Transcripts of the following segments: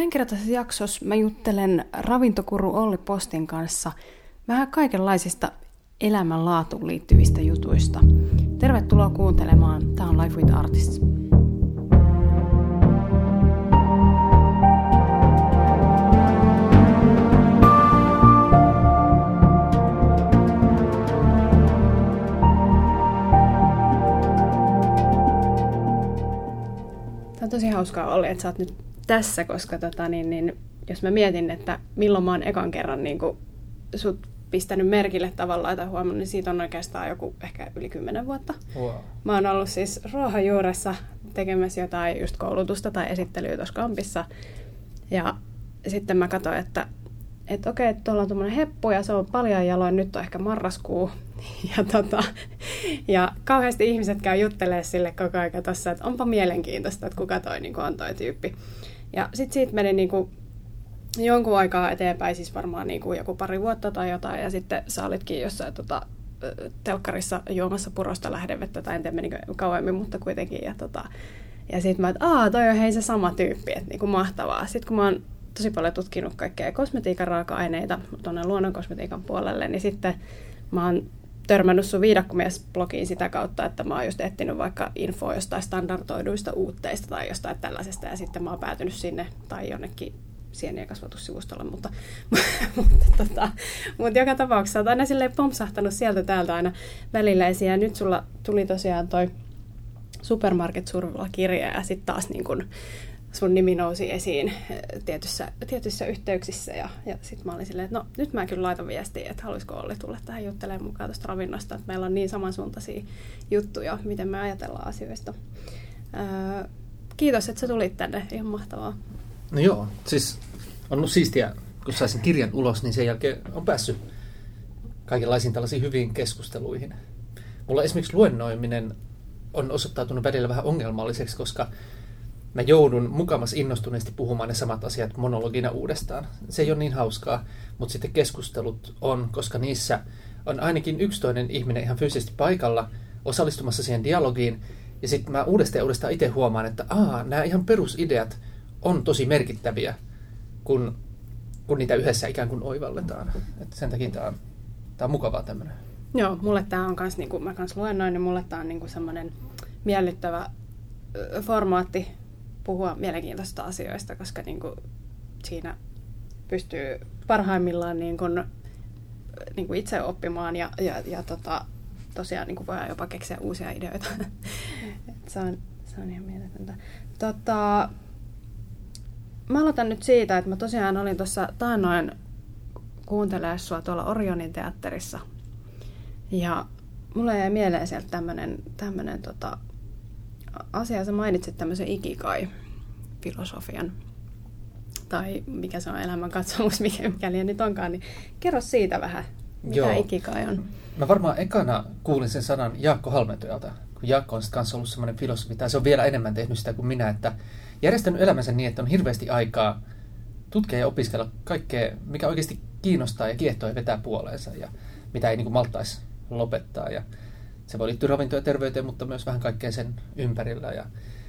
Tämänkertaisessa jaksossa mä juttelen ravintokuru Olli Postin kanssa vähän kaikenlaisista elämänlaatuun liittyvistä jutuista. Tervetuloa kuuntelemaan. Tää on Life with Artists. Tämä on tosi hauskaa, Olli, että sä oot nyt tässä, koska jos mä mietin, että milloin mä oon ekan kerran niin sut pistänyt merkille tavallaan tai huomannut, niin siitä on oikeastaan joku ehkä yli 10 vuotta. Wow. Mä oon ollut siis ruohonjuuressa tekemässä jotain just koulutusta tai esittelyä tuossa kampissa. Ja sitten mä katsoin, että okei, että tuolla on tommoinen heppu ja se on paljon jaloin, nyt on ehkä marraskuu. Ja kauheasti ihmiset käy juttelemaan sille koko ajan tossa, että onpa mielenkiintoista, että kuka toi niin on toi tyyppi. Ja sitten siitä meni niin jonkun aikaa eteenpäin, siis varmaan niin joku pari vuotta tai jotain, ja sitten sä olitkin jossain telkkarissa juomassa purosta lähdevettä, tai en tiedä menikö kauemmin, mutta kuitenkin. Ja sitten mä että toi on hei se sama tyyppi, että niin mahtavaa. Sitten kun mä oon tosi paljon tutkinut kaikkea kosmetiikan raaka-aineita tuonne luonnonkosmetiikan puolelle, niin sitten mä oon törmännyt sun Viidakkomies-blogiin sitä kautta, että mä oon just etsinyt vaikka infoa jostain standardoiduista uutteista tai jostain tällaisesta, ja sitten mä oon päätynyt sinne tai jonnekin sienien kasvatussivustolle, mutta joka tapauksessa olet aina silleen pompsahtanut sieltä täältä aina välillä esiin, ja nyt sulla tuli tosiaan toi Supermarket Survival-kirja, ja sitten taas niin kun sun nimi nousi esiin tietyissä yhteyksissä, ja sitten mä olin silleen, että no nyt mä kyllä laitan viestiä, että haluaisiko Olli tulla tähän juttelemaan mukaan tuosta ravinnosta, että meillä on niin samansuuntaisia juttuja, miten me ajatellaan asioista. Kiitos, että sä tulit tänne, ihan mahtavaa. No joo, siis on ollut siistiä, kun saisin kirjan ulos, niin sen jälkeen on päässyt kaikenlaisiin tällaisiin hyviin keskusteluihin. Mulla esimerkiksi luennoiminen on osoittautunut välillä vähän ongelmalliseksi, koska mä joudun mukamas innostuneesti puhumaan ne samat asiat monologina uudestaan. Se ei ole niin hauskaa, mutta sitten keskustelut on, koska niissä on ainakin yksi toinen ihminen ihan fyysisesti paikalla osallistumassa siihen dialogiin. Ja sitten mä uudestaan itse huomaan, että nämä ihan perusideat on tosi merkittäviä, kun niitä yhdessä ikään kuin oivalletaan. Et sen takia tämä on mukavaa tämmöinen. Joo, mulle tämä on myös, niin kuin mä kanssa luennoin, niin mulle tämä on niin semmoinen miellyttävä formaatti puhua mielenkiintoisista asioista, koska niin kuin siinä pystyy parhaimmillaan niin kuin itse oppimaan ja tosiaan niin kuin voidaan jopa keksiä uusia ideoita. Se on ihan mieletöntä. Mä aloitan nyt siitä, että mä tosiaan olin tuossa taannoin kuuntelemaan sua tuolla Orionin teatterissa. Ja mulle jäi mieleen sieltä tämmönen asia. Sä mainitsit tämmöisen ikigai-filosofian. Tai mikä se on elämänkatsomus, mikä nyt onkaan. Niin kerro siitä vähän, mitä ikigai on. Mä varmaan ekana kuulin sen sanan Jaakko Halmeentojalta. Kun Jaakko on sitten kanssa ollut semmoinen filosofi, tai se on vielä enemmän tehnyt sitä kuin minä, että järjestänyt elämänsä niin, että on hirveästi aikaa tutkia ja opiskella kaikkea, mikä oikeasti kiinnostaa ja kiehtoo ja vetää puoleensa ja mitä ei niin kuin maltaisi lopettaa. Ja se voi liittyä ravintoon ja terveyteen, mutta myös vähän kaikkea sen ympärillä.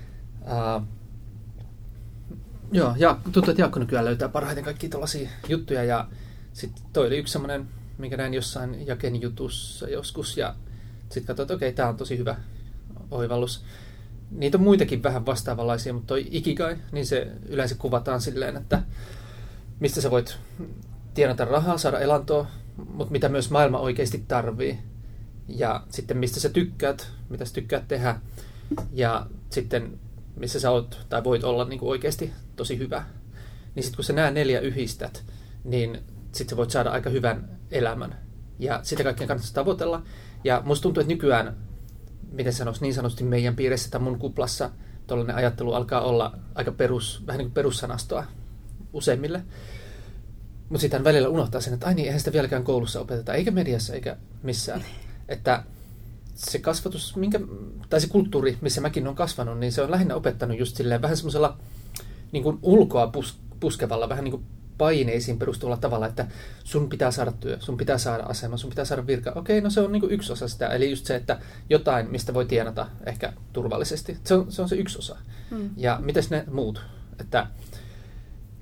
Ja tuntuu, että Jaakko nykyään löytää parhaiten kaikkia tällaisia juttuja. Ja sitten toi oli yksi semmoinen, minkä näin jossain Jaken jutussa joskus. Ja sitten katsoin, että okei, tämä on tosi hyvä oivallus. Niitä on muitakin vähän vastaavanlaisia, mutta toi ikigai, niin se yleensä kuvataan silleen, että mistä sä voit tienata rahaa, saada elantoa, mutta mitä myös maailma oikeasti tarvii. Ja sitten mistä sä tykkäät, mitä sä tykkäät tehdä. Ja sitten missä sä oot tai voit olla niin kuin oikeasti tosi hyvä. Niin sitten kun sä nämä 4 yhdistät, niin sitten sä voit saada aika hyvän elämän. Ja sitä kaikkea kannattaa tavoitella. Ja musta tuntuu, että nykyään, miten sanoisi, niin sanotusti meidän piirissä tai mun kuplassa, tuollainen ajattelu alkaa olla aika vähän niin kuin perussanastoa useimmille. Mutta sitten välillä unohtaa sen, että eihän sitä vieläkään koulussa opeteta, eikä mediassa, eikä missään. Että se kasvatus, tai se kulttuuri, missä mäkin olen kasvanut, niin se on lähinnä opettanut just silleen vähän semmoisella niin kuin ulkoa puskevalla, vähän niin kuin paineisiin perustuvalla tavalla, että sun pitää saada työ, sun pitää saada asema, sun pitää saada virka. Okei, no se on niin kuin yksi osa sitä, eli just se, että jotain, mistä voi tienata ehkä turvallisesti. Se on se yksi osa. Ja mitäs ne muut? Että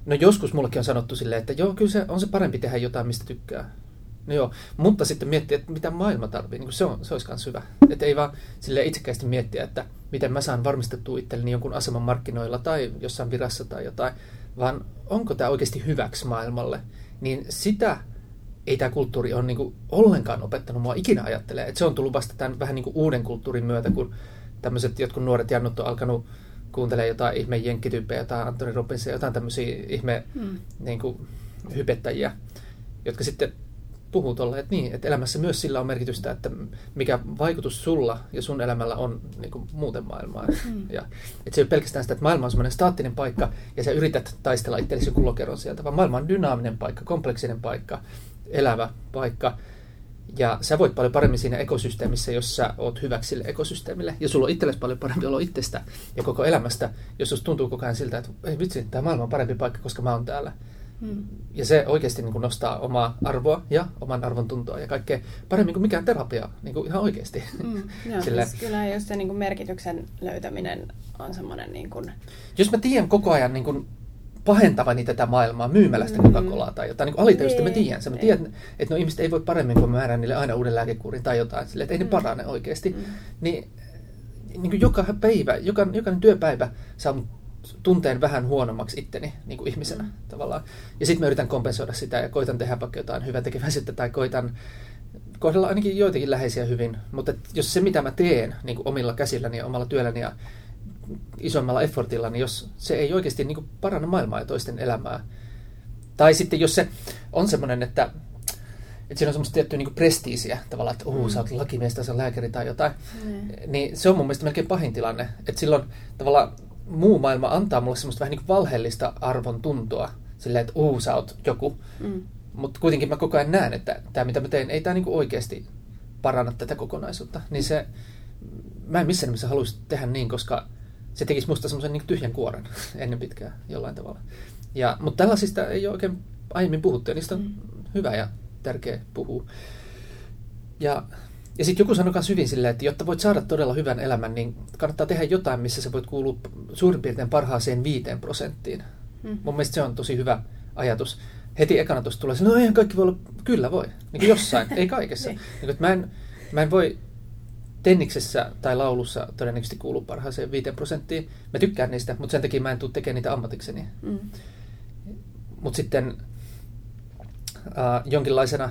No joskus mullekin on sanottu silleen, että joo, kyllä se on se parempi tehdä jotain, mistä tykkää. No joo, mutta sitten miettiä, että mitä maailma tarvii, niin se olisi myös hyvä. Että ei vaan silleen itsekkäästi miettiä, että miten mä saan varmistettua itselleni jonkun aseman markkinoilla tai jossain virassa tai jotain, vaan onko tämä oikeasti hyväksi maailmalle. Niin sitä ei tämä kulttuuri ole niin kuin ollenkaan opettanut mua ikinä ajattelemaan. Että se on tullut vasta tämän vähän niin kuin uuden kulttuurin myötä, kun tämmöiset jotkut nuoret jannut on alkanut kuuntelemaan jotain ihme jenkkityyppejä, jotain Anthony Robbinsia, jotain tämmöisiä ihme niin kuin hypettäjiä, jotka sitten puhuu tuolla, että niin, että elämässä myös sillä on merkitystä, että mikä vaikutus sulla ja sun elämällä on niin kuin muuten maailmaan. Ja, että se ei ole pelkästään sitä, että maailma on semmoinen staattinen paikka ja sä yrität taistella itsellesi joku lokeron sieltä, vaan maailma on dynaaminen paikka, kompleksinen paikka, elävä paikka. Ja sä voit paljon paremmin siinä ekosysteemissä, jos sä oot hyväksi sille ekosysteemille. Ja sulla on itsellesi paljon parempi olo itsestä ja koko elämästä, jos susta tuntuu koko ajan siltä, että ei vitsi, tämä maailma on parempi paikka, koska mä oon täällä. Ja se oikeasti niin kuin nostaa omaa arvoa ja oman arvon tuntoa ja kaikkea paremmin kuin mikään terapia, niin kuin ihan oikeasti. Joo, kyllä just se niin kuin merkityksen löytäminen on semmoinen... Niin kuin... Jos mä tiedän koko ajan niin kuin pahentavani tätä maailmaa myymällä sitä Coca-Colaa tai jotain, niin alitajuisesti mä tiedän sen. Mä tiedän, että no ihmiset ei voi paremmin, kun mä määrän niille aina uuden lääkekuurin tai jotain, sille, että ei ne parane oikeasti. Niin kuin joka päivä, jokainen työpäivä saa tunteen vähän huonommaksi itteni niin kuin ihmisenä tavallaan. Ja sitten mä yritän kompensoida sitä ja koitan tehdä vaikka jotain hyväntekeväisyyttä tai koitan kohdella ainakin joitakin läheisiä hyvin. Mutta jos se, mitä mä teen niin kuin omilla käsilläni ja omalla työlläni ja isommalla effortilla, niin jos se ei oikeasti niin kuin paranna maailmaa ja toisten elämää. Tai sitten jos se on semmoinen, että siinä on semmoista tiettyä niin kuin prestiisiä tavallaan, että sä oot lakimies tai sä lääkäri tai jotain, niin se on mun mielestä melkein pahin tilanne. Että silloin tavallaan muu maailma antaa mulle semmoista vähän niin kuin valheellista arvon tuntoa, silleen, että sä oot joku. Mutta kuitenkin mä koko ajan näen, että tämä mitä mä teen, ei tämä niin kuin oikeasti paranna tätä kokonaisuutta. Niin se, mä en missään nimessä haluaisi tehdä niin, koska se tekisi musta semmoisen niin tyhjän kuoren ennen pitkään jollain tavalla. Mutta tällaisista ei ole oikein aiemmin puhuttu, ja niistä on hyvä ja tärkeä puhua. Ja sitten joku sanoi myös hyvin silleen, että jotta voit saada todella hyvän elämän, niin kannattaa tehdä jotain, missä sä voit kuulua suurin piirtein parhaaseen 5%. Mun mielestä se on tosi hyvä ajatus. Heti ekana tuosta tulee, no eihän kaikki voi olla, kyllä voi, niin kuin jossain, ei kaikessa. Niin, mä en voi tenniksessä tai laulussa todennäköisesti kuulua parhaaseen 5%. Mä tykkään niistä, mutta sen takia mä en tule tekemään niitä ammatikseni. Mutta sitten jonkinlaisena...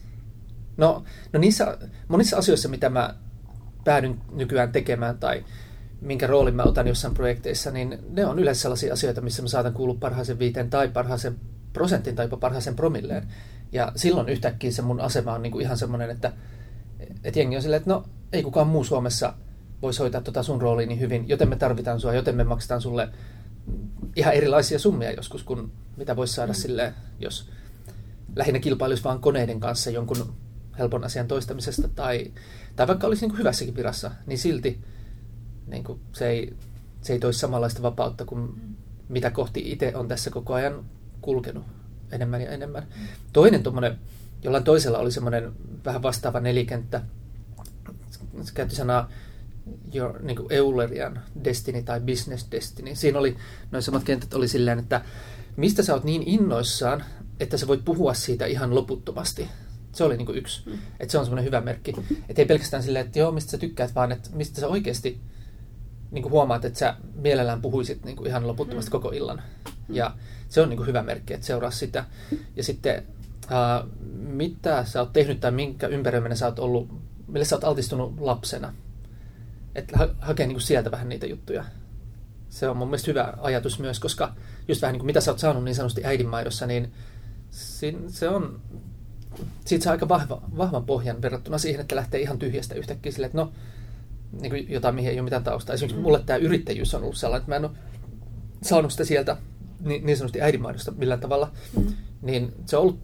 No niissä monissa asioissa, mitä mä päädyn nykyään tekemään tai minkä roolin mä otan jossain projekteissa, niin ne on yleensä sellaisia asioita, missä mä saatan kuulua parhaaseen 5 tai parhaaseen prosentin tai jopa parhaaseen promilleen. Ja silloin yhtäkkiä se mun asema on niinku ihan semmoinen, että jengi on silleen, että no ei kukaan muu Suomessa voisi hoitaa tota sun rooliin niin hyvin, joten me tarvitaan sua, joten me maksetaan sulle ihan erilaisia summia joskus, kuin mitä voisi saada silleen, jos lähinnä kilpailisi vaan koneiden kanssa jonkun helpon asian toistamisesta tai vaikka olisi niin kuin hyvässäkin virassa, niin silti niin kuin se ei toisi samanlaista vapautta kuin mitä kohti itse on tässä koko ajan kulkenut enemmän ja enemmän. Toinen tuommoinen, jollain toisella oli semmoinen vähän vastaava nelikenttä, se käytti sanaa niin kuin Eulerian destiny tai business destiny. Siinä oli, noin samat kentät oli silleen, että mistä sä oot niin innoissaan, että sä voit puhua siitä ihan loputtomasti. Se oli niin kuin yksi. Että se on semmoinen hyvä merkki. Että ei pelkästään silleen, että joo, mistä sä tykkäät, vaan että mistä sä oikeasti niin kuin huomaat, että sä mielellään puhuisit niin kuin ihan loputtomasti koko illan. Ja se on niin kuin hyvä merkki, että seuraa sitä. Ja sitten mitä sä oot tehnyt tai minkä ympäröimänä sä oot ollut, mille sä oot altistunut lapsena. Että hakee niin kuin sieltä vähän niitä juttuja. Se on mun mielestä hyvä ajatus myös, koska just vähän niin kuin mitä sä oot saanut niin sanotusti äidinmaidossa, niin se on... Siitä saa aika vahvan pohjan verrattuna siihen, että lähtee ihan tyhjästä yhtäkkiä silleen, että no, niin kuin jotain, mihin ei ole mitään taustaa. Esimerkiksi mulle tämä yrittäjyys on ollut sellainen, että mä en ole saanut sitä sieltä niin sanotusti äidinmaidosta millään tavalla. Niin se on ollut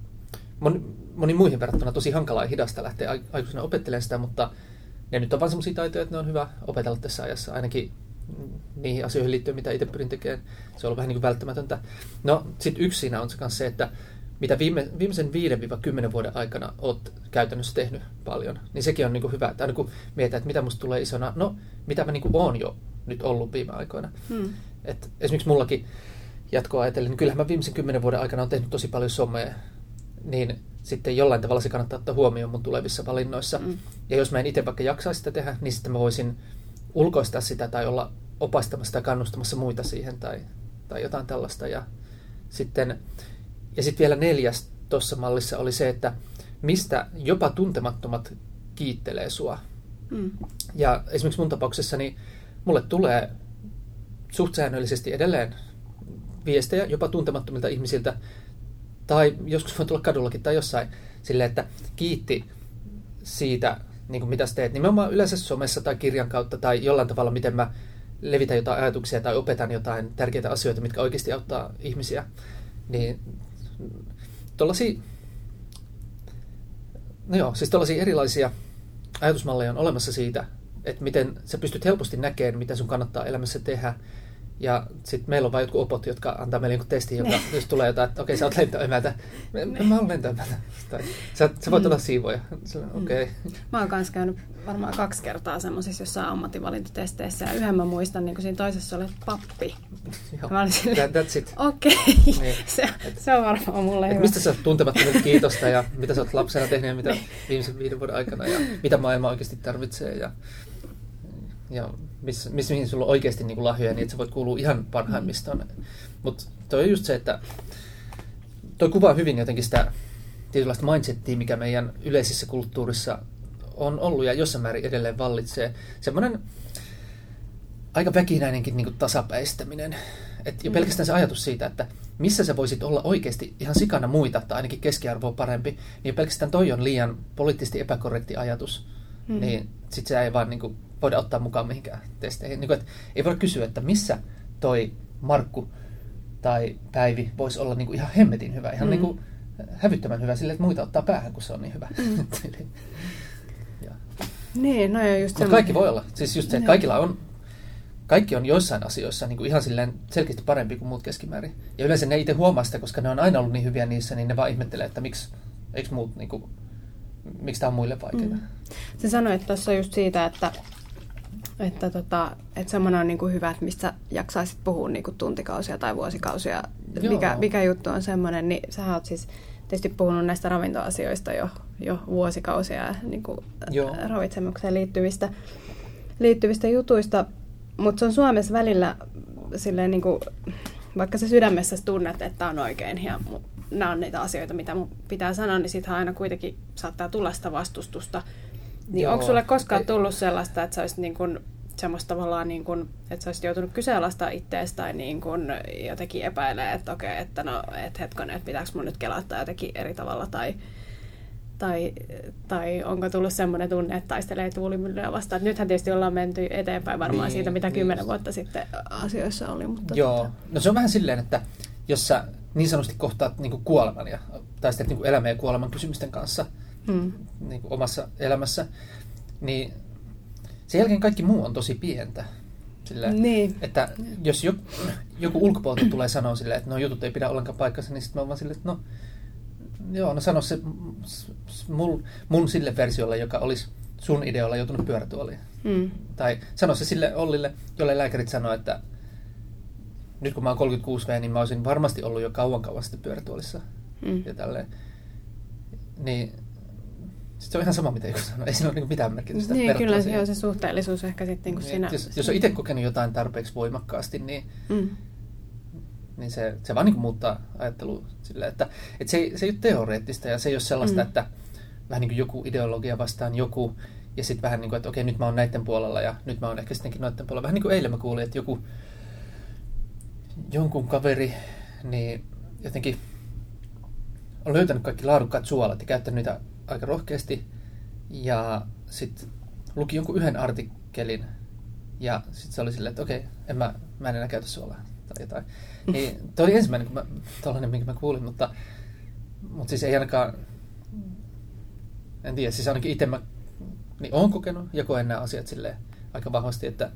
moniin muihin verrattuna tosi hankalaa ja hidasta lähteä aikuisena opettelemaan sitä, mutta ne nyt on vaan sellaisia taitoja, että ne on hyvä opetella tässä ajassa, ainakin niihin asioihin liittyen, mitä itse pyrin tekemään. Se on ollut vähän niin kuin välttämätöntä. No, sitten yksi siinä on se, että mitä viimeisen 5-10 vuoden aikana olet käytännössä tehnyt paljon, niin sekin on niin kuin hyvä. Että aina kun mietitään, että mitä musta tulee isona, no mitä mä niin kuin oon jo nyt ollut viime aikoina. Et esimerkiksi mullakin jatkoa ajatellen, niin kyllähän mä viimeisen 10 vuoden aikana on tehnyt tosi paljon somea, niin sitten jollain tavalla se kannattaa ottaa huomioon mun tulevissa valinnoissa. Ja jos mä en itse vaikka jaksaisi sitä tehdä, niin sitten mä voisin ulkoistaa sitä tai olla opastamassa tai kannustamassa muita siihen tai jotain tällaista. Ja sitten vielä 4. tuossa mallissa oli se, että mistä jopa tuntemattomat kiittelee sua. Ja esimerkiksi mun tapauksessa niin mulle tulee suht säännöllisesti edelleen viestejä jopa tuntemattomilta ihmisiltä, tai joskus voi tulla kadullakin tai jossain, silleen, että kiitti siitä, niin kuin mitä sä teet, nimenomaan yleensä somessa tai kirjan kautta tai jollain tavalla, miten mä levitän jotain ajatuksia tai opetan jotain tärkeitä asioita, mitkä oikeasti auttaa ihmisiä. Niin tuollaisia, siis tuollaisia erilaisia ajatusmalleja on olemassa siitä, että miten sä pystyt helposti näkemään, mitä sun kannattaa elämässä tehdä. Ja sitten meillä on vain jotkut opot, jotka antaa meille jonkun testin, joka jos tulee jotain, että okei, sä oot lentoemältä. Mä oon lentoemältä. Sä voit olla siivoja. Okay. Mä oon kanssa käynyt varmaan 2 kertaa semmoisissa jossain ammattivalintatesteissä. Ja yhden mä muistan, niin kun siinä toisessa oli pappi. That's it. Okei, niin. se on varmaan mulle hyvä. Mistä sä oot tuntemattomilta kiitosta ja mitä sä oot lapsena tehnyt ja mitä viimeisen 5 vuoden aikana ja mitä maailma oikeasti tarvitsee. Ja mihin sulla on oikeasti niin kuin lahjoja, niin että sä voit kuulua ihan parhaimmistaan. Mutta toi on just se, että toi kuvaa hyvin jotenkin sitä tietynlaista mindsettiä, mikä meidän yleisessä kulttuurissa on ollut ja jossain määrin edelleen vallitsee. Semmoinen aika väkinäinenkin niin kuin tasapäistäminen. Et jo pelkästään se ajatus siitä, että missä sä voisit olla oikeasti ihan sikana muita tai ainakin keskiarvoa parempi, niin jo pelkästään toi on liian poliittisesti epäkorrekti ajatus. Niin sit se ei vaan niin kuin voida ottaa mukaan mihinkään testeihin. Niin kuin, että ei voida kysyä, että missä toi Markku tai Päivi voisi olla niin kuin ihan hemmetin hyvä, ihan niin kuin hävyttömän hyvä silleen, että muita ottaa päähän, kun se on niin hyvä. Niin, no ja just kaikki voi olla. Siis just se, että kaikki on joissain asioissa niin kuin ihan silleen selkeästi parempi kuin muut keskimäärin. Ja yleensä ne itse huomaa sitä, koska ne on aina ollut niin hyviä niissä, niin ne vaan ihmettelee, että eikö muut niin kuin, miksi tämä on muille vaikeaa. Sä sanoit tuossa just siitä, että semmoinen on niinku hyvä, että mistä jaksaisit puhua niinku tuntikausia tai vuosikausia. Mikä juttu on semmoinen, niin sä oot siis tietysti puhunut näistä ravintoasioista jo vuosikausia niinku ravitsemukseen liittyvistä jutuista, mutta se on Suomessa välillä silleen niinku, vaikka sä sydämessä tunnet, että on oikein ja nämä on niitä asioita, mitä mun pitää sanoa, niin siitähän aina kuitenkin saattaa tulla sitä vastustusta. Niin onko sulle koskaan tullut sellaista, että sä olisit niin kuin semmoista tavallaan, niin kuin, että sä olisit joutunut kyseenalaistaa itseäsi tai niin kuin jotenkin epäilee, että okei, että no, että hetkonen, että pitääkö mun nyt kelata jotenkin eri tavalla tai onko tullut semmoinen tunne, että taistelee tuulimyllyä vastaan. Nythän tietysti ollaan menty eteenpäin varmaan siitä, mitä 10 vuotta sitten asioissa oli. Mutta no se on vähän silleen, että jos sä niin sanotusti kohtaat niin kuin kuoleman ja taistelet niin kuin elämän ja kuoleman kysymysten kanssa niin kuin omassa elämässä, niin sen jälkeen kaikki muu on tosi pientä. Silleen, niin. Että jos joku ulkopuolelta tulee sanoa silleen, että no jutut ei pidä ollenkaan paikkansa, niin sitten mä oon vaan silleen, että no sano se mun sille versiolle, joka olisi sun ideolla joutunut pyörätuoliin. Tai sano se sille Ollille, jolle lääkärit sanoo, että nyt kun mä oon 36V, niin mä olisin varmasti ollut jo kauan sitten pyörätuolissa. Ja tälleen. Niin se on ihan sama, mitä joku sanoo. Ei siinä ole mitään merkitystä. Niin, kyllä se suhteellisuus ehkä sitten niin siinä. Jos on itse kokenut jotain tarpeeksi voimakkaasti, niin se vaan niin kuin muuttaa ajattelua silleen, että se ei ole teoreettista ja se ei ole sellaista, että vähän niin kuin joku ideologia vastaan joku ja sitten vähän niin kuin, että okei, nyt mä oon näiden puolella ja nyt mä oon ehkä sittenkin noiden puolella. Vähän niin kuin eilen mä kuulin, että jonkun kaveri niin jotenkin on löytänyt kaikki laadukkaat suolat ja käyttänyt niitä aika rohkeasti ja sitten luki jonkun yhden artikkelin ja sitten se oli silleen, että okei, mä en enää käytä suolaa tai jotain. Niin, toi oli ensimmäinen, tollainen, minkä mä kuulin, mutta siis ei ainakaan, en tiedä, siis ainakin itse mä niin oon kokenut ja koen nämä asiat silleen aika vahvasti, että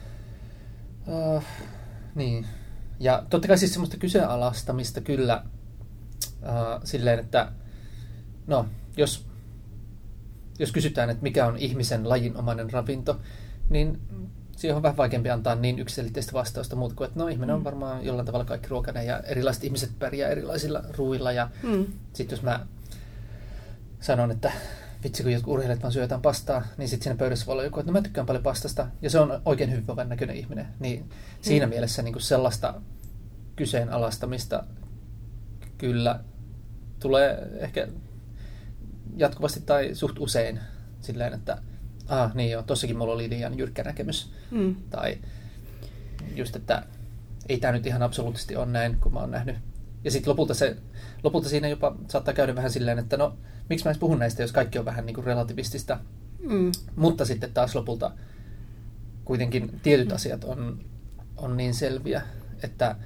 niin. Ja totta kai siis semmoista kyseenalaistamista kyllä silleen, että no, jos kysytään, että mikä on ihmisen lajinomainen ravinto, niin siihen on vähän vaikeampi antaa niin yksiselitteistä vastausta muuta kuin, että no ihminen on varmaan jollain tavalla kaikki ruokainen ja erilaiset ihmiset pärjää erilaisilla ruuilla. Ja sitten jos mä sanon, että vitsi kun jotkut urheilijat vaan syö jotain pastaa, niin sitten siinä pöydässä voi olla joku, että no mä tykkään paljon pastasta ja se on oikein hyvinvoivan näköinen ihminen. Niin siinä mielessä niin kuin sellaista kyseenalaistamista kyllä tulee ehkä jatkuvasti tai suht usein silleen, että niin joo, tossakin mulla oli liian jyrkkä näkemys. Tai just, että ei tämä nyt ihan absoluuttisesti ole näin, kun mä oon nähnyt. Ja sitten lopulta siinä jopa saattaa käydä vähän silleen, että no, miksi mä edes puhun näistä, jos kaikki on vähän niin kuin relativistista. Mutta sitten taas lopulta kuitenkin tietyt asiat on niin selviä, että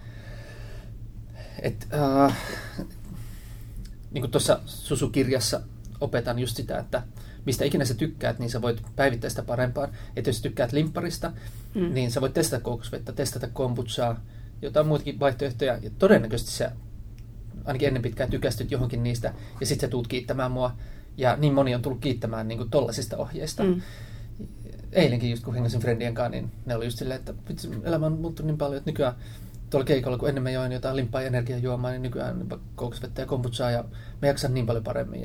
niin kuin tuossa Susu-kirjassa opetan just sitä, että mistä ikinä sä tykkäät, niin sä voit päivittää sitä parempaan. Että jos tykkäät limpparista, niin sä voit testata kookosvettä, testata kombuchaa, jotain muitakin vaihtoehtoja. Ja todennäköisesti sä ainakin ennen pitkään tykästyt johonkin niistä, ja sit sä tuut kiittämään mua. Ja niin moni on tullut kiittämään niin kuin tollasista ohjeista. Eilenkin just kun hengasin friendien kanssa, niin ne oli just silleen, että elämä on muuttunut niin paljon, että nykyään tuolla keikolla, kun ennen mä join jotain limppaa ja energiajuomaa, niin nykyään kookosvettä ja kombuchaa, ja mä jaksan niin paljon paremmin.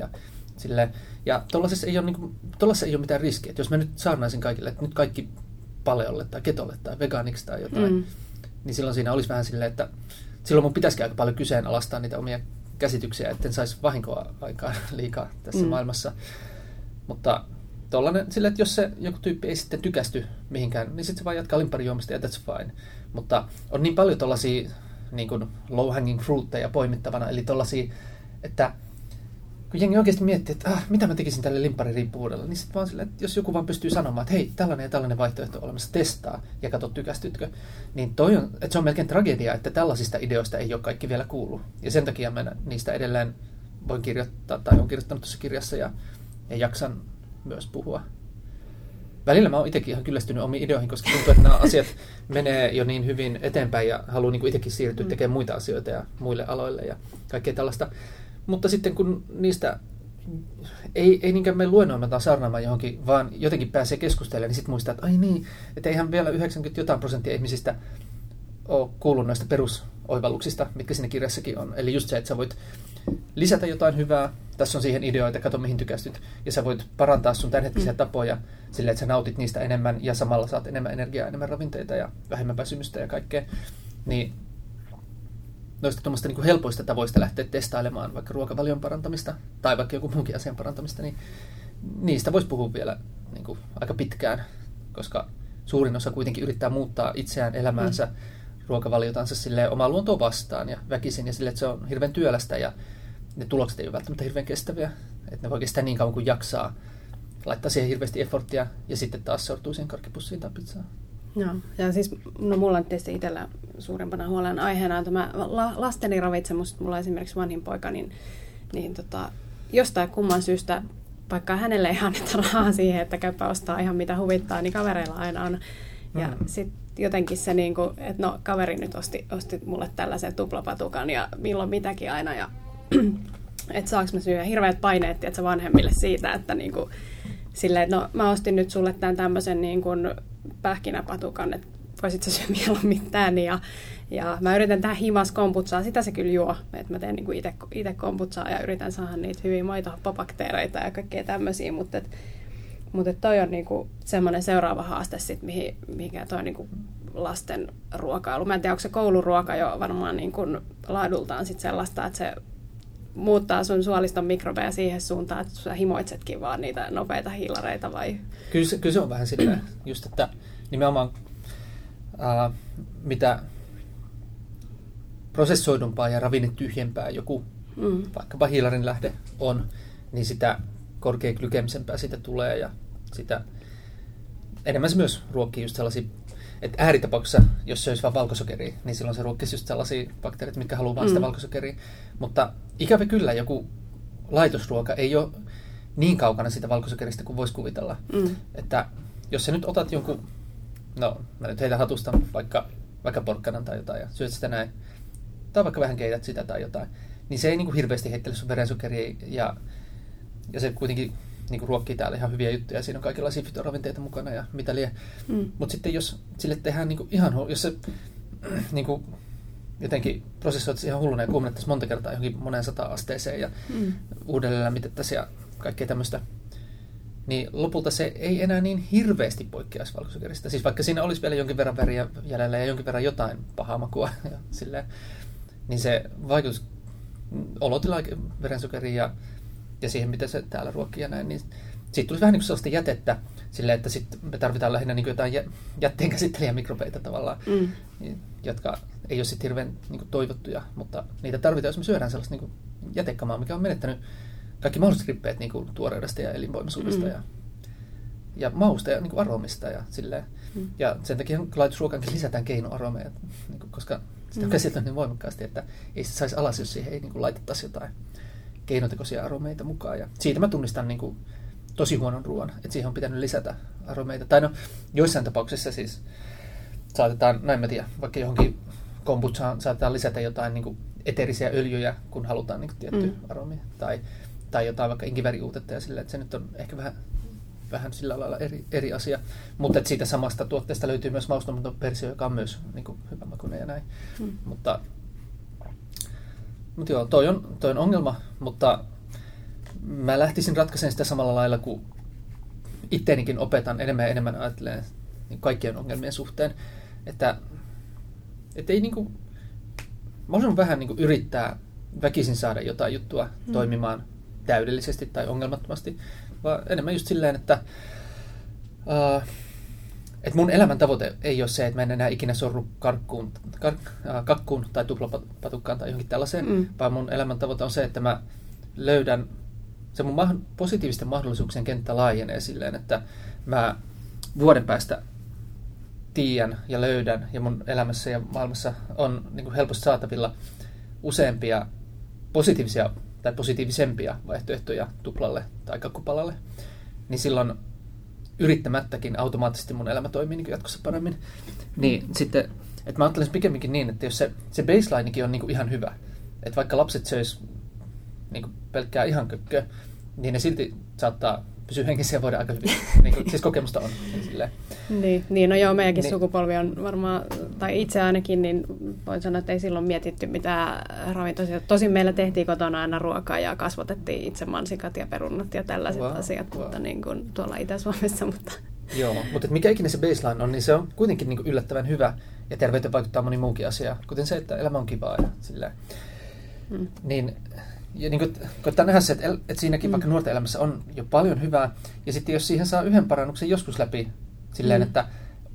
Ja tuollaisessa ei ole mitään riskiä. Että jos mä nyt saarnaisin kaikille, että nyt kaikki paleolle tai ketolle tai vegaaniksi tai jotain, niin silloin siinä olisi vähän silleen, että silloin mun pitäisikin aika paljon kyseenalaistaa niitä omia käsityksiä, etten saisi vahinkoa aikaan liikaa tässä maailmassa. Mutta tollainen silleen, että jos se joku tyyppi ei sitten tykästy mihinkään, niin sitten se vaan jatkaa limpparijuomista ja that's fine. Mutta on niin paljon tollaisia niin kuin low-hanging fruitteja poimittavana, eli tollaisia, että kun jengi oikeasti miettii, että mitä mä tekisin tälle limppaririippuvuudelle, niin sitten vaan silleen, että jos joku vaan pystyy sanomaan, että hei, tällainen ja tällainen vaihtoehto on olemassa, testaa ja katso tykästytkö, niin että se on melkein tragedia, että tällaisista ideoista ei ole kaikki vielä kuullut. Ja sen takia mä niistä edelleen voin kirjoittaa, tai olen kirjoittanut tuossa kirjassa ja jaksan myös puhua. Välillä mä oon itsekin ihan kyllästynyt omiin ideoihin, koska tuntuu, että nämä asiat menee jo niin hyvin eteenpäin ja haluan niin kuin itsekin siirtyä tekemään muita asioita ja muille aloille ja kaikkea tällaista. Mutta sitten kun niistä ei niinkään mene luennoimaan saarnaamaan johonkin, vaan jotenkin pääsee keskustelemaan, niin sitten muistaa, että ai niin, että eihän vielä 90% ihmisistä ole kuullut noista perusoivalluksista, mitkä siinä kirjassakin on. Eli just se, että sä voit lisätä jotain hyvää, tässä on siihen ideoita, kato mihin tykästyt, ja sä voit parantaa sun tämänhetkisiä tapoja silleen, että sä nautit niistä enemmän ja samalla saat enemmän energiaa, enemmän ravinteita ja vähemmän väsymystä ja kaikkea. Niin noista tuommoista niin kuin helpoista tavoista lähteä testailemaan vaikka ruokavalion parantamista tai vaikka joku muunkin asian parantamista, niin niistä voisi puhua vielä niin kuin aika pitkään, koska suurin osa kuitenkin yrittää muuttaa itseään elämäänsä ruokavaliotansa silleen omaa luontoa vastaan ja väkisin ja silleen, että se on hirveän työlästä ja ne tulokset ei ole välttämättä hirveän kestäviä, että ne voi kestää niin kauan kuin jaksaa laittaa siihen hirveästi efforttia ja sitten taas sortuu siihen karkkipussiin tai pizzaan. Joo, ja siis mulla on tietysti itsellä suurimpana huolen aiheena on tämä lasteni ravitsemus. Mulla esimerkiksi vanhin poika, niin jostain kumman syystä, vaikka hänelle ei anneta rahaa siihen, että käypä ostaa ihan mitä huvittaa, niin kavereilla aina on. Ja sitten jotenkin se, niin kuin, että no kaveri nyt osti mulle tällaisen tuplapatukan ja milloin mitäkin aina. Ja että saaks mä syödä hirveät paineet että vanhemmille siitä, että niin kuin, silleen, että no mä ostin nyt sulle tämän tämmöisen niin kuin pähkinäpatukan, että voisit sä syödä mieluummin tämän. Ja mä yritän tehdä himas kombutsaa, sitä se kyllä juo, että mä teen niin kuin itse kombutsaa ja yritän saada niitä hyviä maitohappobakteereita ja kaikkea tämmöisiä, mutta toi on niinku semmoinen seuraava haaste, sit, mikä toi niinku lasten ruokailu. Mä en tiedä, onko se kouluruoka jo varmaan niinku laadultaan sit sellaista, että se muuttaa sun suoliston mikrobeja siihen suuntaan, että sä himoitsetkin vaan niitä nopeita hiilareita vai? Kyllä se on vähän silleen, just että nimenomaan mitä prosessoidumpaa ja ravinnetyhjempää joku vaikkapa hiilarin lähde on, niin sitä korkeaglykemisemppää siitä tulee ja sitä enemmän se myös ruokkii just sellaisia, että ääritapauksessa, jos se olisi vain valkosokeria, niin silloin se ruokkisi just sellaisia bakteereita, mitkä haluaa vain sitä valkosokeria. Mutta ikävä kyllä joku laitosruoka ei ole niin kaukana sitä valkosokerista kuin voisi kuvitella. Että jos sä nyt otat jonkun, no mä nyt heitän hatusta vaikka porkkanan tai jotain ja syöt sitä näin, tai vaikka vähän keität sitä tai jotain, niin se ei niin kuin hirveästi heittele sun verensokeria ja se kuitenkin niin kuin ruokkii täällä ihan hyviä juttuja. Siinä on kaikenlaisia fytoravinteita mukana ja mitä lie. Mutta sitten jos sille tehdään niin kuin jos se niin kuin jotenkin prosessoitaisiin ihan hulluna ja kuumennettaisiin monta kertaa johonkin moneen 100 asteeseen ja uudelleen lämmitettäisiin ja kaikkea tämmöistä, niin lopulta se ei enää niin hirveästi poikkeaisi valkosokerista. Siis vaikka siinä olisi vielä jonkin verran väriä jäljellä ja jonkin verran jotain pahaa makua, ja silleen, niin se vaikutus olotila verensokeriin ja siihen, miten se täällä ruokkii ja näin, niin siitä tulisi vähän niin kuin sellaista jätettä silleen, että sitten me tarvitaan lähinnä niin kuin jotain jätteenkäsittelijämikrobeita tavallaan, jotka ei ole sitten hirveän niin kuin toivottuja, mutta niitä tarvitaan, jos me syödään sellaista niin kuin jätekamaa, mikä on menettänyt kaikki mahdolliset rippeet niin kuin tuoreudesta ja elinvoimaisuudesta ja mausta ja niin kuin aromista ja silleen. Ja sen takia laitosruokaankin lisätään keinoaromeja, niin kuin, koska sitä on käsitelty niin voimakkaasti, että ei se saisi alas, jos siihen ei niin kuin laitettaisi jotain keinotekoisia aromeita mukaan. Ja siitä mä tunnistan niin kuin tosi huonon ruoan, että siihen on pitänyt lisätä aromeita. Tai no, joissain tapauksissa siis saatetaan, näin mä tiedän, vaikka johonkin kombuchaan saatetaan lisätä jotain niin kuin eteerisiä öljyjä, kun halutaan niin kuin tiettyä aromia. Tai jotain vaikka inkivääriuutetta ja silleen, että se nyt on ehkä vähän sillä lailla eri asia. Mutta siitä samasta tuotteesta löytyy myös maustamaton persio, joka on myös niin kuin hyvä makuinen ja näin. Mutta joo, toi on ongelma, mutta mä lähtisin ratkaisemaan sitä samalla lailla, kun itteenikin opetan enemmän ja enemmän ajattelemaan niin kaikkien ongelmien suhteen, että ei niinku, mä osaan vähän niinku yrittää väkisin saada jotain juttua toimimaan täydellisesti tai ongelmattomasti, vaan enemmän just silleen, että mun elämän tavoite ei ole se, että mä en enää ikinä sorru kakkuun tai tuplapatukkaan tai johonkin tällaiseen, vaan mun elämän tavoite on se, että mä löydän, se mun positiivisten mahdollisuuksien kenttä laajenee silleen, että mä vuoden päästä tiedän ja löydän ja mun elämässä ja maailmassa on niin kuin helposti saatavilla useampia positiivisia tai positiivisempia vaihtoehtoja tuplalle tai kakkupalalle, niin silloin yrittämättäkin automaattisesti mun elämä toimii niin kuin jatkossa paremmin. Niin sitten, että mä ajattelen pikemminkin niin, että jos se baselinekin on niin kuin ihan hyvä, että vaikka lapset söis niin kuin pelkkää ihan kökköä, niin ne silti saattaa pysyä henkissä ja voida aika hyvin. Niin kuin, siis kokemusta on. Niin, no joo, meidänkin sukupolvi on varmaan, tai itse ainakin, niin voin sanoa, että ei silloin mietitty mitään ravintoisia. Tosin meillä tehtiin kotona aina ruokaa ja kasvatettiin itse mansikat ja perunat ja tällaiset asiat, mutta niin kuin tuolla Itä-Suomessa. Mutta. Joo, mutta mikä ikinä se baseline on, niin se on kuitenkin niin kuin yllättävän hyvä ja terveyteen vaikuttaa moni muukin asia, kuten se, että elämä on kivaa ja silleen. Niin, ja niin kuin, koittaa nähdä se, että siinäkin vaikka nuorten elämässä on jo paljon hyvää, ja sitten jos siihen saa yhden parannuksen joskus läpi, silleen, että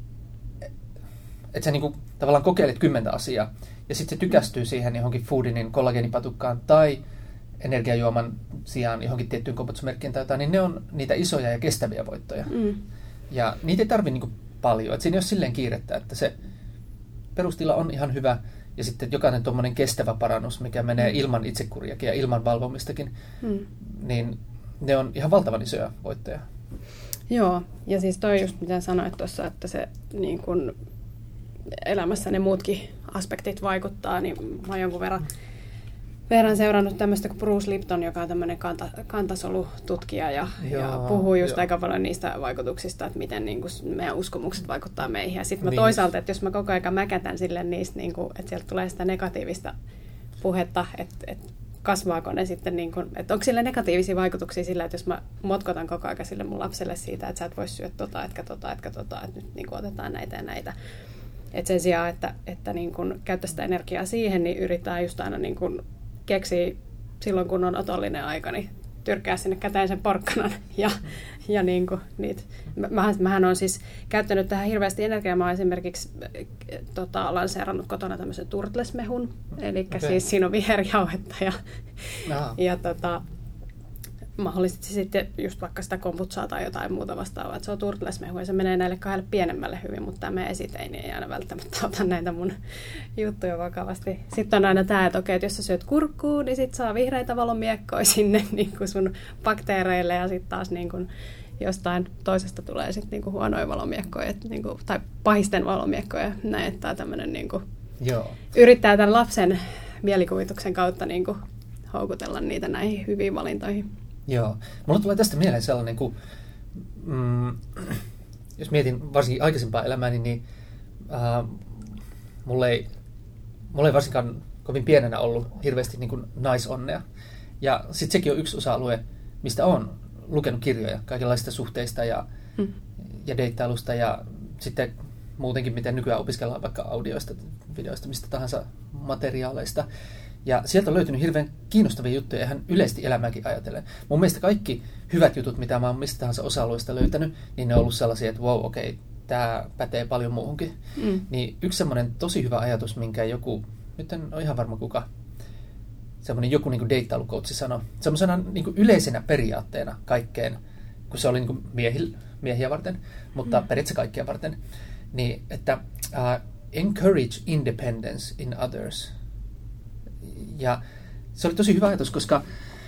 sä niin kuin, tavallaan kokeilet 10 asiaa, ja sitten se tykästyy siihen johonkin Foodinin kollageenipatukkaan tai energiajuoman sijaan johonkin tiettyyn kompotsumerkkiin tai jotain, niin ne on niitä isoja ja kestäviä voittoja. Ja niitä ei tarvitse niin kuin paljon, että siinä ei ole silleen kiirettä, että se perustila on ihan hyvä, ja sitten jokainen tuommoinen kestävä parannus, mikä menee ilman itsekuriakin ja ilman valvomistakin, niin ne on ihan valtavan isoja voittoja. Joo, ja siis toi just mitä sanoit tuossa, että se niin kun elämässä ne muutkin aspektit vaikuttaa, niin mä oon jonkun verran seurannut tämmöistä kuin Bruce Lipton, joka on tämmöinen kantasolututkija ja puhuu just aika paljon niistä vaikutuksista, että miten niin kuin meidän uskomukset vaikuttaa meihin. Ja sitten mä toisaalta, että jos mä koko ajan mäkätän sille niistä, niin kuin, että sieltä tulee sitä negatiivista puhetta, että kasvaako ne sitten, niin kuin, että onko sille negatiivisia vaikutuksia sillä, että jos mä motkotan koko ajan sille mun lapselle siitä, että sä et voi syödä että nyt niin kuin otetaan näitä ja näitä. Että sen sijaan, että niin kuin käyttää sitä energiaa siihen, niin yritetään just aina niin kuin keksii silloin, kun on otollinen aika, niin tyrkää sinne käteen sen porkkanan. Ja niin kuin niitä. Mähän olen siis käyttänyt tähän hirveästi energiaa. Mä olen esimerkiksi lanseerannut kotona tämmöisen turtlesmehun. Eli siis siinä on viherjauhetta ja mahdollisesti sitten just vaikka sitä kombuchaa tai jotain muuta vastaavaa, että se on turtlesmehu ja se menee näille 2 pienemmälle hyvin, mutta tämä meidän esiteini ei aina välttämättä ota näitä mun juttuja vakavasti. Sitten on aina tämä, että okei, että jos sä syöt kurkkuu, niin sit saa vihreitä valomiekkoja sinne niin kuin sun bakteereille ja sitten taas niin kuin jostain toisesta tulee sitten niin kuin huonoja valomiekkoja niin kuin, tai pahisten valomiekkoja. Näin, että tämä tämmöinen niin kuin yrittää tämän lapsen mielikuvituksen kautta niin kuin houkutella niitä näihin hyviin valintoihin. Joo. Mulla tulee tästä mieleen sellainen, kun jos mietin varsinkin aikaisempaa elämääni, niin mulla ei varsinkaan kovin pienenä ollut hirveästi niin kuin naisonnea. Ja sitten sekin on yksi osa-alue, mistä olen lukenut kirjoja kaikenlaisista suhteista ja deittailusta ja sitten muutenkin, miten nykyään opiskellaan vaikka audioista, videoista, mistä tahansa materiaaleista. Ja sieltä on löytynyt hirveän kiinnostavia juttuja ihan yleisesti elämääkin ajatellen. Mun mielestä kaikki hyvät jutut, mitä mä oon mistä tahansa osa-alueesta löytänyt, niin ne on ollut sellaisia, että wow, okei, tämä pätee paljon muuhunkin. Niin yksi semmoinen tosi hyvä ajatus, minkä joku, nyt en ole ihan varma kuka, semmoinen joku niin kuin deittailukoutsi sanoi, semmoisena niin kuin yleisenä periaatteena kaikkeen, kun se oli niin kuin miehiä varten, mutta periaatteessa kaikkia varten, niin että encourage independence in others. Ja se oli tosi hyvä ajatus, koska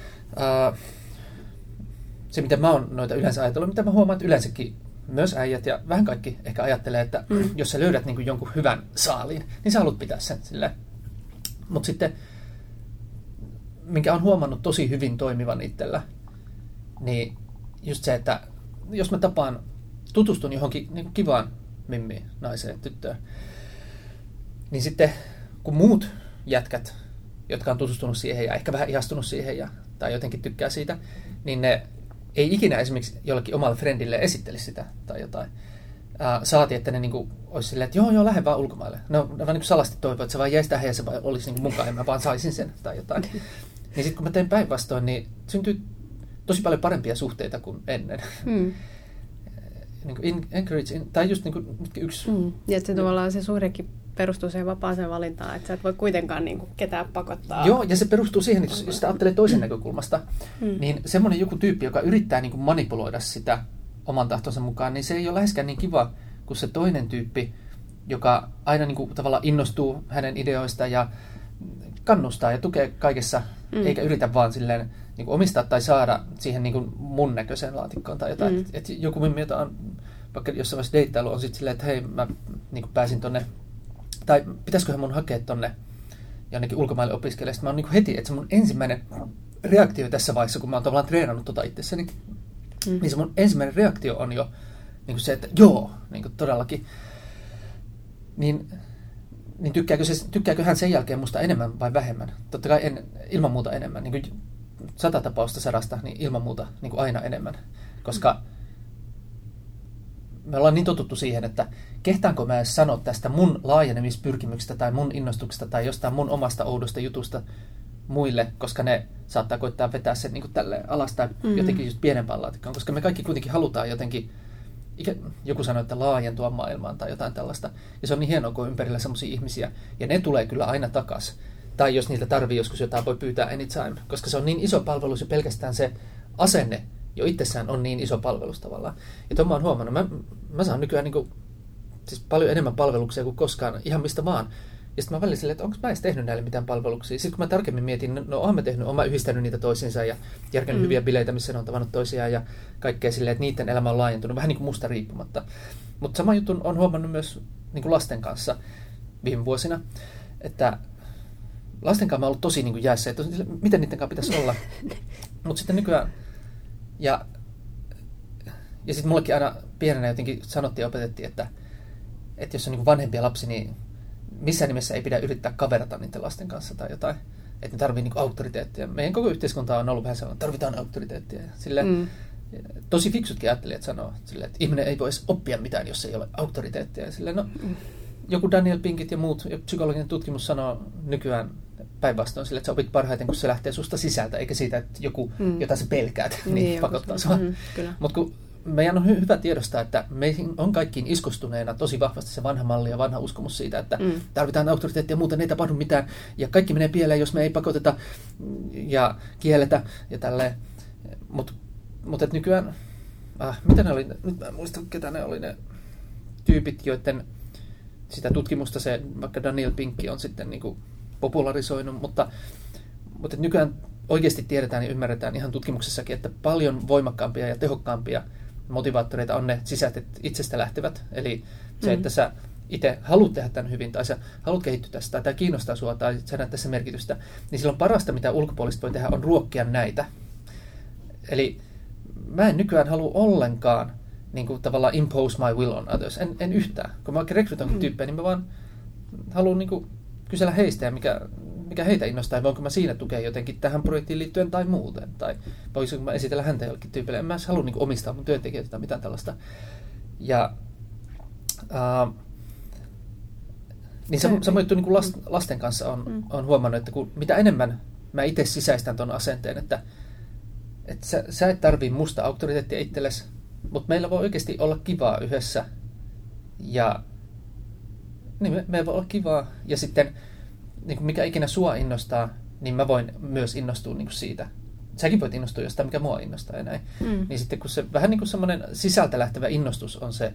se, mitä mä oon noita yleensä ajatellut, mitä mä huomaan, että yleensäkin myös äijät ja vähän kaikki ehkä ajattelee, että jos sä löydät niin kuin jonkun hyvän saaliin, niin sä haluat pitää sen silleen. Mutta sitten, minkä on huomannut tosi hyvin toimivan itsellä, niin just se, että jos mä tutustun johonkin niin kuin kivaan mimmiin, naiseen, tyttöön, niin sitten kun muut jätkät, jotka on tutustunut siihen ja ehkä vähän ihastunut siihen tai jotenkin tykkää siitä, niin ne ei ikinä esimerkiksi jollekin omalle friendille esittelisi sitä tai jotain. Saati, että ne niinku olisi silleen, että joo, lähde vaan ulkomaille. Ne vaan niinku salasti toivoo, että se vaan jäisi tähän ja se olisi niinku mukaan ja mä vaan saisin sen tai jotain. Niin sitten kun mä teen päinvastoin, niin syntyy tosi paljon parempia suhteita kuin ennen. Niin encourage, tai just niin kuin yksi... Ja että tavallaan se suhdekin perustuu siihen vapaaseen valintaan, että sä et voi kuitenkaan niin kuin ketään pakottaa. Joo, ja se perustuu siihen, että jos sitä ajattelee toisen näkökulmasta, niin semmoinen joku tyyppi, joka yrittää niin kuin manipuloida sitä oman tahtonsa mukaan, niin se ei ole läheskään niin kiva kuin se toinen tyyppi, joka aina niin kuin tavallaan innostuu hänen ideoista ja kannustaa ja tukee kaikessa, eikä yritä vaan silleen niin kuin omistaa tai saada siihen niin kuin mun näköiseen laatikkoon tai jotain. Et joku mimmi, jota on vaikka jossain vaiheessa deittailu, on sitten silleen, että hei, mä niin kuin pääsin tonne, tai pitäisiköhän mun hakea tonne jonnekin ulkomaille opiskelemaan. Sitten mä oon niin kuin heti, että se mun ensimmäinen reaktio tässä vaiheessa, kun mä oon tavallaan treenannut itsessäni, niin se mun ensimmäinen reaktio on jo niin kuin se, että joo, niin kuin todellakin. Niin tykkääkö hän sen jälkeen musta enemmän vai vähemmän? Totta kai ilman muuta enemmän. Niin kuin 100 tapausta 100, niin ilman muuta niin kuin aina enemmän. Koska me ollaan niin totuttu siihen, että kehtaanko mä edes sanoa tästä mun laajenemispyrkimyksestä tai mun innostuksesta tai jostain mun omasta oudosta jutusta muille, koska ne saattaa koittaa vetää sen niin kuin tälleen alas tai jotenkin just pienempään laatikkoon. Koska me kaikki kuitenkin halutaan jotenkin, joku sanoi, että laajentua maailmaan tai jotain tällaista. Ja se on niin hienoa, kun on ympärillä sellaisia ihmisiä. Ja ne tulee kyllä aina takas. Tai jos niiltä tarvii joskus jotain, voi pyytää anytime. Koska se on niin iso palvelus ja pelkästään se asenne jo itsessään on niin iso palvelus tavallaan. Ja tuon mä oon huomannut. Mä saan nykyään niin kuin, siis paljon enemmän palveluksia kuin koskaan, ihan mistä vaan. Ja sitten mä välillä silleen, että onko mä edes tehnyt näille mitään palveluksia. Sitten kun mä tarkemmin mietin, no oon mä tehnyt, oon mä yhdistänyt niitä toisiinsa ja järkännyt hyviä bileitä, missä ne on tavannut toisiaan ja kaikkea silleen, että niiden elämä on laajentunut vähän niin kuin musta riippumatta. Mutta sama juttu on huomannut myös niin kuin lasten kanssa viime vuosina, että lasten kanssa mä oon ollut tosi niin kuin jäässä, että miten niiden kanssa pitäisi olla. Mutta sitten nykyään, ja sitten mullekin aina pienenä jotenkin sanottiin ja opetettiin, että jos on niin kuin vanhempia lapsi, niin missään nimessä ei pidä yrittää kaverata niiden lasten kanssa tai jotain. Että ne tarvii niinku auktoriteettia. Meidän koko yhteiskunta on ollut vähän sellainen, että tarvitaan auktoriteettia. Tosi fiksutkin ajattelijat sanoo, että ihminen ei voi edes oppia mitään, jos ei ole auktoriteettia. Joku Daniel Pinkit ja muut, ja psykologinen tutkimus sanoo nykyään päinvastoin sille, että sä opit parhaiten, kun se lähtee susta sisältä, eikä siitä, että joku, jota sä pelkäät, niin pakottaa sua. Mutta kun meidän on hyvä tiedostaa, että meihin on kaikkiin iskostuneena tosi vahvasti se vanha malli ja vanha uskomus siitä, että tarvitaan auktoriteettia ja muuten ei tapahdu mitään. Ja kaikki menee pieleen, jos me ei pakoteta ja kielletä ja tälleen. Mutta nykyään, mitä ne oli, nyt mä en muista, ketä ne oli ne tyypit, joiden sitä tutkimusta se, vaikka Daniel Pinkki on sitten niinku popularisoinut, mutta nykyään oikeasti tiedetään ja ymmärretään ihan tutkimuksessakin, että paljon voimakkaampia ja tehokkaampia motivaattoreita on ne sisäiset itsestä lähtevät. Eli se, että sä itse haluat tehdä tämän hyvin, tai sä haluat kehittyä tästä, tai tämä kiinnostaa sua, tai sä näet tässä merkitystä, niin silloin parasta, mitä ulkopuolista voi tehdä, on ruokkia näitä. Eli mä en nykyään halua ollenkaan niin kuin tavallaan impose my will on others. En yhtään. Kun mä oikein rekrytoin tyyppejä, niin mä vaan haluan niin kuin kysellä heistä ja mikä heitä innostaa, ja voinko mä siinä tukea jotenkin tähän projektiin liittyen tai muuten, tai voisinko mä esitellä häntä jollekin tyypille. En mä edes halua niin kuin omistaa mun työntekijöitä tai mitään tällaista. Ja niin samoin juttu niin kuin lasten kanssa on huomannut, että mitä enemmän mä itse sisäistän ton asenteen, että sä et tarvii musta auktoriteettia itsellesi, mutta meillä voi oikeasti olla kivaa yhdessä. Ja niin me voi olla kivaa. Ja sitten niin kuin mikä ikinä sua innostaa, niin mä voin myös innostua niin kuin siitä. Säkin voit innostua jostain, mikä mua innostaa ja näin. Niin sitten kun se vähän niin kuin semmoinen sisältä lähtevä innostus on sen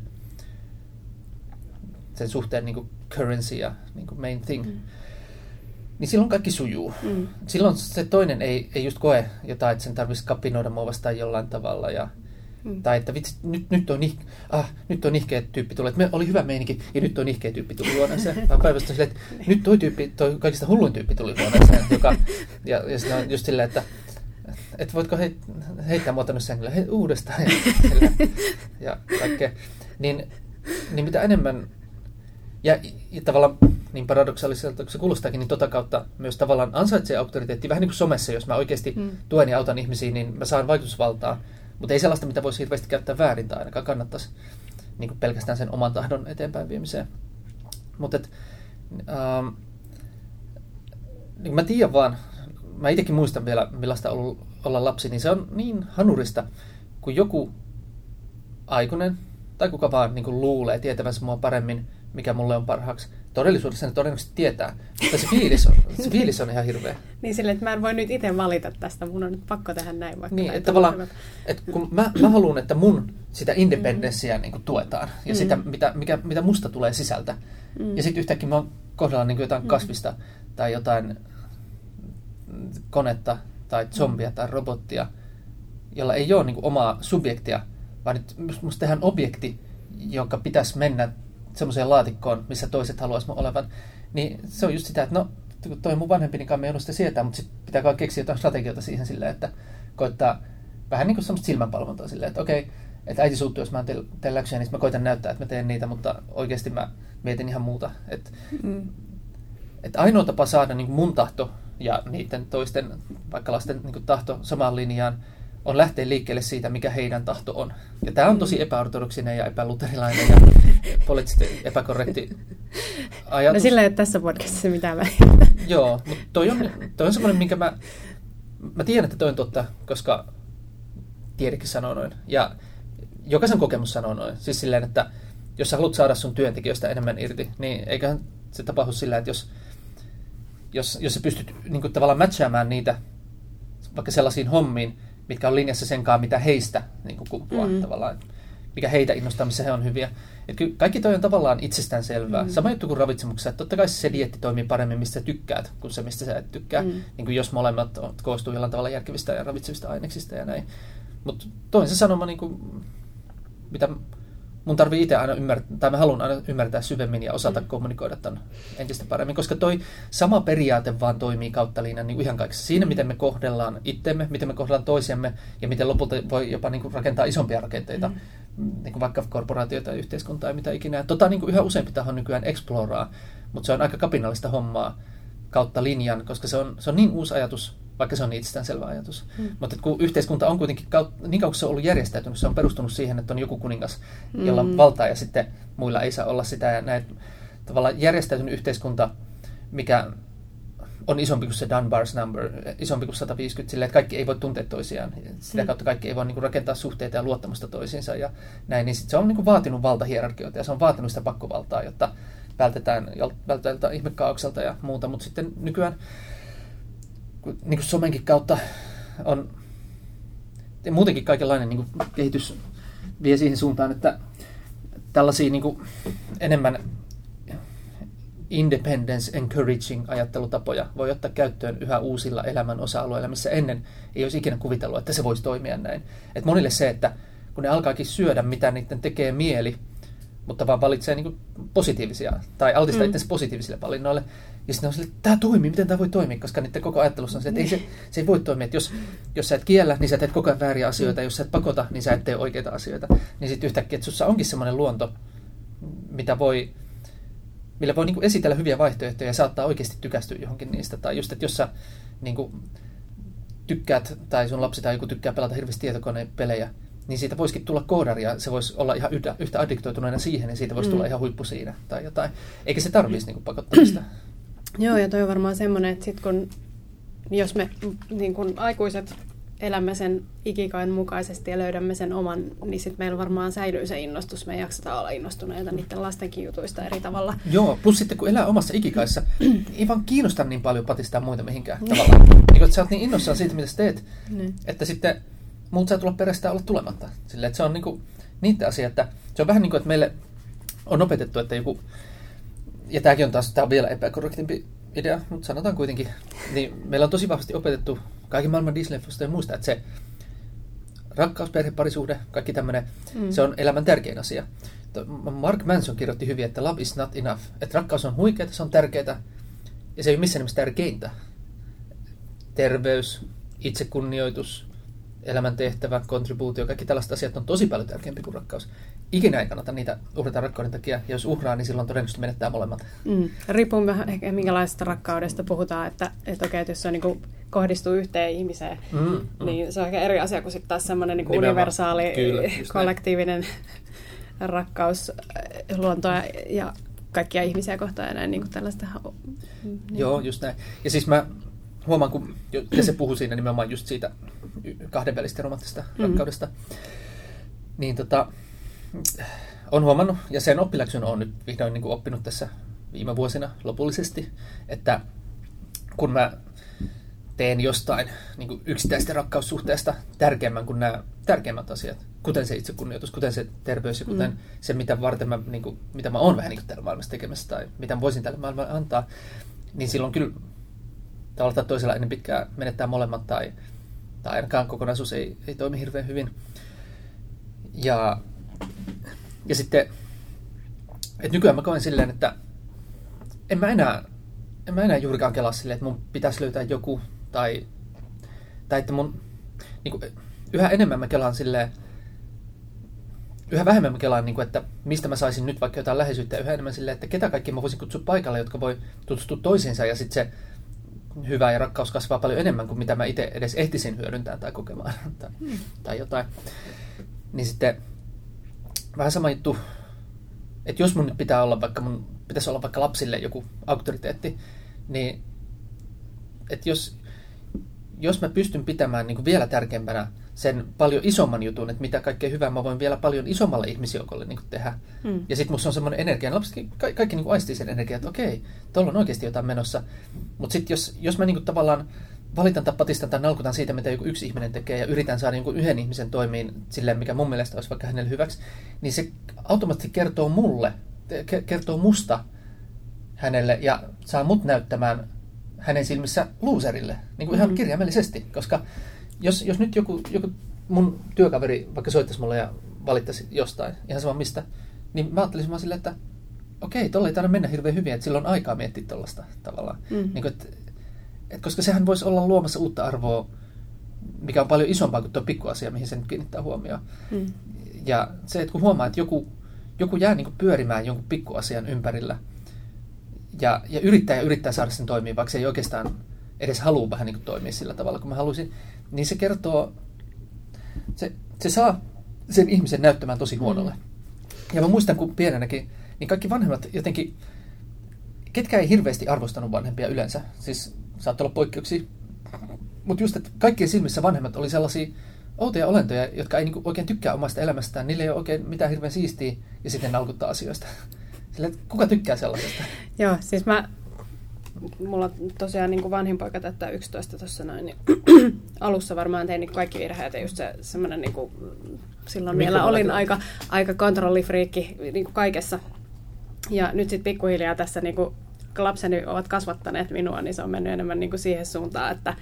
suhteen niin kuin currency ja niin kuin main thing, niin silloin kaikki sujuu. Silloin se toinen ei just koe jotain, että sen tarvitsisi kapinoida mua vastaan jollain tavalla. Tai että vitsi, nyt on nihkeä tyyppi tullut. Me oli hyvä meininki ja nyt on nihkeä tyyppi tullut huoneeseen. Vaan päivästä silleen, että nyt toi kaikista hulluin tyyppi tuli huoneeseen. Ja sitten on just silleen, että voitko heittää mua tänne sängyllä uudestaan ja kaikkea. Niin mitä enemmän, ja tavallaan niin paradoksaaliselta kun se kuulostaakin, niin tota kautta myös tavallaan ansaitsee auktoriteetti. Vähän niin kuin somessa, jos mä oikeasti tuen ja autan ihmisiä, niin mä saan vaikutusvaltaa. Mutta ei sellaista, mitä voisi hirveästi käyttää väärin tai ainakaan kannattaisi niin kuin pelkästään sen oman tahdon eteenpäin viemiseen. Mutta niin mä tiedän vaan, mä itsekin muistan vielä, millaista olla lapsi, niin se on niin hanurista, kun joku aikuinen tai kuka vaan niin kuin luulee tietävänsä mua paremmin, mikä mulle on parhaaksi. Todellisuudessa ne todennäköisesti tietää, mutta se fiilis on ihan hirveä. Niin silleen, että mä en voi nyt itse valita tästä, mun on nyt pakko tehdä näin. Vaikka niin, että tavallaan, että kun mä haluan, että mun sitä independenssiä niin kuin tuetaan, ja sitä, mitä musta tulee sisältä. Ja sitten yhtäkkiä mä kohdellaan niin kuin jotain kasvista, tai jotain konetta, tai zombia, tai robottia, jolla ei ole niin kuin omaa subjektia, vaan nyt musta tehdään objekti, jonka pitäisi mennä semmoiseen laatikkoon, missä toiset haluaisivat olevan, niin se on just sitä, että no, toi mun vanhempinikaan me ei ollut sitä sietää, mutta sitten pitää keksiä jotain strategioita siihen silleen, että koittaa vähän niin kuin semmoista silmänpalvontaa silleen, että okei, että äiti suuttuu, jos mä teen läksyjä, niin mä koitan näyttää, että mä teen niitä, mutta oikeasti mä mietin ihan muuta. Että ainoa tapa saada niin kuin mun tahto ja niiden toisten, vaikka lasten niin kuin tahto samaan linjaan, on lähteä liikkeelle siitä, mikä heidän tahto on. Ja tämä on tosi epäortodoksinen ja epäluterilainen ja poliittisesti epäkorrekti ajatus. No sillä ei ole tässä podcastissa mitään väliä. Joo, mutta toi on semmoinen, minkä mä tiedän, että toi on totta, koska tiedekin sanoo noin. Ja jokaisen kokemus sanoo noin. Siis silleen, että jos sä haluat saada sun työntekijöistä enemmän irti, niin eiköhän se tapahdu sillä, että jos sä pystyt niin kuin tavallaan matchaamaan niitä vaikka sellaisiin hommiin, mitkä on linjassa senkaan, mitä heistä niin kuin kumpuaa tavallaan, mikä heitä innostaa, missä he on hyviä. Et kaikki toi on tavallaan itsestäänselvää. Sama juttu kuin ravitsemuksessa, että totta kai se dieetti toimii paremmin, mistä sä tykkäät, kuin se, mistä sä et tykkää. Niin kuin jos molemmat koostuu jollain tavalla järkevistä ja ravitsevista aineksista ja näin. Mutta toinen se sanoma, niin kuin, mitä mun tarvii itse aina ymmärtää, tai mä haluan aina ymmärtää syvemmin ja osata kommunikoida tämän entistä paremmin, koska toi sama periaate vaan toimii kautta linjan niin ihan kaikessa. Siinä, miten me kohdellaan itteemme, miten me kohdellaan toisiamme, ja miten lopulta voi jopa niin kuin rakentaa isompia rakenteita, niin kuin vaikka korporaatioita ja yhteiskuntaa ja mitä ikinä. Niin kuin yhä useampi taho nykyään exploraa, mutta se on aika kapinallista hommaa kautta linjan, koska se on niin uusi ajatus, vaikka se on itsestäänselvä ajatus. Mutta kun yhteiskunta on kuitenkin, niin kauan kuin se on ollut järjestäytynyt, se on perustunut siihen, että on joku kuningas, jolla on valtaa ja sitten muilla ei saa olla sitä. Ja näin, tavallaan järjestäytynyt yhteiskunta, mikä on isompi kuin se Dunbar's number, isompi kuin 150, silleen, että kaikki ei voi tuntea toisiaan. Sitä kautta kaikki ei voi niin kuin rakentaa suhteita ja luottamusta toisiinsa ja näin. Niin sit se on niin kuin vaatinut valtahierarkioita ja se on vaatinut sitä pakkovaltaa, jotta vältetään ihmekaaukselta ja muuta. Mutta sitten nykyään niin kuin somenkin kautta on muutenkin kaikenlainen niin kuin kehitys vie siihen suuntaan, että tällaisia niin kuin enemmän independence encouraging ajattelutapoja voi ottaa käyttöön yhä uusilla elämän osa-alueilla, missä ennen ei olisi ikinä kuvitellut, että se voisi toimia näin. Et monille se, että kun ne alkaakin syödä, mitä niiden tekee mieli, mutta vaan valitsee niin kuin positiivisia, tai altistaa itsensä positiivisille valinnoille. Ja sitten on silleen, että tämä toimii, miten tämä voi toimia, koska niiden koko ajattelussa on se, että se ei voi toimia, että jos sä et kiellä, niin sä teet koko ajan vääriä asioita, jos sä et pakota, niin sä et tee oikeita asioita. Niin sitten yhtäkkiä, että sussa onkin semmoinen luonto, millä voi niin kuin esitellä hyviä vaihtoehtoja ja saattaa oikeasti tykästyä johonkin niistä. Tai just, että jos sä niin kuin tykkäät, tai sun lapsi tai joku tykkää pelata hirveästi tietokonepelejä, niin siitä voisikin tulla koodari ja se voisi olla ihan yhtä addiktoituneena siihen ja siitä voisi tulla ihan huippu siinä tai jotain. Eikä se tarvitsisi niin pakottamista. Joo, ja toi on varmaan semmoinen, että sit jos me niin kun aikuiset elämme sen ikikain mukaisesti ja löydämme sen oman, niin sitten meillä varmaan säilyy se innostus. Me ei jakseta olla innostuneita niiden lastenkin jutuista eri tavalla. Joo, plus sitten kun elää omassa ikikaissa, ei vaan kiinnosta niin paljon patistaa muita mihinkään tavallaan. Niin kun sä oot niin innossaan siitä, mitä sä teet, että sitten muut saa tulla perästä olla tulematta. Silleen, että se on niinku niitä asia, että se on vähän niin kuin, että meille on opetettu, että joku, ja tämäkin on taas, tämä on vielä epäkorrektimpi idea, mutta sanotaan kuitenkin, niin meillä on tosi vahvasti opetettu kaiken maailman Disney-leffoista ja muista, että se rakkaus, perhe, parisuhde, kaikki tämmöinen, se on elämän tärkein asia. Mark Manson kirjoitti hyvin, että love is not enough, että rakkaus on huikeaa, se on tärkeää, ja se ei ole missään nimessä tärkeintä. Terveys, itsekunnioitus, elämäntehtävä, kontribuutio, kaikki tällaiset asiat on tosi paljon tärkeämpi kuin rakkaus. Ikinä ei kannata niitä uhrata rakkauden takia, ja jos uhraa, niin silloin todennäköisesti menettää molemmat. Riippuu vähän ehkä minkälaisesta rakkaudesta puhutaan, että okei, että jos se on, niin kohdistuu yhteen ihmiseen, niin se on ehkä eri asia kuin sitten taas semmoinen niin universaali, kollektiivinen rakkaus luontoa ja kaikkia ihmisiä kohtaan ja näin niin kuin tällaista. Joo, just näin. Ja siis mä huomaan, kun se puhui siinä nimenomaan just siitä kahdenvälistä romanttisesta rakkaudesta, niin on huomannut, ja sen oppiläksyn on nyt vihdoin niin kuin oppinut tässä viime vuosina lopullisesti, että kun mä teen jostain niin kuin yksittäistä rakkaussuhteesta tärkeämmän kuin nämä tärkeimmät asiat, kuten se itsekunnioitus, kuten se terveys ja kuten se, mitä varten mä, niin kuin, mitä mä oon vähän niin kuin täällä maailmassa tekemässä tai mitä mä voisin tälle maailmalle antaa, niin silloin kyllä tavalla tai toisella ennen pitkään menettää molemmat tai ainakaan kokonaisuus ei toimi hirveän hyvin. Ja sitten, että nykyään mä koen silleen, että en mä enää juurikaan kelaa silleen, että mun pitäisi löytää joku tai että mun niin kuin, yhä enemmän mä kelaan silleen, yhä vähemmän mä kelaan, niin kuin, että mistä mä saisin nyt vaikka jotain läheisyyttä, ja yhä enemmän silleen, että ketä kaikki mä voisin kutsua paikalle, jotka voi tutustua toisiinsa, ja sitten se hyvä ja rakkaus kasvaa paljon enemmän kuin mitä mä itse edes ehtisin hyödyntää tai kokemaan tai jotain. Niin sitten vähän sama juttu, että jos mun nyt pitäisi olla vaikka lapsille joku auktoriteetti, niin että jos mä pystyn pitämään niin kuin vielä tärkeämpänä sen paljon isomman jutun, että mitä kaikkea hyvää mä voin vielä paljon isommalle ihmisjoukolle niin kuin tehdä. Ja sitten musta on semmoinen energia, lapsetkin kaikki niin kuin aistii sen energian, että okei, tuolla on oikeasti jotain menossa. Mutta sitten jos mä niin kuin tavallaan valitan tai patistan tai nalkutan siitä, mitä joku yksi ihminen tekee ja yritän saada jonkun yhden ihmisen toimiin silleen, mikä mun mielestä olisi vaikka hänelle hyväksi, niin se automaattisesti kertoo musta hänelle ja saa mut näyttämään hänen silmissä loserille, niin kuin ihan kirjaimellisesti, koska jos nyt joku mun työkaveri vaikka soittaisi mulle ja valittaisi jostain, ihan sama mistä, niin mä ajattelisin vaan silleen, että okei, tolla ei tarvitse mennä hirveän hyvin, että silloin on aikaa miettiä tollaista tavallaan. Niin kuin, koska sehän voisi olla luomassa uutta arvoa, mikä on paljon isompaa kuin tuo pikkuasia, mihin se nyt kiinnittää huomioon. Ja se, että kun huomaa, että joku jää niin kuin pyörimään jonkun pikkuasian ympärillä ja yrittää saada sen toimia, vaikka se ei oikeastaan edes halua vähän niin kuin toimia sillä tavalla, kun mä haluaisin, niin se kertoo, se saa sen ihmisen näyttämään tosi huonolle. Ja mä muistan, kun pienenäkin, niin kaikki vanhemmat jotenkin, ketkä ei hirveästi arvostanut vanhempia yleensä, siis saattoi olla poikkeuksia, mutta just, että kaikkien silmissä vanhemmat oli sellaisia outoja olentoja, jotka ei niinku oikein tykkää omasta elämästään, niillä ei ole oikein mitään hirveän siistiä ja sitten nalkuttaa asioista. Sillä, kuka tykkää sellaisesta? Joo, siis mulla tosiaan niin kuin vanhin poika täyttää 11 tuossa noin, niin alussa varmaan tein niin kaikki virheet ja just semmoinen, niin kuin, silloin vielä olin aika kontrollifriikki niin kuin kaikessa. Ja nyt sitten pikkuhiljaa tässä, niin kuin lapseni ovat kasvattaneet minua, niin se on mennyt enemmän niin kuin siihen suuntaan, että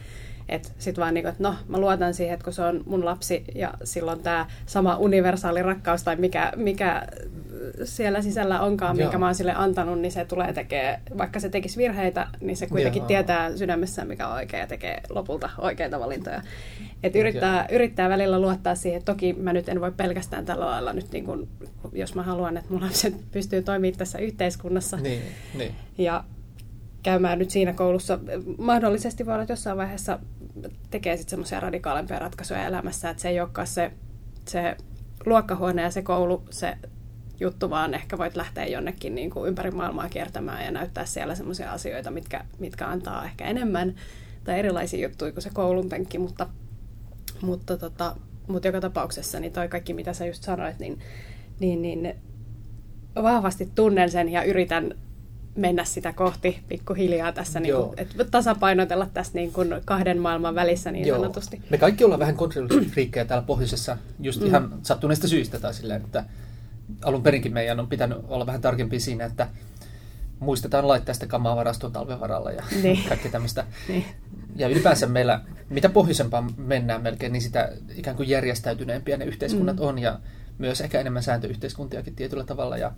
Että sitten vaan niin kuin, että no, mä luotan siihen, että kun se on mun lapsi ja silloin tämä sama universaali rakkaus tai mikä siellä sisällä onkaan, minkä mä oon sille antanut, niin se tulee tekemään, vaikka se tekisi virheitä, niin se kuitenkin tietää sydämessään, mikä on oikein ja tekee lopulta oikeita valintoja. Että yrittää välillä luottaa siihen, että toki mä nyt en voi pelkästään tällä lailla nyt, niin kun, jos mä haluan, että mun lapset pystyy toimimaan tässä yhteiskunnassa. Niin. Ja käymään nyt siinä koulussa. Mahdollisesti voi olla, että jossain vaiheessa tekee sitten semmoisia radikaalempia ratkaisuja elämässä, että se ei olekaan se luokkahuone ja se koulu, se juttu, vaan ehkä voit lähteä jonnekin niin kuin ympäri maailmaa kiertämään ja näyttää siellä semmoisia asioita, mitkä antaa ehkä enemmän tai erilaisia juttuja kuin se koulun penkki, mutta joka tapauksessa niin toi kaikki, mitä sä just sanoit, niin vahvasti tunnen sen ja yritän mennä sitä kohti pikkuhiljaa tässä, niin kuin, että tasapainotella tässä niin kuin kahden maailman välissä niin sanotusti. Me kaikki ollaan vähän kontrollifriikkejä täällä pohjoisessa, just ihan sattuneista syistä tai silleen, että alun perinkin meidän on pitänyt olla vähän tarkempia siinä, että muistetaan laittaa sitä kamaa varastoon talven varalla ja kaikki tämmöistä. Niin. Ja ylipäänsä meillä, mitä pohjoisempaan mennään melkein, niin sitä ikään kuin järjestäytyneempiä ne yhteiskunnat on ja myös ehkä enemmän sääntöyhteiskuntiakin tietyllä tavalla ja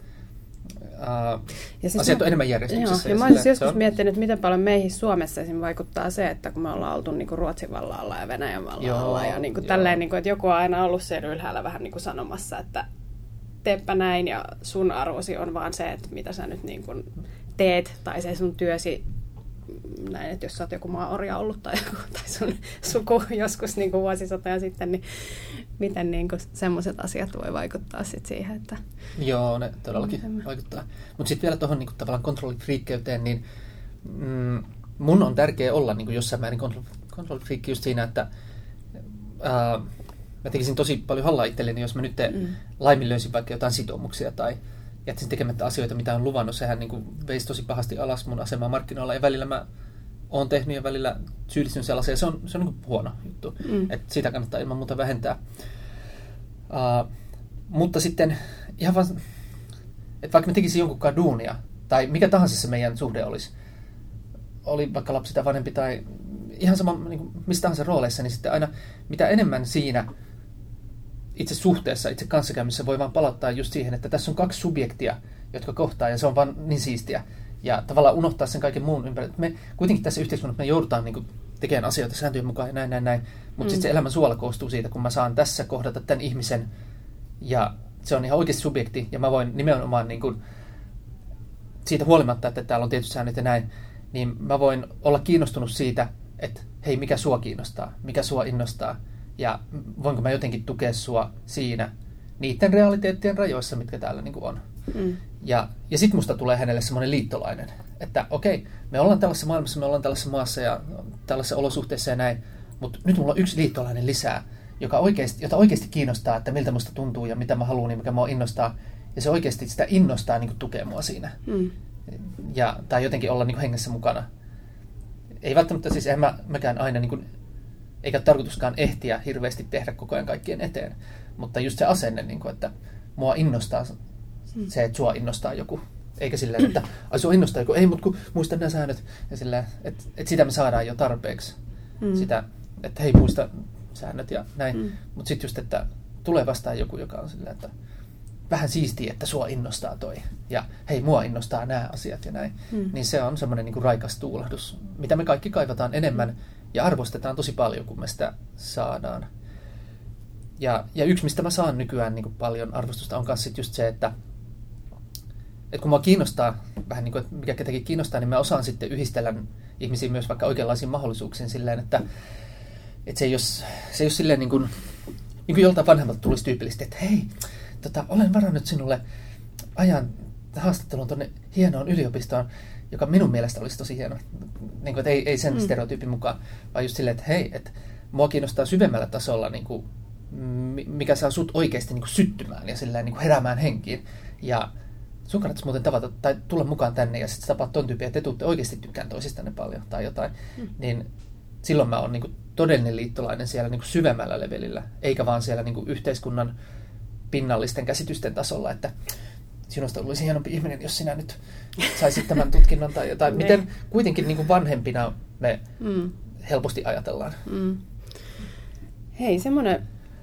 asiat on enemmän järjestyksessä. Ja mä olisin joskus miettinyt, miten paljon meihin Suomessa esim. Vaikuttaa se, että kun me ollaan oltu niin kuin Ruotsin vallalla ja Venäjän vallalla ja niin kuin tälleen, niin kuin, että joku on aina ollut siellä ylhäällä vähän niin kuin sanomassa, että teepä näin ja sun arvosi on vaan se, että mitä sä nyt niin kuin teet tai se sun työsi näin, että jos sä oot joku maaorja ollut tai sun suku joskus niin kuin vuosisatoja sitten, niin miten niin kuin semmoiset asiat voi vaikuttaa sit siihen, että... Joo, ne todellakin vaikuttaa. Mutta sitten vielä tuohon niin kuin tavallaan kontrollifriikkeyteen, niin mun on tärkeää olla niin kuin jossain määrin kontrollifriikki just siinä, että mä tekisin tosi paljon hallaa itselleni, jos mä nyt laiminlöisin vaikka jotain sitoumuksia tai jättäisin tekemättä asioita, mitä on luvannut. Sehän niin kuin veisi tosi pahasti alas mun asemaa markkinoilla ja välillä mä oon tehnyt ja välillä syyllistynyt sellaiseen ja se on niin kuin huono juttu. Että sitä kannattaa ilman muuta vähentää. Mutta sitten ihan vaan, että vaikka mä tekisin jonkunkaan duunia tai mikä tahansa se meidän suhde olisi, oli vaikka lapsi tai vanhempi tai ihan sama niin kuin missä tahansa rooleissa, niin sitten aina mitä enemmän siinä itse suhteessa, itse kanssakäymisessä voi vaan palauttaa just siihen, että tässä on kaksi subjektia, jotka kohtaa ja se on vaan niin siistiä. Ja tavallaan unohtaa sen kaiken muun ympärillä. Me kuitenkin tässä yhteiskunnassa me joudutaan niin kuin tekemään asioita sääntöjen mukaan ja näin. Mutta sitten se elämän suola koostuu siitä, kun mä saan tässä kohdata tämän ihmisen ja se on ihan oikeasti subjekti ja mä voin nimenomaan niin kuin, siitä huolimatta, että täällä on tietyt säännöt ja näin, niin mä voin olla kiinnostunut siitä, että hei, mikä sua kiinnostaa, mikä sua innostaa ja voinko mä jotenkin tukea sua siinä niiden realiteettien rajoissa, mitkä täällä niin kuin on. Ja sitten musta tulee hänelle semmoinen liittolainen, että okei, me ollaan tällaisessa maailmassa, me ollaan tällaisessa maassa ja tällaisessa olosuhteessa ja näin, mutta nyt mulla on yksi liittolainen lisää, jota oikeasti kiinnostaa, että miltä musta tuntuu ja mitä mä haluan ja mikä mua innostaa. Ja se oikeasti sitä innostaa niin kuin tukea mua siinä. Tai jotenkin olla niin kuin hengessä mukana. Ei välttämättä siis, mäkään aina, niin kuin, eikä tarkoituskaan ehtiä hirveästi tehdä koko ajan kaikkien eteen. Mutta just se asenne, niin kuin, että mua innostaa se, että sua innostaa joku. Eikä silleen, että sua innostaa joku, ei, mutta kun muista nämä säännöt. Ja silleen, että sitä me saadaan jo tarpeeksi. Sitä, että hei, muista säännöt ja näin. Mutta sitten just, että tulee vastaan joku, joka on silleen, että vähän siistiä, että sua innostaa toi. Ja hei, mua innostaa nämä asiat ja näin. Niin se on semmoinen niin kuin raikas tuulahdus, mitä me kaikki kaivataan enemmän ja arvostetaan tosi paljon, kun me sitä saadaan. Ja yksi, mistä mä saan nykyään niin kuin paljon arvostusta, on myös sit just se, että kun mua kiinnostaa, vähän niin kuin, että mikä ketäkin kiinnostaa, niin mä osaan sitten yhdistellä ihmisiä myös vaikka oikeanlaisiin mahdollisuuksiin silleen, että se ei ole silleen niin kuin joltain vanhemmalta tulisi tyypillisesti, että hei, olen varannut sinulle ajan haastattelun tuonne hienoon yliopistoon, joka minun mielestä olisi tosi hieno. Niin kuin, että ei sen stereotyypin mukaan, vaan just silleen, että hei, että mua kiinnostaa syvemmällä tasolla, niin kuin, mikä saa sut oikeasti niin kuin syttymään ja silleen, niin kuin heräämään henkiin. Ja sun kannattaisi muuten tavata tai tulla mukaan tänne ja sitten tapaat ton tyyppiä, että te tuutte oikeasti tykkään toisistanne paljon tai jotain. Niin silloin mä oon niin kuin todellinen liittolainen siellä niin kuin syvemmällä levelillä, eikä vaan siellä niin kuin yhteiskunnan pinnallisten käsitysten tasolla, että sinusta olisi hienompi ihminen, jos sinä nyt saisit tämän tutkinnon tai jotain. Miten kuitenkin niin kuin vanhempina me helposti ajatellaan. Hei, semmoinen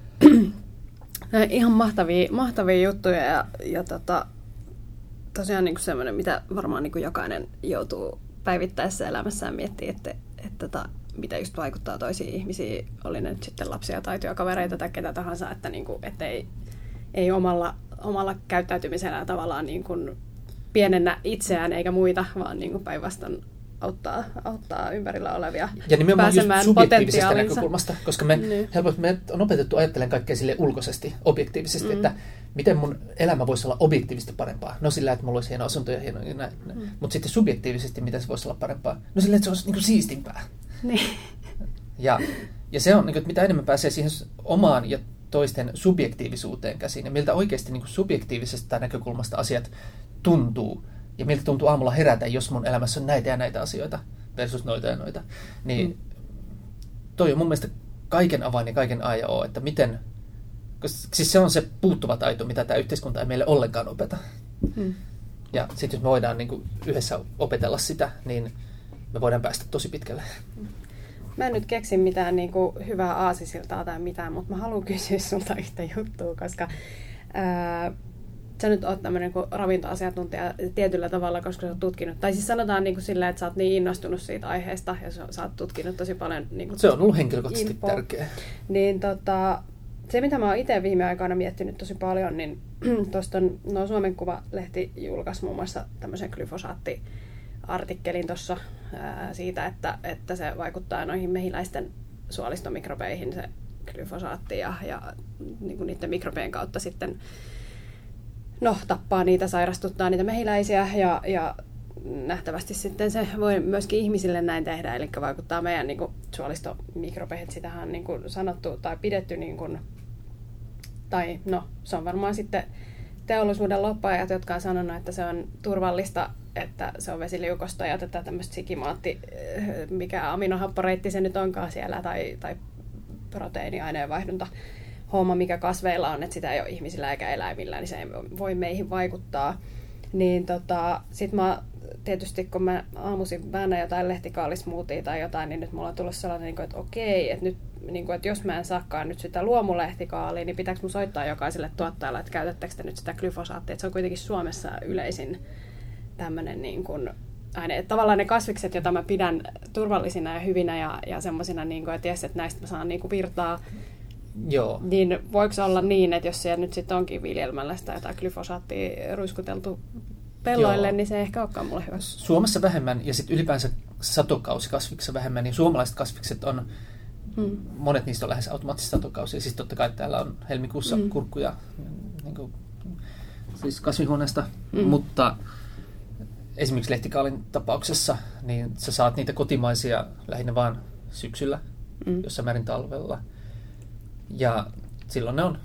ihan mahtavia juttuja ja tosiaan niin semmoinen, mitä varmaan niin jokainen joutuu päivittäisessä elämässään miettimään, että mitä just vaikuttaa toisiin ihmisiin, oli ne nyt sitten lapsia tai työkavereita tai ketä tahansa, että niin kuin, et ei omalla käyttäytymisellä tavallaan niin kuin pienennä itseään eikä muita, vaan niin kuin päinvastoin auttaa ympärillä olevia ja nimenomaan just subjektiivisesta näkökulmasta, koska me on opetettu ajattelemaan kaikkea sille ulkoisesti, objektiivisesti, että miten mun elämä voisi olla objektiivisesti parempaa. No sillä, että mulla olisi hieno asunto ja hieno näin. Mutta sitten subjektiivisesti, miten se voisi olla parempaa? No sillä, että se olisi niin kuin siistimpää. Niin. Ja se on, että mitä enemmän pääsee siihen omaan ja toisten subjektiivisuuteen käsiin, ja miltä oikeasti niin kuin subjektiivisesta näkökulmasta asiat tuntuu, ja miltä tuntuu aamulla herätä, jos mun elämässä on näitä ja näitä asioita versus noita ja noita. Niin toi on mun mielestä kaiken avain ja kaiken A ja O, että miten, siis se on se puuttuva taito, mitä tämä yhteiskunta ei meille ollenkaan opeta. Ja sitten jos me voidaan niin kuin yhdessä opetella sitä, niin me voidaan päästä tosi pitkälle. Mä en nyt keksi mitään niin kuin hyvää aasisiltaa tai mitään, mutta mä haluan kysyä sulta yhtä juttua, koska sä nyt oot tämmöinen ravintoasiantuntija tietyllä tavalla, koska sä oot tutkinut. Tai siis sanotaan niin kuin sillä, että sä oot niin innostunut siitä aiheesta ja sä oot tutkinut tosi paljon. Niin kuin se on ollut henkilökohtaisesti tärkeää. Niin se, mitä mä oon itse viime aikoina miettinyt tosi paljon, niin tuosta Suomen Kuvalehti julkaisi muun muassa tämmöisen glyfosaattiartikkelin tuossa siitä, että se vaikuttaa noihin mehiläisten suolistomikrobeihin se glyfosaatti ja niin kuin niiden mikrobien kautta sitten tappaa niitä, sairastuttaa niitä mehiläisiä ja nähtävästi sitten se voi myöskin ihmisille näin tehdä, eli vaikuttaa meidän niin kuin suolistomikrobeihin. Sitähän on niin kuin sanottu tai pidetty, niin kuin, se on varmaan sitten teollisuuden lobbaajat, jotka on sanonut, että se on turvallista, että se on vesiliukosta ja tätä tämmöistä sikimaatti, mikä aminohapporeitti se nyt onkaan siellä, tai proteiiniaineenvaihdunta homma, mikä kasveilla on, että sitä ei ole ihmisillä eikä eläimillä, niin se ei voi meihin vaikuttaa. Niin sit mä tietysti, kun mä aamuisin väännän jotain lehtikaalismoothia tai jotain, niin nyt mulla on tullut sellainen, että okei, että nyt, että jos mä en saakaan nyt sitä luomulehtikaaliä, niin pitääkö mun soittaa jokaiselle tuottajalle, että käytättekö te nyt sitä glyfosaattia, että se on kuitenkin Suomessa yleisin tämmöinen niin kuin aine. Että tavallaan ne kasvikset, joita mä pidän turvallisina ja hyvinä ja semmoisina, niin että jes, että näistä mä saan niin kuin virtaa. Joo. Niin voiko olla niin, että jos siellä nyt sitten onkin viljelmällä sitä jotain glyfosaattia ruiskuteltu pelloille, niin se ei ehkä olekaan mulle hyvä. Suomessa vähemmän ja sitten ylipäänsä satokausikasviksi vähemmän, niin suomalaiset kasvikset on, monet niistä on lähes automaattisesti satokausia. Siis totta kai täällä on helmikuussa kurkkuja niin kuin, siis kasvihuoneesta, mutta esimerkiksi lehtikaalin tapauksessa, niin sä saat niitä kotimaisia lähinnä vaan syksyllä, jossain määrin talvella. Ja silloin ne on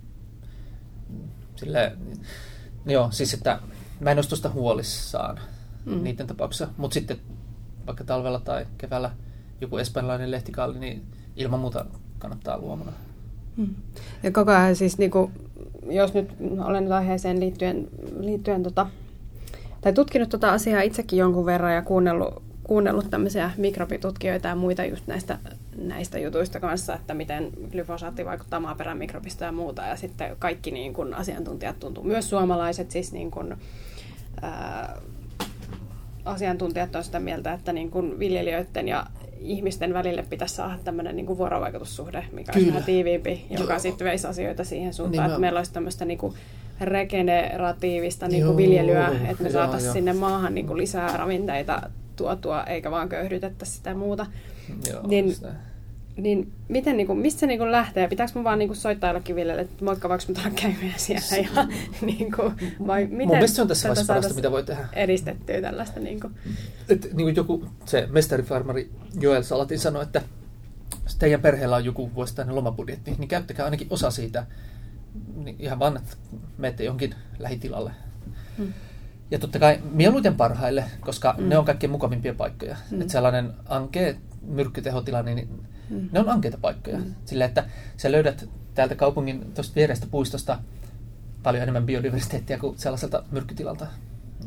siis että mä en olisi tuosta huolissaan niiden tapauksessa, mutta sitten vaikka talvella tai keväällä joku espanjalainen lehtikaali, niin ilman muuta kannattaa luomuna. Ja koko ajan siis, jos nyt olen nyt aiheeseen liittyen tai tutkinut asiaa itsekin jonkun verran ja kuunnellut tämmöisiä mikrobitutkijoita ja muita just näistä jutuista kanssa, että miten glyfosaatti vaikuttaa maaperän mikrobista ja muuta. Ja sitten kaikki niin kun asiantuntijat tuntuu, myös suomalaiset siis niin kun, asiantuntijat on sitä mieltä, että niin kun viljelijöiden ja ihmisten välille pitäisi saada tämmöinen niin kun vuorovaikutussuhde, mikä on vähän tiiviimpi, joka sitten veisi asioita siihen suuntaan, että meillä olisi tämmöistä niin kun regeneratiivista niin kun viljelyä, että me saataisiin sinne maahan niin kun lisää ravinteita tuotua, eikä vaan köyhdytettäisi sitä muuta. Joo, niin miten, mistä se lähtee? Pitääkö mun vaan soittaa jollekin viljelijöille, että moikka, voiko mä tulla käymään siellä? Ja, vai miten mun mielestä se on tässä vaiheessa parasta, mitä voi tehdä. Edistettyä tällaista. Joku se mestarifarmari Joel Salatin sanoi, että jos teidän perheellä on joku vuosittainen lomabudjetti, niin käyttäkää ainakin osa siitä niin ihan vaan, että menette johonkin lähitilalle. Ja totta kai mieluiten parhaille, koska ne on kaikkein mukavimpia paikkoja. Että sellainen ankea myrkkytehotila, niin ne on ankeita paikkoja. Sillä, että sä löydät täältä kaupungin tuosta vierestä puistosta paljon enemmän biodiversiteettiä kuin sellaiselta myrkkytilalta,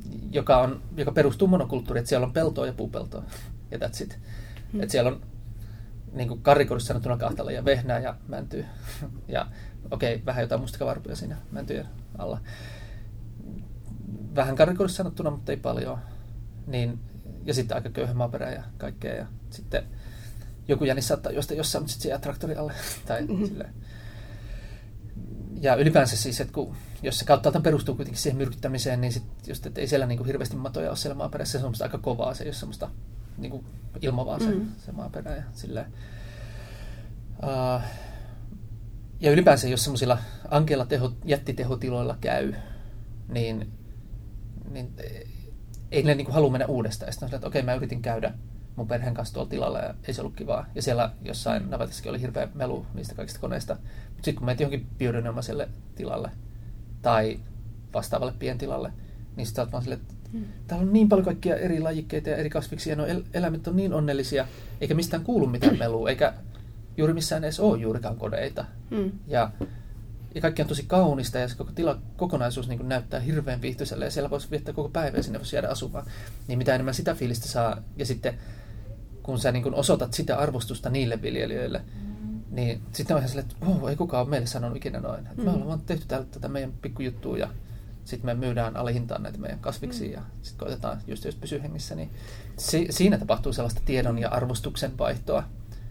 joka perustuu monokulttuuriin, että siellä on peltoa ja puupeltoa. Ja that's it. Että siellä on niin kuin karrikoidussa sanottuna kahtalla ja vehnää ja mäntyy. Ja okei, vähän jotain mustikavarpuja siinä mäntyjen alla. Vähän karrikoidussa sanottuna, mutta ei paljon. Niin, ja sitten aika köyhä maaperä ja kaikkea. Ja sitten joku jänis saattaa juosta jossain, mutta sitten se jää traktorin alle. Tai silleen. Ja ylipäänsä siis, että jos se kauttaaltaan perustuu kuitenkin siihen myrkyttämiseen, niin sit just, että ei siellä niin kuin hirveästi matoja ole siellä maaperässä. Se on aika kovaa, se ei ole semmoista niin kuin ilmavaa se maaperä. Ja, ja ylipäänsä, jos semmoisilla ankeilla jättitehotiloilla käy, niin ei ne niin kuin halua mennä uudestaan. Ja sitten on sillä, että okei, mä yritin käydä mun perheen kanssa tuolla tilalla ja ei se ollut kivaa. Ja siellä jossain navetassakin oli hirveä melu niistä kaikista koneista. Mutta sitten kun menet johonkin biodynamiselle tilalle tai vastaavalle pientilalle, niin sitten olet vaan silleen, että täällä on niin paljon kaikkia eri lajikkeita ja eri kasviksia, ja eläimet on niin onnellisia, eikä mistään kuulu mitään melua, eikä juuri missään edes ole juurikaan koneita. Ja kaikki on tosi kaunista, ja se koko kokonaisuus niin kuin näyttää hirveän viihtyiselle, ja siellä voisi viettää koko päivä, ja sinne voisi jäädä asumaan. Niin mitä enemmän sitä fiilistä saa, ja sitten kun sä niin kuin osoitat sitä arvostusta niille viljelijöille, niin sitten on ihan silleen, että ei kukaan ole meille sanonut ikinä noin. Me ollaan vaan tehty tätä meidän pikkujuttua, ja sitten me myydään alihintaan näitä meidän kasviksia, ja sitten koitetaan just pysyä hengissä. Niin siinä tapahtuu sellaista tiedon ja arvostuksen vaihtoa,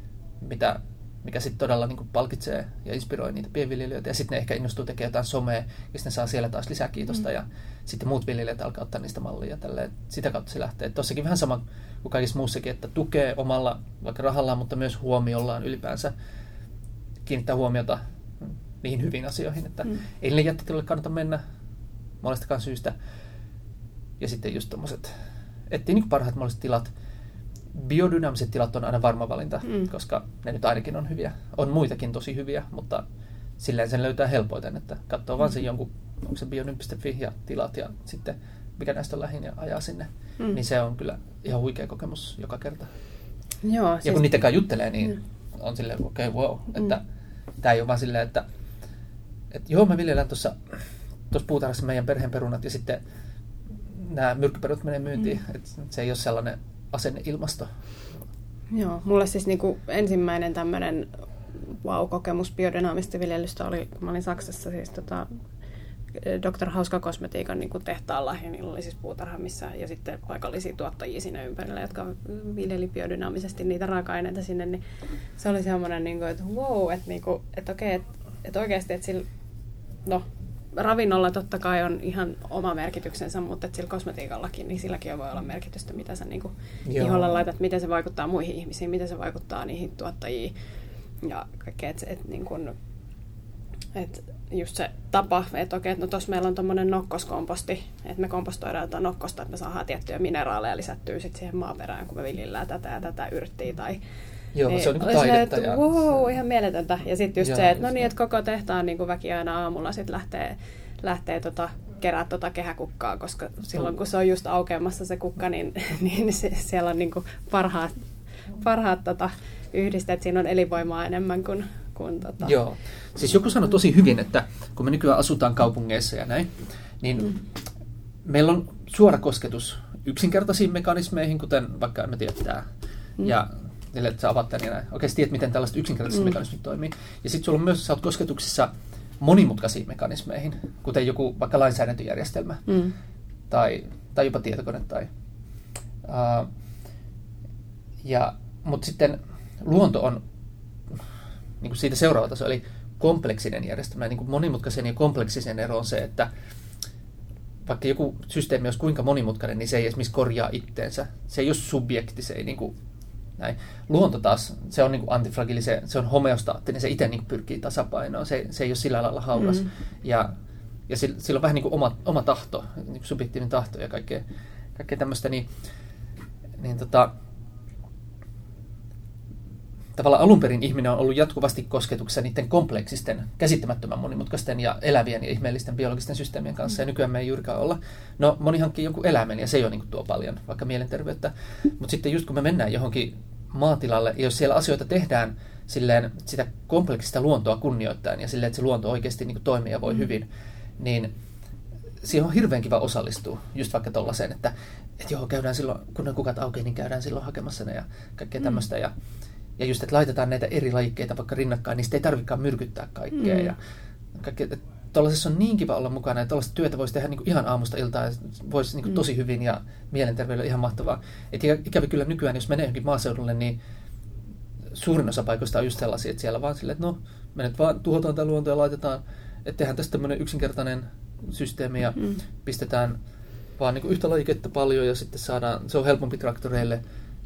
mikä sitten todella niin kuin palkitsee ja inspiroi niitä pienviljelijöitä. Ja sitten ne ehkä innostuu tekemään jotain somea, ja sitten saa siellä taas lisää kiitosta. Ja sitten muut viljelijät alkaa ottaa niistä mallia. Tälleen. Sitä kautta se lähtee. Tossakin vähän sama kuin kaikissa muussakin, että tukee omalla vaikka rahallaan, mutta myös huomiollaan ylipäänsä kiinnittää huomiota niihin hyviin asioihin. Että ei niille jättitiloille kannata mennä monestakaan syystä. Ja sitten just tommoset, etsii niin parhaat mahdolliset tilat. Biodynaamiset tilat on aina varma valinta, koska ne nyt ainakin on hyviä. On muitakin tosi hyviä, mutta silleen sen löytää helpoiten, että katsoo vaan sen jonkun, onko se bionym.fi ja tilat ja sitten mikä näistä on lähin ja ajaa sinne. Niin se on kyllä ihan huikea kokemus joka kerta. Joo, ja kun niitäkään juttelee, niin on silleen, okei, wow, että tämä ei ole vaan silleen, että joo, me viljellään tuossa puutarhassa meidän perheen perunat ja sitten nämä myrkkyperut menee myyntiin. Että se ei ole sellainen asenneilmasto. Joo, mulle siis niinku ensimmäinen tämmöinen wow-kokemus biodynaamista viljelystä oli, kun mä olin Saksassa siis Dr. Hauska Kosmetiikan niinku tehtaalla, ja niillä oli siis puutarha ja sitten paikallisia tuottajia siinä ympärillä, jotka viljeli biodynaamisesti niitä raaka-aineita sinne, niin se oli semmoinen, niinku, että wow, että okei, että oikeasti, että sillä, ravinnolla totta kai on ihan oma merkityksensä, mutta että sillä kosmetiikallakin, niin silläkin voi olla merkitystä, mitä sä niinku iholle laitat, miten se vaikuttaa muihin ihmisiin, miten se vaikuttaa niihin tuottajiin ja kaikkea, että just se tapa, että okei, että tuossa meillä on tommonen nokkoskomposti, että me kompostoidaan jotain nokkosta, että me saadaan tiettyjä mineraaleja lisättyä sit siihen maaperään, kun me viljellään tätä ja tätä yrttiä tai joo, niin, se on niin kuin taidetta. Että, wow, ihan mieletöntä. Ja sitten just se, että että koko tehtaan niin kuin väki aina aamulla sit lähtee kerää kehäkukkaa, koska silloin kun se on just aukeamassa se kukka, niin siellä on niin kuin parhaat yhdisteet. Siinä on elinvoimaa enemmän kuin Joo. Siis joku sanoi tosi hyvin, että kun me nykyään asutaan kaupungeissa ja näin, niin meillä on suora kosketus yksinkertaisiin mekanismeihin, kuten vaikka emme tiedä tämä. Ja että sä avaat tämän ja näin. Oikeasti tiedät, miten tällaiset yksinkertaiset mekanismit toimii. Ja sitten sulla on myös, sä oot kosketuksissa monimutkaisiin mekanismeihin, kuten joku vaikka lainsäädäntöjärjestelmä tai jopa tietokone. Mutta sitten luonto on niin kuin siitä seuraava taso, eli kompleksinen järjestelmä. Ja niin kuin monimutkaisen ja kompleksisen ero on se, että vaikka joku systeemi olisi kuinka monimutkainen, niin se ei esimerkiksi korjaa itteensä. Se ei ole subjekti, se ei niin kuin näin. Luonto taas, se on niin kuin antifragili, se on homeostaattinen, se itse niin kuin pyrkii tasapainoon, se ei ole sillä lailla hauras. Ja sillä on vähän niin kuin oma tahto, niin kuin subjektiivinen tahto ja kaikkea tämmöistä. Tavallaan alun perin ihminen on ollut jatkuvasti kosketuksessa niiden kompleksisten, käsittämättömän monimutkaisten ja elävien ja ihmeellisten biologisten systeemien kanssa, ja nykyään me ei juurikaan olla. No, moni hankkii jonkun eläimen, ja se jo niin kuin tuo paljon, vaikka mielenterveyttä. Mutta sitten just kun me mennään johonkin maatilalle, ja jos siellä asioita tehdään silleen sitä kompleksista luontoa kunnioittaen, ja silleen, että se luonto oikeasti niin kuin toimii ja voi hyvin, niin siihen on hirveän kiva osallistua, just vaikka tollaiseen, että joo, käydään silloin, kun ne kukat aukeaa, niin käydään silloin hakemassa ne ja kaikkea tämmöistä. Ja just, että laitetaan näitä eri lajikkeita vaikka rinnakkain, niin sitten ei tarvitsekaan myrkyttää kaikkea. Ja tuollaisessa on niin kiva olla mukana, että tuollaista työtä voisi tehdä niin kuin ihan aamusta iltaan ja voisi niin kuin tosi hyvin ja mielenterveydellä ihan mahtavaa. Et ikävä kyllä nykyään, jos menee johonkin maaseudulle, niin suurin osa paikoista on just sellaisia, että siellä vaan silleen, että no, me nyt vaan tuhotaan tämä luonto ja laitetaan, että tehdään tästä tämmöinen yksinkertainen systeemi ja pistetään vaan niin kuin yhtä lajiketta paljon ja sitten saadaan, se on helpompi traktoreille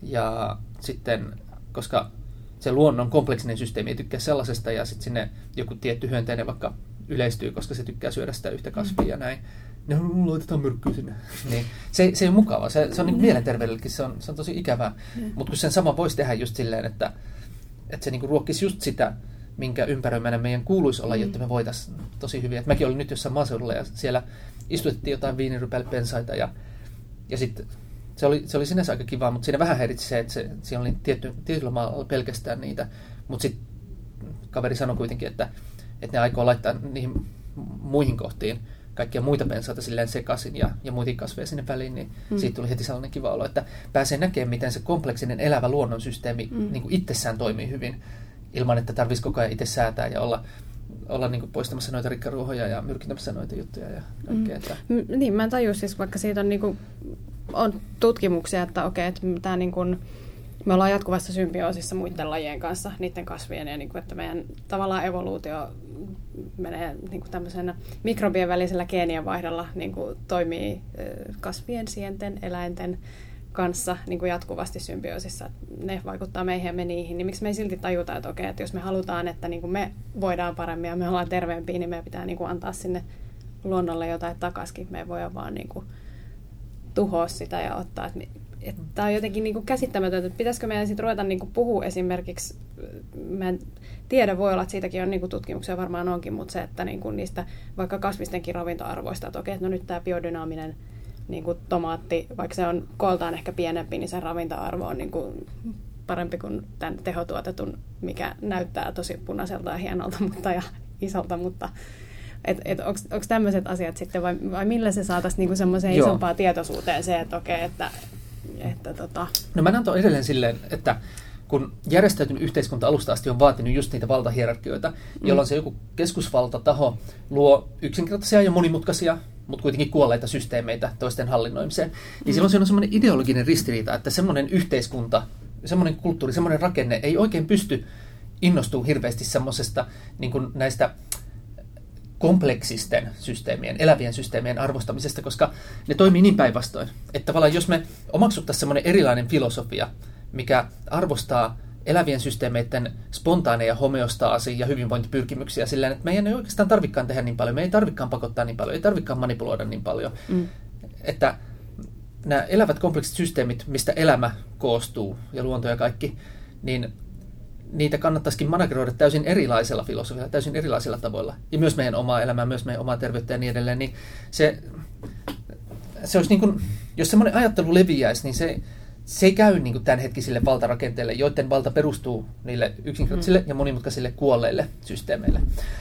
ja sitten, koska se luonnon kompleksinen systeemi ei tykkää sellaisesta ja sitten sinne joku tietty hyönteinen vaikka yleistyy, koska se tykkää syödä sitä yhtä kasvia ja näin. Ne laitetaan myrkkyä sinne. Niin. Se ei ole mukava. Se on niin mielenterveydellekin, se on tosi ikävää. Mutta kun sen sama voisi tehdä just silleen, että se niinku ruokkisi just sitä, minkä ympäröimänä meidän kuuluisi olla, jotta me voitaisiin tosi hyvin. Et mäkin olin nyt jossain maaseudulla ja siellä istutettiin jotain viinirypälepensaita ja sitten se oli sinänsä aika kivaa, mutta siinä vähän häiritsi se, että siinä oli tietyllä maalla pelkästään niitä. Mutta sitten kaveri sanoi kuitenkin, että ne aikoo laittaa niihin muihin kohtiin kaikkia muita pensaita silleen sekaisin ja muita kasveja sinne väliin, niin siitä tuli heti sellainen kiva olo, että pääsee näkemään, miten se kompleksinen elävä luonnonsysteemi niin kuin itsessään toimii hyvin, ilman että tarvitsisi koko ajan itse säätää ja olla niin kuin poistamassa noita rikkaruohoja ja myrkytämässä noita juttuja ja kaikkea. Niin, mä en tajua siis, vaikka siitä on, niin kuin, on tutkimuksia, että okei, että tämä niin kuin, me ollaan jatkuvassa symbioosissa muiden lajien kanssa, niiden kasvien, ja niin kuin, että meidän tavallaan evoluutio menee niin kuin tämmöisen mikrobien välisellä geenien vaihdolla, niin kuin toimii kasvien, sienten, eläinten kanssa niin kuin jatkuvasti symbioosissa. Ne vaikuttaa meihin ja me niihin. Niin miksi me ei silti tajuta, että okei, että jos me halutaan, että niin kuin me voidaan paremmin ja me ollaan terveempiä, niin meidän pitää niin kuin antaa sinne luonnolle jotain takaisin. Me ei voi vaan niin kuin tuhoa sitä ja ottaa. Tämä on jotenkin niin kuin käsittämätöntä, että pitäisikö meidän sitten ruveta niin kuin puhua esimerkiksi, mä en tiedä, voi olla, että siitäkin on niin kuin tutkimuksia, varmaan onkin, mutta se, että niin kuin niistä vaikka kasvistenkin ravintoarvoista, että okei, no nyt tämä biodynaaminen niin kuin tomaatti, vaikka se on kooltaan ehkä pienempi, niin sen ravintoarvo on niin kuin parempi kuin tämän tehotuotetun, mikä näyttää tosi punaiselta ja hienolta ja isolta, mutta onko tämmöiset asiat sitten, vai millä se saataisiin niinku semmoiseen isompaan tietoisuuteen se, että okei, että No mä näen tuon edelleen silleen, että kun järjestäytynyt yhteiskunta alusta asti on vaatinut just niitä valtahierarkioita, jolloin se joku keskusvaltataho luo yksinkertaisia ja monimutkaisia, mutta kuitenkin kuolleita systeemeitä toisten hallinnoimiseen, niin silloin se on semmoinen ideologinen ristiriita, että semmoinen yhteiskunta, semmoinen kulttuuri, semmoinen rakenne ei oikein pysty innostumaan hirveästi semmoisesta niin kuin näistä kompleksisten systeemien, elävien systeemien arvostamisesta, koska ne toimii niin päinvastoin. Että tavallaan jos me omaksuttaisiin semmoinen erilainen filosofia, mikä arvostaa elävien systeemeiden spontaaneja homeostaasia ja hyvinvointipyrkimyksiä sillä, että meidän ei oikeastaan tarvikaan tehdä niin paljon, me ei tarvikaan pakottaa niin paljon, ei tarvikaan manipuloida niin paljon. Että nämä elävät kompleksit systeemit, mistä elämä koostuu ja luonto ja kaikki, niin niitä kannattaisikin manageroida täysin erilaisella filosofialla, täysin erilaisilla tavoilla. Ja myös meidän omaa elämää, myös meidän omaa terveyttä ja niin edelleen. Niin se olisi niin kuin, jos semmoinen ajattelu leviäisi, niin se ei käy niin kuin tämänhetkisille valtarakenteille, joiden valta perustuu niille yksinkertaisille ja monimutkaisille kuolleille systeemeille.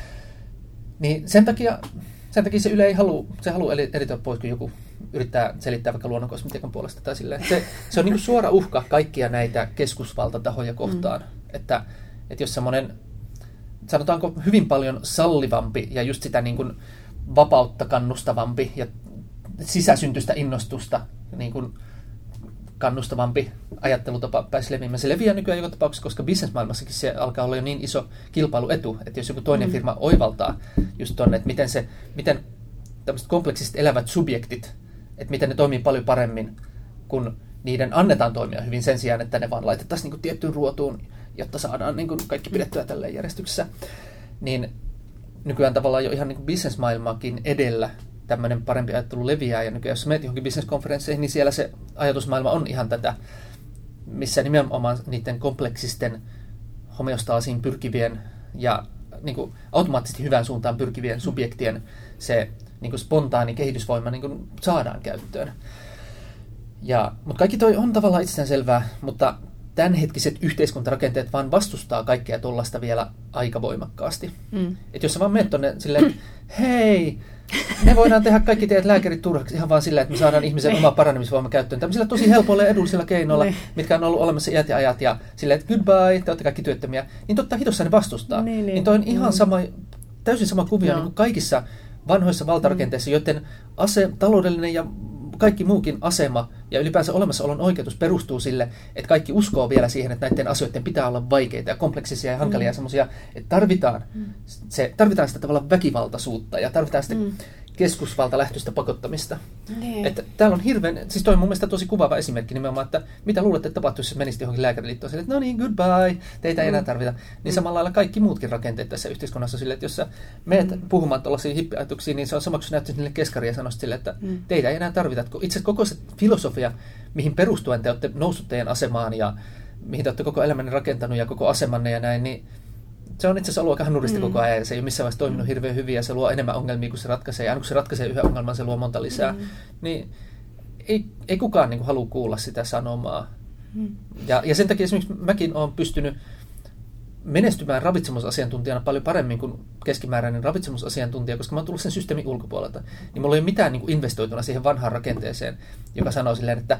Niin sen takia se Yle ei halua editoida pois, kun joku yrittää selittää vaikka luonnonkosmetiikan puolesta tai silleen. Se on niin kuin suora uhka kaikkia näitä keskusvaltatahoja kohtaan. Että jos semmoinen, sanotaanko hyvin paljon sallivampi ja just sitä niin kuin vapautta kannustavampi ja sisäsyntyistä innostusta niin kuin kannustavampi ajattelutapa pääsi leviämään. Se leviää nykyään joka tapauksessa, koska businessmaailmassakin se alkaa olla jo niin iso kilpailuetu, että jos joku toinen firma oivaltaa just tuonne, että miten tämmöiset kompleksiset elävät subjektit, että miten ne toimii paljon paremmin, kun niiden annetaan toimia hyvin sen sijaan, että ne vaan laitettaisiin niin kuin tiettyyn ruotuun, jotta saadaan niin kuin kaikki pidettyä tälleen järjestyksessä. Niin nykyään tavallaan jo ihan niin kuin businessmaailmaakin edellä tämmöinen parempi ajattelu leviää, ja nykyään jos menet johonkin businesskonferensseihin, niin siellä se ajatusmaailma on ihan tätä, missä nimenomaan niiden kompleksisten homeostaasiin pyrkivien ja niin kuin automaattisesti hyvään suuntaan pyrkivien subjektien se niin kuin spontaani kehitysvoima niin kuin saadaan käyttöön. Mutta kaikki toi on tavallaan itsestäänselvää, mutta tämänhetkiset yhteiskuntarakenteet vaan vastustaa kaikkea tuollaista vielä aika voimakkaasti. Että jos sä vaan menet tonne silleen, että hei, me voidaan tehdä kaikki teidät lääkärit turhaksi ihan vaan sillä, että me saadaan ihmisen oma paranemisvoima käyttöön tämmöisillä tosi helpoilla ja edullisilla keinoilla, mitkä on ollut olemassa iät ja ajat, ja silleen, että goodbye, te olette kaikki työttömiä, niin totta hitossa ne vastustaa. Niin toi on ihan täysin sama kuvio niin kuin kaikissa vanhoissa valtarakenteissa, joiden taloudellinen ja kaikki muukin asema ja ylipäänsä olemassaolon oikeutus perustuu sille, että kaikki uskoo vielä siihen, että näiden asioiden pitää olla vaikeita ja kompleksisia ja hankalia ja semmoisia, että tarvitaan sitä tavallaan väkivaltaisuutta ja tarvitaan sitä keskusvaltalähtöistä pakottamista. Että täällä on siis toi on mun mielestä tosi kuvaava esimerkki nimenomaan, että mitä luulet, että tapahtuisi, jos menisit johonkin lääkäriliittoon sille, että no niin, goodbye, teitä ei enää tarvita. Niin samalla lailla kaikki muutkin rakenteet tässä yhteiskunnassa sille, että jos sä menet puhumaan tuollaisia hippiajatuksia, niin se on sama kuin sä näyttäisit niille keskaria ja sanoisit sille, että teitä ei enää tarvita. Itse asiassa koko se filosofia, mihin perustuen te olette noussut teidän asemaan ja mihin te olette koko elämänne rakentanut ja koko asemanne ja näin, niin se on itse asiassa ollut aika hanurista koko ajan ja se ei ole missään vaiheessa toiminut hirveän hyvin ja se luo enemmän ongelmia kuin se ratkaisee. Ja aina kun se ratkaisee yhden ongelman, se luo monta lisää. Niin ei kukaan niin kuin halua kuulla sitä sanomaa. Ja sen takia esimerkiksi mäkin olen pystynyt menestymään ravitsemusasiantuntijana paljon paremmin kuin keskimääräinen ravitsemusasiantuntija, koska mä oon tullut sen systeemin ulkopuolelta. Niin mulla ei ole mitään niin kuin investoituna siihen vanhaan rakenteeseen, joka sanoo silleen, että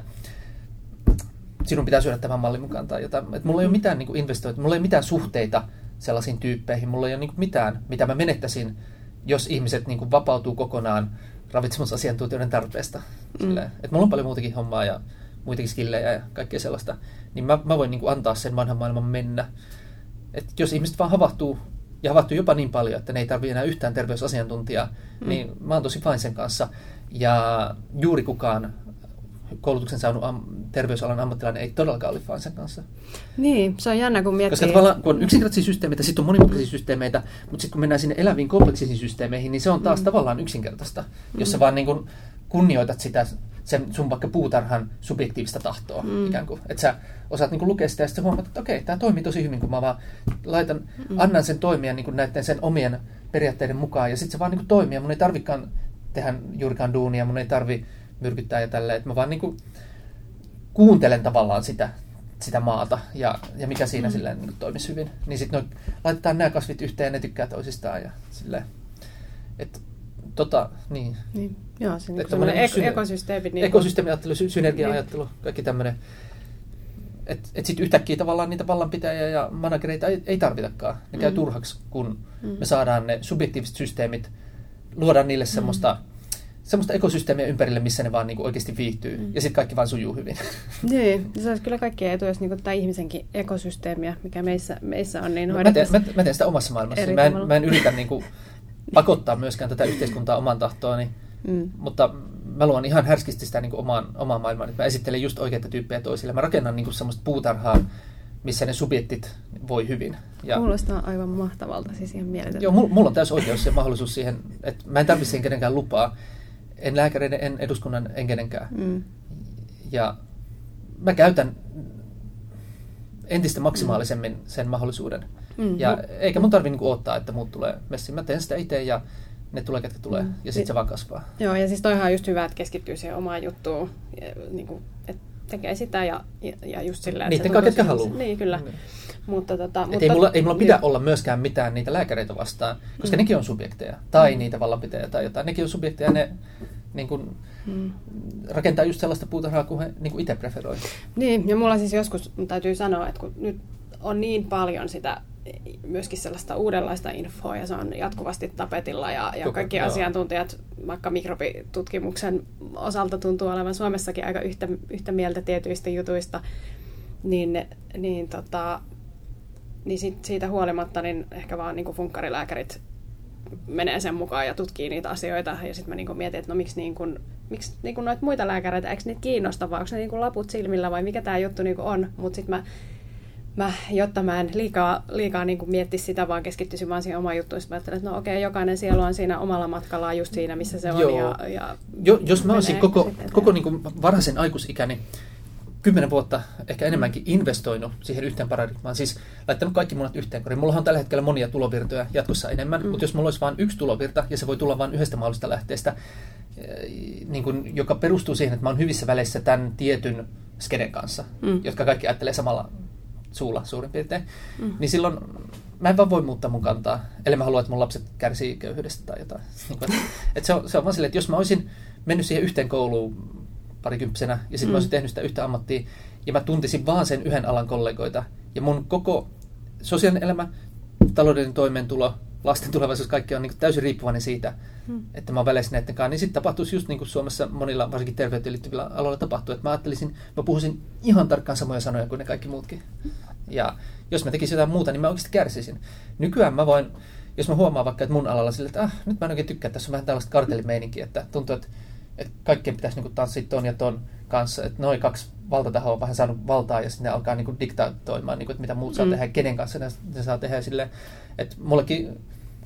sinun pitää syödä tämän mallin mukaan tai jotain. Että mulla ei ole mitään niin kuin investoitua, mulla ei ole mitään suhteita sellaisiin tyyppeihin. Mulla ei ole niin kuin mitään, mitä mä menettäisin, jos ihmiset niin kuin vapautuu kokonaan ravitsemusasiantuntijoiden tarpeesta. Että mulla on paljon muutakin hommaa ja muitakin skillejä ja kaikkea sellaista. Niin mä voin niin kuin antaa sen vanhan maailman mennä. Että jos ihmiset vaan havahtuu, ja havahtuu jopa niin paljon, että ne ei tarvitse enää yhtään terveysasiantuntijaa, niin mä oon tosi fine sen kanssa. Ja juuri kukaan koulutuksen saanut terveysalan ammattilainen ei todellakaan ole fine sen kanssa. Niin, se on jännä, kun miettii. Koska tavallaan, kun on yksinkertaisia systeemeitä, sitten on monimutkaisia systeemeitä, mutta sitten kun mennään sinne eläviin kompleksisiin systeemeihin, niin se on taas tavallaan yksinkertaista, jos sä vaan niin kuin kunnioitat sitä sen sun vaikka puutarhan subjektiivista tahtoa ikään kuin. Että sä osaat niin kuin lukea sitä ja sitten huomaat, että okei, tämä toimii tosi hyvin, kun mä vaan annan sen toimia niin kuin näiden sen omien periaatteiden mukaan ja sitten se vaan niin kuin toimii. Mun ei tarvikaan tehdä juurikaan duunia, mun ei tarvi myrkyttää ja tälleen, että mä vaan niin kuin kuuntelen tavallaan sitä maata ja mikä siinä silleen niin kuin toimisi hyvin. Niin sitten laitetaan nämä kasvit yhteen ja ne tykkää toisistaan ja silleen, että niin. Joo, se niin semmoinen ekosysteemi. Niin ekosysteemiajattelu, synergia-ajattelu, kaikki tämmöinen. Että sitten yhtäkkiä tavallaan niitä vallanpitäjiä ja managereita ei tarvitakaan. Ne käy turhaksi, kun me saadaan ne subjektiiviset systeemit, luodaan niille semmoista ekosysteemiä ympärille, missä ne vaan niinku oikeasti viihtyy. Ja sitten kaikki vaan sujuu hyvin. Niin, se olisi kyllä kaikkien etu, jos niinku tämä ihmisenkin ekosysteemiä, mikä meissä on, niin hoidettaisiin. Mä teen sitä omassa maailmassa. Mä en yritä niinku pakottaa myöskään tätä yhteiskuntaa oman tahtooni, mutta mä luon ihan härskisti sitä niin omaa maailmaa. Mä esittelen just oikeita tyyppejä toisille. Mä rakennan niin semmoista puutarhaa, missä ne subjektit voi hyvin. Kuulostaa aivan mahtavalta, siis ihan mieletöntä. Joo, mulla on täysi oikeus ja mahdollisuus siihen, että mä en tarvitse siihen kenenkään lupaa. En lääkäreiden, en eduskunnan, en kenenkään. Ja mä käytän entistä maksimaalisemmin sen mahdollisuuden. Ja eikä mun tarvitse niinku odottaa, että muut tulee messiin. Mä teen sitä itse ja ne tulee, ketkä tulee. Ja sitten se vaan kasvaa. Joo, ja siis toihan on just hyvä, että keskittyy siihen omaan juttuun. Niinku, että tekee sitä ja just sillä, että niiden ketkä haluaa. Niin, kyllä. Niin. Mutta ei mulla pidä olla myöskään mitään niitä lääkäreitä vastaan, koska nekin on subjekteja. Tai niitä vallanpitäjiä tai jotain. Nekin on subjekteja ja ne niin kuin, rakentaa just sellaista puutarhaa, kuin he niin kuin itse preferoi. Niin, ja mulla siis joskus täytyy sanoa, että kun nyt on niin paljon sitä myöskin sellaista uudenlaista infoa ja se on jatkuvasti tapetilla ja kaikki asiantuntijat vaikka mikrobitutkimuksen osalta tuntuu olevan Suomessakin aika yhtä mieltä tietyistä jutuista, niin siitä huolimatta niin ehkä vaan niin kuin funkkarilääkärit menee sen mukaan ja tutkii niitä asioita ja sitten mä niin kuin mietin, että no miksi noita muita lääkäreitä, eikö niitä kiinnosta vai onko ne niin kuin laput silmillä vai mikä tämä juttu niin kuin on, mutta sitten jotta mä en liikaa niin kuin miettisi sitä, vaan keskittyisin vaan siihen omaan juttuun. Mä ajattelin, että no okei, jokainen sielu on siinä omalla matkallaan just siinä, missä se on. Jos mä olisin koko niin kuin varhaisen aikuisikäni 10 vuotta, ehkä enemmänkin investoinut siihen yhteen paradigmaan, siis laittanut kaikki munat yhteen koriin. Mulla on tällä hetkellä monia tulovirtoja, jatkossa enemmän, mutta jos mulla olisi vain yksi tulovirta, ja se voi tulla vain yhdestä mahdollisesta lähteestä, niin kuin, joka perustuu siihen, että mä oon hyvissä väleissä tämän tietyn skeden kanssa, jotka kaikki ajattelee suulla suurin piirtein. Niin silloin mä en vaan voi muuttaa mun kantaa, ellei mä halua, että mun lapset kärsii köyhyydestä tai jotain. Se on vaan silleen, että jos mä olisin mennyt siihen yhteen kouluun parikymppisenä ja sitten mä olisin tehnyt sitä yhtä ammattia ja mä tuntisin vaan sen yhden alan kollegoita ja mun koko sosiaalinen elämä, taloudellinen toimeentulo, lasten tulevaisuus, kaikki on niin kuin täysin riippuvainen siitä, että mä oon väleissä näiden kanssa. Niin sitten tapahtuisi just niin kuin Suomessa monilla, varsinkin terveyteen liittyvillä aloilla tapahtuu, että mä puhuisin ihan tarkkaan samoja sanoja kuin ne kaikki muutkin. Ja jos mä tekisin jotain muuta, niin mä oikeasti kärsisin. Nykyään mä voin, jos mä huomaan vaikka, että mun alalla sille, että nyt mä en oikein tykkää, että tässä on vähän tällaista kartellimeininkiä, että tuntuu, että kaikkien pitäisi niin kuin tanssia ton ja ton kanssa, että noin kaksi valtatahoa on vähän saanut valtaa ja sitten ne alkaa niin kuin diktatoimaan, niin kuin, että mitä muut saa tehdä ja kenen kanssa ne saa tehdä. Silleen, että mullekin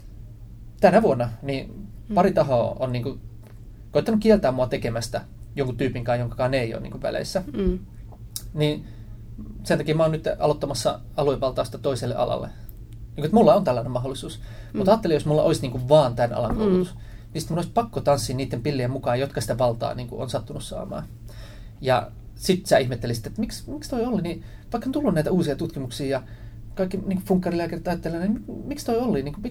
tänä vuonna niin pari tahoa on niin kuin koittanut kieltää mua tekemästä jonkun tyypin kanssa, jonkakaan ei ole niin kuin väleissä. Niin sen takia mä oon nyt aloittamassa aluevaltausta toiselle alalle. Niin, että mulla on tällainen mahdollisuus. Mutta ajattelin, jos mulla olisi niin kuin vaan tämän alan koulutus, niin sitten mun olisi pakko tanssia niiden pillien mukaan, jotka sitä valtaa niin kuin on sattunut saamaan. Ja sitten sä ihmettelisit, että miksi toi Olli, niin vaikka on tullut näitä uusia tutkimuksia ja kaikki niin funkkarilääkärit ajattelee, niin miksi toi Olli, niin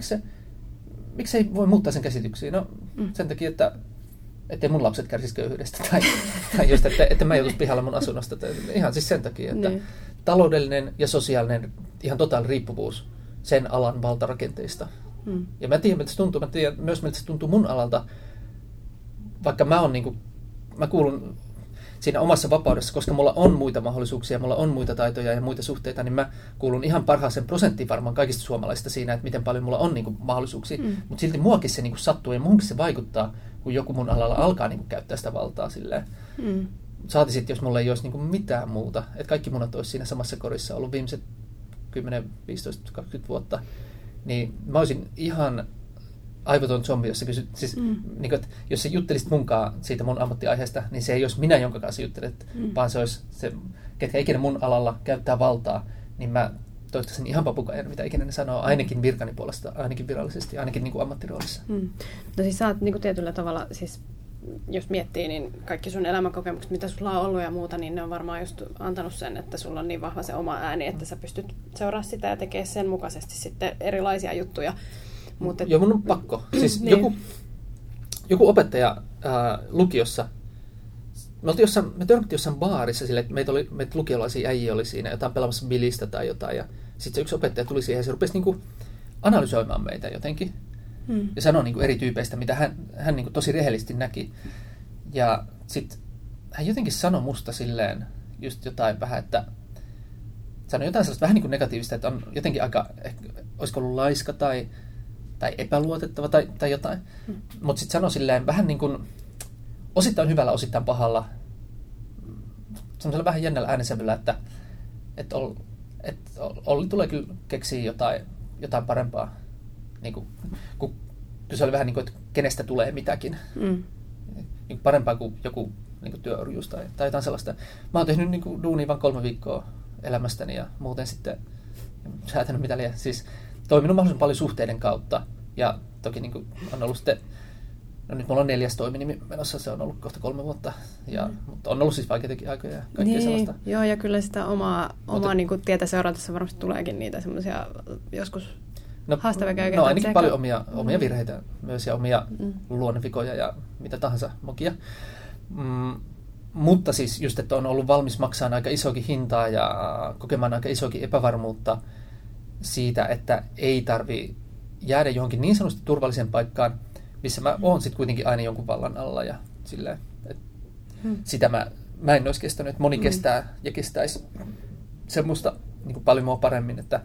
miksi ei voi muuttaa sen käsityksiä? No sen takia, että ettei mun lapset kärsisi köyhyydestä tai just, että mä joutuisi pihalle mun asunnosta. Ihan siis sen takia, että taloudellinen ja sosiaalinen ihan totaali riippuvuus sen alan valtarakenteista. Ja mä tiedän, miltä se tuntuu. Mä tiedän myös, miltä se tuntuu mun alalta, vaikka mä kuulun siinä omassa vapaudessa, koska mulla on muita mahdollisuuksia, mulla on muita taitoja ja muita suhteita, niin mä kuulun ihan parhaaseen prosenttiin varmaan kaikista suomalaisista siinä, että miten paljon mulla on niin kuin mahdollisuuksia. Mutta silti muakin se niin kuin sattuu ja muunkin se vaikuttaa, kun joku mun alalla alkaa niin kuin käyttää sitä valtaa silleen. Saati sitten, jos mulla ei olisi niin kuin mitään muuta. Että kaikki munat olisi siinä samassa korissa ollut viimeiset 10, 15, 20 vuotta. Niin mä olisin ihan aivoton zombi, jos niin kuin, jos sä juttelisit munkaan siitä mun ammattiaiheesta, niin se ei olisi minä, jonka kanssa juttelet, vaan se olisi se, ketkä ikinä mun alalla käyttää valtaa, niin mä toistaisin ihan papukaijana, mitä ikinä ne sanoo, ainakin virkani puolesta, ainakin virallisesti, ainakin niin kuin ammattiroolissa. No siis sä oot niin kuin tietyllä tavalla, siis jos miettii, niin kaikki sun elämänkokemukset, mitä sulla on ollut ja muuta, niin ne on varmaan just antanut sen, että sulla on niin vahva se oma ääni, että sä pystyt seuraamaan sitä ja tekemään sen mukaisesti sitten erilaisia juttuja. Joo, mun on pakko. Siis niin. joku opettaja lukiossa, me törmättiin jossain baarissa sille, että meitä lukiolaisia äijiä oli siinä, jotain pelaamassa bilistä tai jotain, ja sitten se yksi opettaja tuli siihen ja se rupesi niinku analysoimaan meitä jotenkin. Ja sanoi niinku eri tyypeistä, mitä hän niinku tosi rehellisesti näki. Ja sitten hän jotenkin sanoi musta silleen just jotain vähän, että sanoi jotain sellaista vähän niinku negatiivista, että on jotenkin aika, olisiko ollut laiska tai epäluotettava tai jotain. Mutta sitten sanoi silleen vähän niin kuin osittain hyvällä, osittain pahalla, semmoisella vähän jännällä äänensävyllä, että Olli tulee kyllä keksiä jotain parempaa. Niin kuin, kun se oli vähän niin kuin, että kenestä tulee mitäkin. Niin parempaa kuin joku niin kuin työorjuus tai jotain sellaista. Mä oon tehnyt niin kuin duunia vain 3 viikkoa elämästäni ja muuten sitten säätänyt mitä liian. Siis toiminut mahdollisimman paljon suhteiden kautta. Ja toki niin kuin on ollut sitten, no nyt mulla on 4. toiminimi menossa, se on ollut kohta 3 vuotta. Mutta on ollut siis vaikeitakin aikoja ja kaikkea sellaista. Joo, ja kyllä sitä omaa niin kuin tietä seurantassa varmasti tuleekin niitä semmoisia joskus haastavia käykeitä. No ainakin paljon omia virheitä myös ja omia luonnevikoja ja mitä tahansa mokia. Mutta siis just, että on ollut valmis maksamaan aika isokin hintaa ja kokemaan aika isokin epävarmuutta siitä, että ei tarvitse jäädä johonkin niin sanotusti turvalliseen paikkaan, missä mä oon sitten kuitenkin aina jonkun vallan alla ja silleen, sitä mä en olisi kestänyt, että moni kestää ja kestäisi semmoista niin kuin paljon mua paremmin, että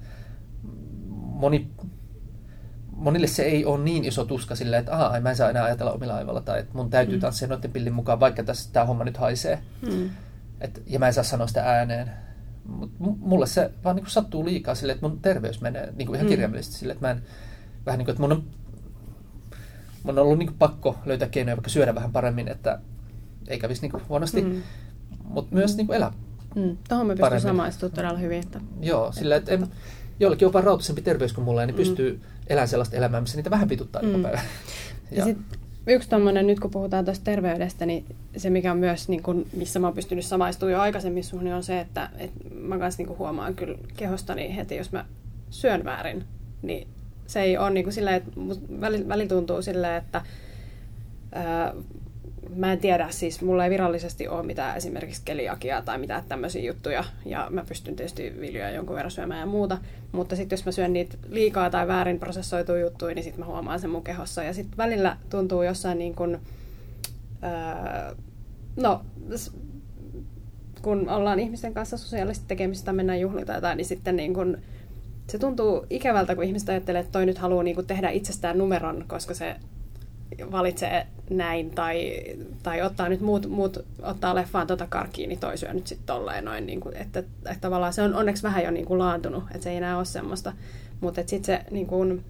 monille se ei ole niin iso tuska silleen, että mä en saa enää ajatella omilla aivoilla tai että mun täytyy tanssia noiden pillin mukaan, vaikka tämä homma nyt haisee. Ja mä en saa sanoa sitä ääneen. Mulle se vaan niin kuin sattuu liikaa silleen, että mun terveys menee niin kuin ihan kirjaimellisesti silleen, että mä en vähän niin kuin, että mun on ollut niin kuin pakko löytää keinoja vaikka syödä vähän paremmin, että ei kävisi niin kuin huonosti, mutta myös niin kuin elää Tuohon mä pystyn samaistumaan todella hyvin. Että joo, sillä että jollakin on vaan rautisempi terveys kuin mulla, niin pystyy elämään sellaista elämää, missä niitä vähän vituttaa joka päivä. Ja sitten yksi tommoinen, nyt kun puhutaan tästä terveydestä, niin se mikä on myös, niin kun, missä mä oon pystynyt samaistumaan jo aikaisemmin suhun, niin on se, että mä kanssa niin huomaan kyllä kehostani heti, jos mä syön väärin, niin se ei ole niin kuin silleen, että välillä tuntuu silleen, että mä en tiedä, siis mulla ei virallisesti ole mitään esimerkiksi keliakiaa tai mitään tämmöisiä juttuja, ja mä pystyn tietysti viljoja jonkun verran syömään ja muuta, mutta sitten jos mä syön niitä liikaa tai väärin prosessoituja juttuja, niin sitten mä huomaan sen mun kehossa, ja sitten välillä tuntuu jossain niin kuin, kun ollaan ihmisten kanssa sosiaalisesti tekemistä, mennään juhliin tai jotain, niin sitten niin kun, se tuntuu ikävältä, kun ihmiset ajattelee, että toi nyt haluaa niin kun tehdä itsestään numeron, koska se valitsee näin, tai ottaa nyt muut ottaa leffaan karkkiin, niin toi syö nyt sitten tolleen noin, niin kun, että tavallaan se on onneksi vähän jo niin kun laantunut, että se ei enää ole semmoista, mutta sitten se niin kun,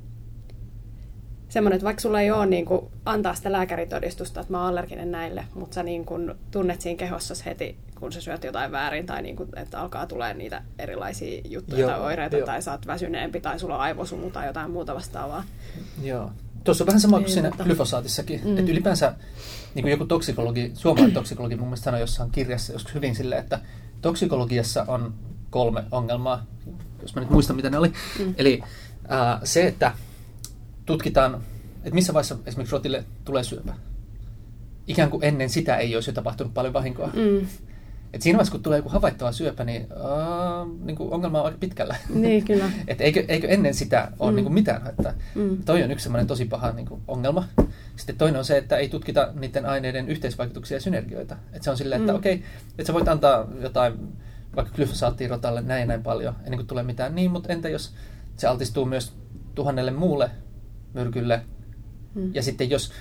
semmoinen, että vaikka sulla ei ole niin kun, antaa sitä lääkäritodistusta, että mä oon allerginen näille, mutta sä niin kun, tunnet siinä kehossasi heti, kun sä syöt jotain väärin, tai niin kun, että alkaa tulee niitä erilaisia juttuja tai oireita, tai sä oot väsyneempi, tai sulla on aivosumu tai jotain muuta vastaavaa. Joo. Tuossa on vähän sama kuin siinä glyfosaatissakin, että ylipäänsä niin kuin joku toksikologi, suomalainen toksikologi mun mielestä sanoi jossain kirjassa joskus hyvin silleen, että toksikologiassa on 3 ongelmaa, jos mä nyt muistan mitä ne oli. Eli se, että tutkitaan, että missä vaiheessa esimerkiksi rotille tulee syöpä. Ikään kuin ennen sitä ei olisi jo tapahtunut paljon vahinkoa. Et siinä vaiheessa, kun tulee joku havaittava syöpä, niin kuin ongelma on aika pitkällä. Niin, kyllä. Et eikö ennen sitä ole niin kuin mitään haittaa? Toi on yksi sellainen tosi paha niin kuin ongelma. Sitten toinen on se, että ei tutkita niiden aineiden yhteisvaikutuksia ja synergioita. Et se on silleen, että okei, että sä voit antaa jotain, vaikka glyfosaattia rotalle näin ja näin paljon, ennen kuin tulee mitään. Niin, mutta entä jos se altistuu myös 1000 muulle myrkylle? Ja sitten jos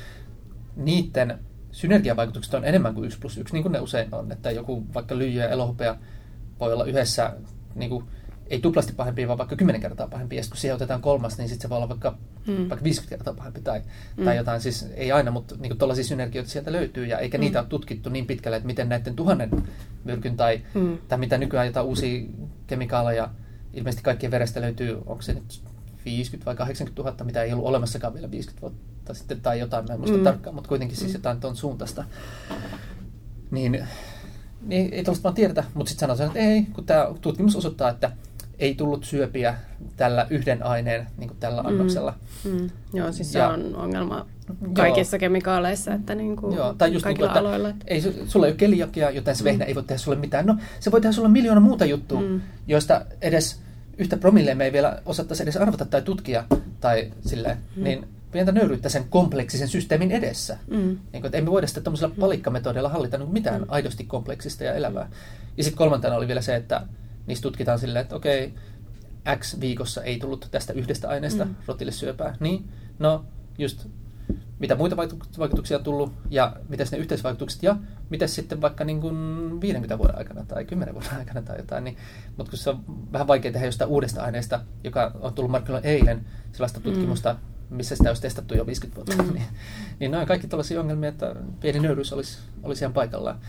niiden synergiavaikutukset on enemmän kuin 1+1, niin kuin ne usein on, että joku vaikka lyijy ja elohopea voi olla yhdessä, niin kuin, ei tuplasti pahempi, vaan vaikka 10 kertaa pahempi, ja kun siihen otetaan 3, niin sitten se voi olla vaikka 50 kertaa pahempi tai jotain, siis ei aina, mutta niin tuollaisia synergioita sieltä löytyy, ja eikä niitä ole tutkittu niin pitkälle, että miten näiden 1000 myrkyn tai mitä nykyään jotain uusia kemikaaleja, ilmeisesti kaikkien verestä löytyy, onko se nyt 50 vai 80 000, mitä ei ollut olemassakaan vielä 50 vuotta sitten tai jotain, mä en muista tarkkaan, mutta kuitenkin siis jotain tuon suuntaista. Niin ei tuollaista vaan tiedetä, mutta sitten sanotaan, että ei, kun tämä tutkimus osoittaa, että ei tullut syöpiä tällä yhden aineen niin kuin tällä annoksella. Joo, siis se on ongelma kaikissa kemikaaleissa, että niin kuin tai just kaikilla niin kuin, aloilla. Ei, sulla ei ole keliakia, joten se vehnä ei voi tehdä sulle mitään. No, se voi tehdä sulle miljoona muuta juttua, joista edes yhtä promilleen me ei vielä osattaisi edes arvata tai tutkia tai silleen, niin pientä nöyryyttä sen kompleksisen systeemin edessä. Niin, että emme voida sitä tuollaisella palikkametodeilla hallita mitään aidosti kompleksista ja elävää. Ja sitten 3. oli vielä se, että niistä tutkitaan silleen, että okei, X viikossa ei tullut tästä yhdestä aineesta rotille syöpää. Niin, no just mitä muita vaikutuksia on tullut ja mitäs ne yhteisvaikutukset ja mitäs sitten vaikka niin kuin 50 vuoden aikana tai 10 vuoden aikana tai jotain. Niin, mutta kun se on vähän vaikea tehdä jostain uudesta aineesta, joka on tullut markkinoille eilen, sellaista tutkimusta, missä sitä olisi testattu jo 50 vuotta. Niin nämä on kaikki tällaisia ongelmia, että pieni nöyryys olisi ihan paikallaan.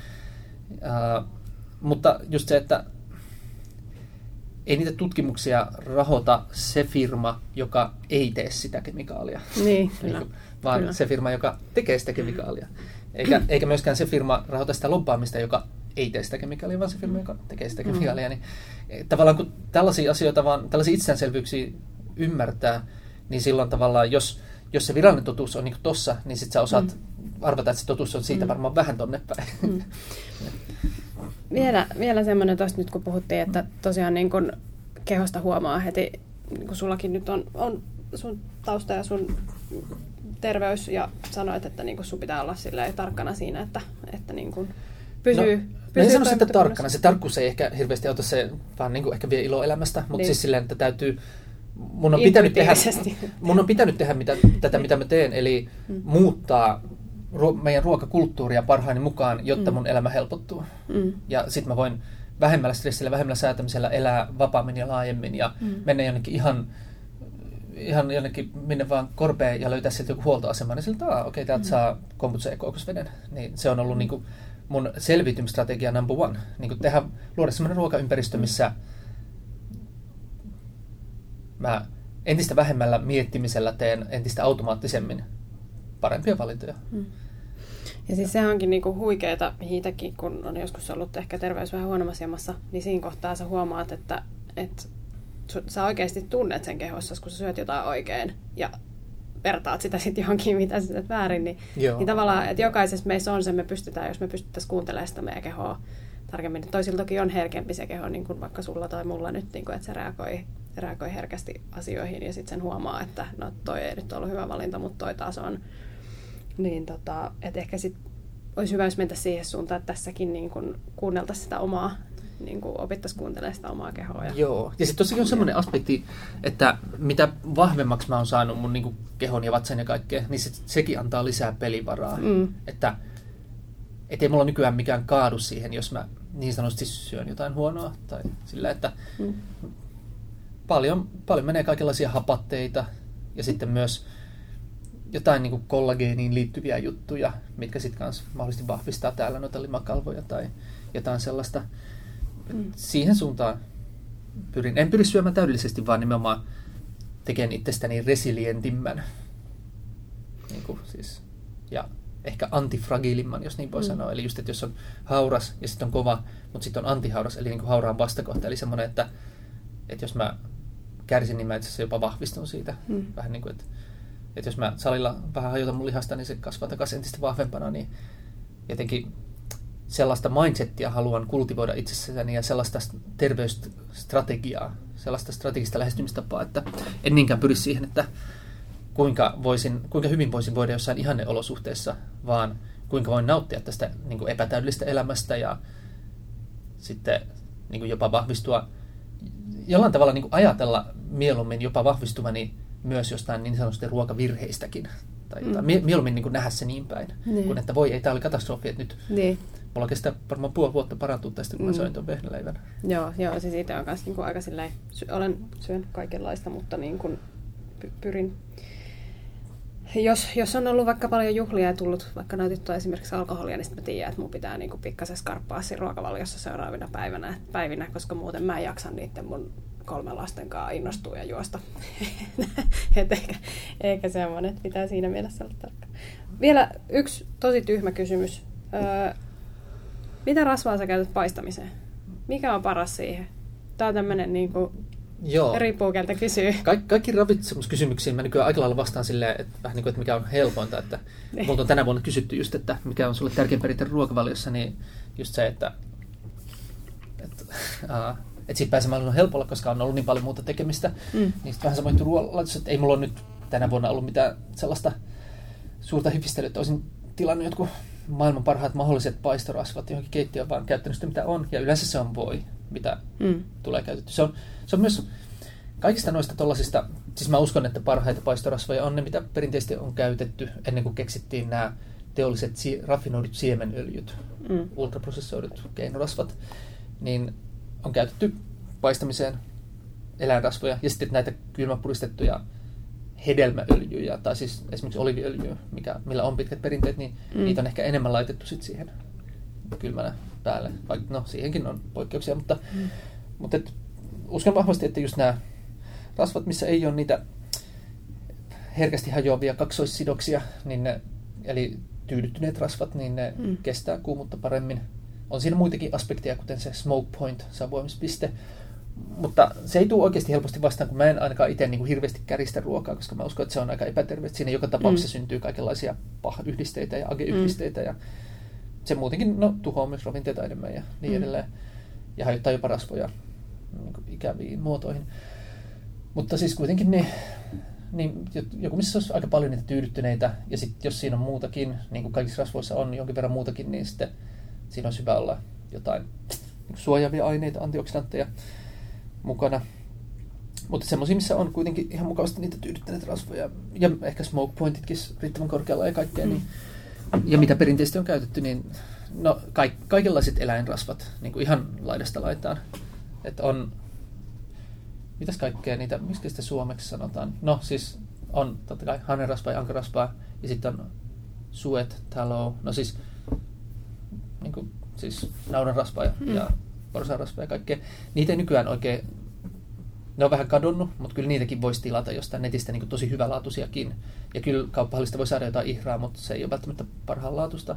Mutta just se, että ei niitä tutkimuksia rahoita se firma, joka ei tee sitä kemikaalia. Niin, kyllä. Vaan kyllä. se firma, joka tekee sitä kemikaalia. Eikä myöskään se firma rahoita sitä lobbaamista, joka ei tee sitä kemikaalia, vaan se firma, joka tekee sitä kemikaalia. Niin, tavallaan kun tällaisia asioita, vaan tällaisia itsestäänselvyyksiä ymmärtää, niin silloin tavallaan, jos se virallinen totuus on niin kuin tossa, niin sit sä osaat arvata, että se totuus on siitä varmaan vähän tonne päin. Vielä semmoinen tuosta nyt, kun puhuttiin, että tosiaan niin kun kehosta huomaa heti, niin kun sullakin nyt on sun tausta ja sun terveys, ja sanoit, että niin kun sun pitää olla tarkkana siinä, että niin kun pysyy en sano sitä tarkkana. Se tarkkuus ei ehkä hirveästi auta, se vaan niin kuin ehkä vie iloa elämästä, mutta siis silleen, että täytyy mun on pitänyt tehdä mitä mä teen, eli muuttaa meidän ruokakulttuuria parhaani mukaan, jotta mun elämä helpottuu. Ja sit mä voin vähemmällä stressillä, vähemmällä säätämisellä elää vapaammin ja laajemmin ja mennä jonnekin ihan jonnekin minne vaan korpeen ja löytää sieltä joku huoltoasema, niin siltä, okei, täältä saa kombucha ja kookosveden. Niin se on ollut niinku mun selviytymistrategia number 1. Niinku luoda semmoinen ruokaympäristö, missä mä entistä vähemmällä miettimisellä teen entistä automaattisemmin parempia valintoja. Ja siis se onkin niinku huikeeta itsekin, kun on joskus ollut ehkä terveys vähän huonommassa jamassa, niin siinä kohtaa sä huomaat, että sä oikeasti tunnet sen kehossa, kun sä syöt jotain oikein ja vertaat sitä sitten johonkin, mitä sä syöt väärin, niin tavallaan, että jokaisessa meissä on se, me pystytään, jos me pystyttäisiin kuuntelemaan sitä meidän kehoa tarkemmin. Toisilla toki on herkempi se keho, niin kuin vaikka sulla tai mulla nyt, niin kuin, että se reagoi herkästi asioihin ja sitten sen huomaa, että no toi ei nyt ollut hyvä valinta, mutta toi taas on. Niin että ehkä sitten olisi hyvä, jos mentäisiin siihen suuntaan, että tässäkin niin kuin kuunneltaisiin sitä omaa, niin kuin opittaisiin kuuntelemaan sitä omaa kehoa. Joo, ja sitten tossakin on semmoinen aspekti, että mitä vahvemmaksi mä oon saanut mun niin kuin kehon ja vatsan ja kaikkea, niin sekin antaa lisää pelivaraa. Että ei mulla nykyään mikään kaadu siihen, jos mä niin sanotusti syön jotain huonoa. Tai sillä, että paljon menee kaikenlaisia hapatteita ja sitten myös jotain niin kuin kollageeniin liittyviä juttuja, mitkä sitten kanssa mahdollisesti vahvistaa täällä noita limakalvoja tai jotain sellaista. Siihen suuntaan pyrin. En pyri syömään täydellisesti, vaan nimenomaan tekemään itsestäni resilientimmän. Niin kuin siis, ja ehkä antifragiilimman, jos niin voi sanoa. Eli just, että jos on hauras ja sitten on kova, mutta sitten on antihauras, eli niin kuin hauraan vastakohta. Eli semmoinen, että jos mä kärsin, niin mä itse asiassa jopa vahvistun siitä. Vähän niin kuin, että jos mä salilla vähän hajotan mun lihasta, niin se kasvaa takaisin entistä vahvempana. Niin jotenkin sellaista mindsettiä haluan kultivoida itsessäni ja sellaista terveysstrategiaa, sellaista strategista lähestymistapaa, että en niinkään pyri siihen, että kuinka hyvin voisin voida jossain ihanneolosuhteessa, vaan kuinka voin nauttia tästä niin kuin epätäydellistä elämästä ja sitten niin kuin jopa vahvistua, jollain tavalla niin kuin ajatella mieluummin jopa vahvistuvani myös jostain niin sanotusti ruokavirheistäkin. Tai mieluummin niin kuin nähdä se niin päin, kun että voi, tämä oli katastrofi, että nyt mulla kestää varmaan puoli vuotta parantua tästä, kun mä söin tuon vehnäleivän. Joo, siis siitä on myös niin aika silleen, syön kaikenlaista, mutta niin kuin pyrin. Jos on ollut vaikka paljon juhlia ja tullut vaikka nautittua esimerkiksi alkoholia, niin sitten mä tiedän, että mun pitää niin kuin pikkasen skarppaa siinä ruokavaliossa seuraavina päivinä, koska muuten mä en jaksa niiden mun 3 lasten kanssa innostua ja juosta. Eikä semmoinen, että pitää siinä mielessä olla tarkka. Vielä yksi tosi tyhmä kysymys. Mitä rasvaa sä käytät paistamiseen? Mikä on paras siihen? Tää on tämmönen niinku, riippuu keltä kysyy. Kaikki ravitsemuskysymyksiin mä nykyään aika lailla vastaan silleen, että vähän niin kuin, että mikä on helpointa. Että multa on tänä vuonna kysytty just, että mikä on sulle tärkein perinte ruokavaliossa, niin just se, että siitä pääsemään on helpolla, koska on ollut niin paljon muuta tekemistä. Niin sitten vähän samoin ruoanlaitos, että ei mulla ole nyt tänä vuonna ollut mitään sellaista suurta hifistelyä, että olisin tilannut jotkut maailman parhaat mahdolliset paistorasvat johonkin keittiöön, vaan käyttänyt sitä mitä on. Ja yleensä se on voi, mitä tulee käytetty. Se on myös kaikista noista tollasista, siis mä uskon, että parhaita paistorasvoja on ne, mitä perinteisesti on käytetty ennen kuin keksittiin nämä teolliset raffinoidut siemenöljyt, ultraprosessoidut keinorasvat, niin on käytetty paistamiseen eläinrasvoja ja sitten näitä kylmäpuristettuja hedelmäöljyjä, tai siis esimerkiksi oliiviöljyä, millä on pitkät perinteet, niin niitä on ehkä enemmän laitettu sit siihen kylmänä päälle. Vaikka no, siihenkin on poikkeuksia, mutta uskon vahvasti, että just nämä rasvat, missä ei ole niitä herkästi hajoavia kaksoissidoksia, niin eli tyydyttyneet rasvat, niin ne kestää kuumuutta paremmin. On siinä muitakin aspekteja, kuten se smoke point, savuamispiste, mutta se ei tule oikeasti helposti vastaan, kun mä en ainakaan itse niin kuin hirveästi käristä ruokaa, koska mä uskon, että se on aika epäterveet. Siinä joka tapauksessa syntyy kaikenlaisia paha-yhdisteitä ja age-yhdisteitä ja se muutenkin tuhoaa myös ravinteita enemmän ja niin edelleen. Ja hajottaa jopa rasvoja niin kuin ikäviin muotoihin. Mutta siis kuitenkin niin joku missä olisi aika paljon niitä tyydyttyneitä ja sitten jos siinä on muutakin, niin kuin kaikissa rasvoissa on jonkin verran muutakin, niin sitten siinä olisi hyvä olla jotain suojaavia aineita, antioksidantteja mukana. Mutta semmoisia, missä on kuitenkin ihan mukavasti niitä tyydyttäneitä rasvoja ja ehkä smoke pointitkin riittävän korkealla ja kaikkea. Niin, ja mitä perinteisesti on käytetty, niin kaikenlaiset eläinrasvat niin kuin ihan laidasta laitaan. Että on, mitäs kaikkea niitä, miksi sitä suomeksi sanotaan? No siis on totta kai hanhenrasvaa ja ankarasvaa ja sitten on suet, tallow, no siis niin kuin, siis naudanrasvaa ja porsaanrasvaa ja kaikkea. Niitä ei nykyään oikein, ne on vähän kadonnut, mutta kyllä niitäkin voisi tilata jostain netistä niin kuin tosi hyvälaatuisiakin. Ja kyllä kauppahallista voi saada jotain ihraa, mutta se ei ole välttämättä parhaanlaatuista.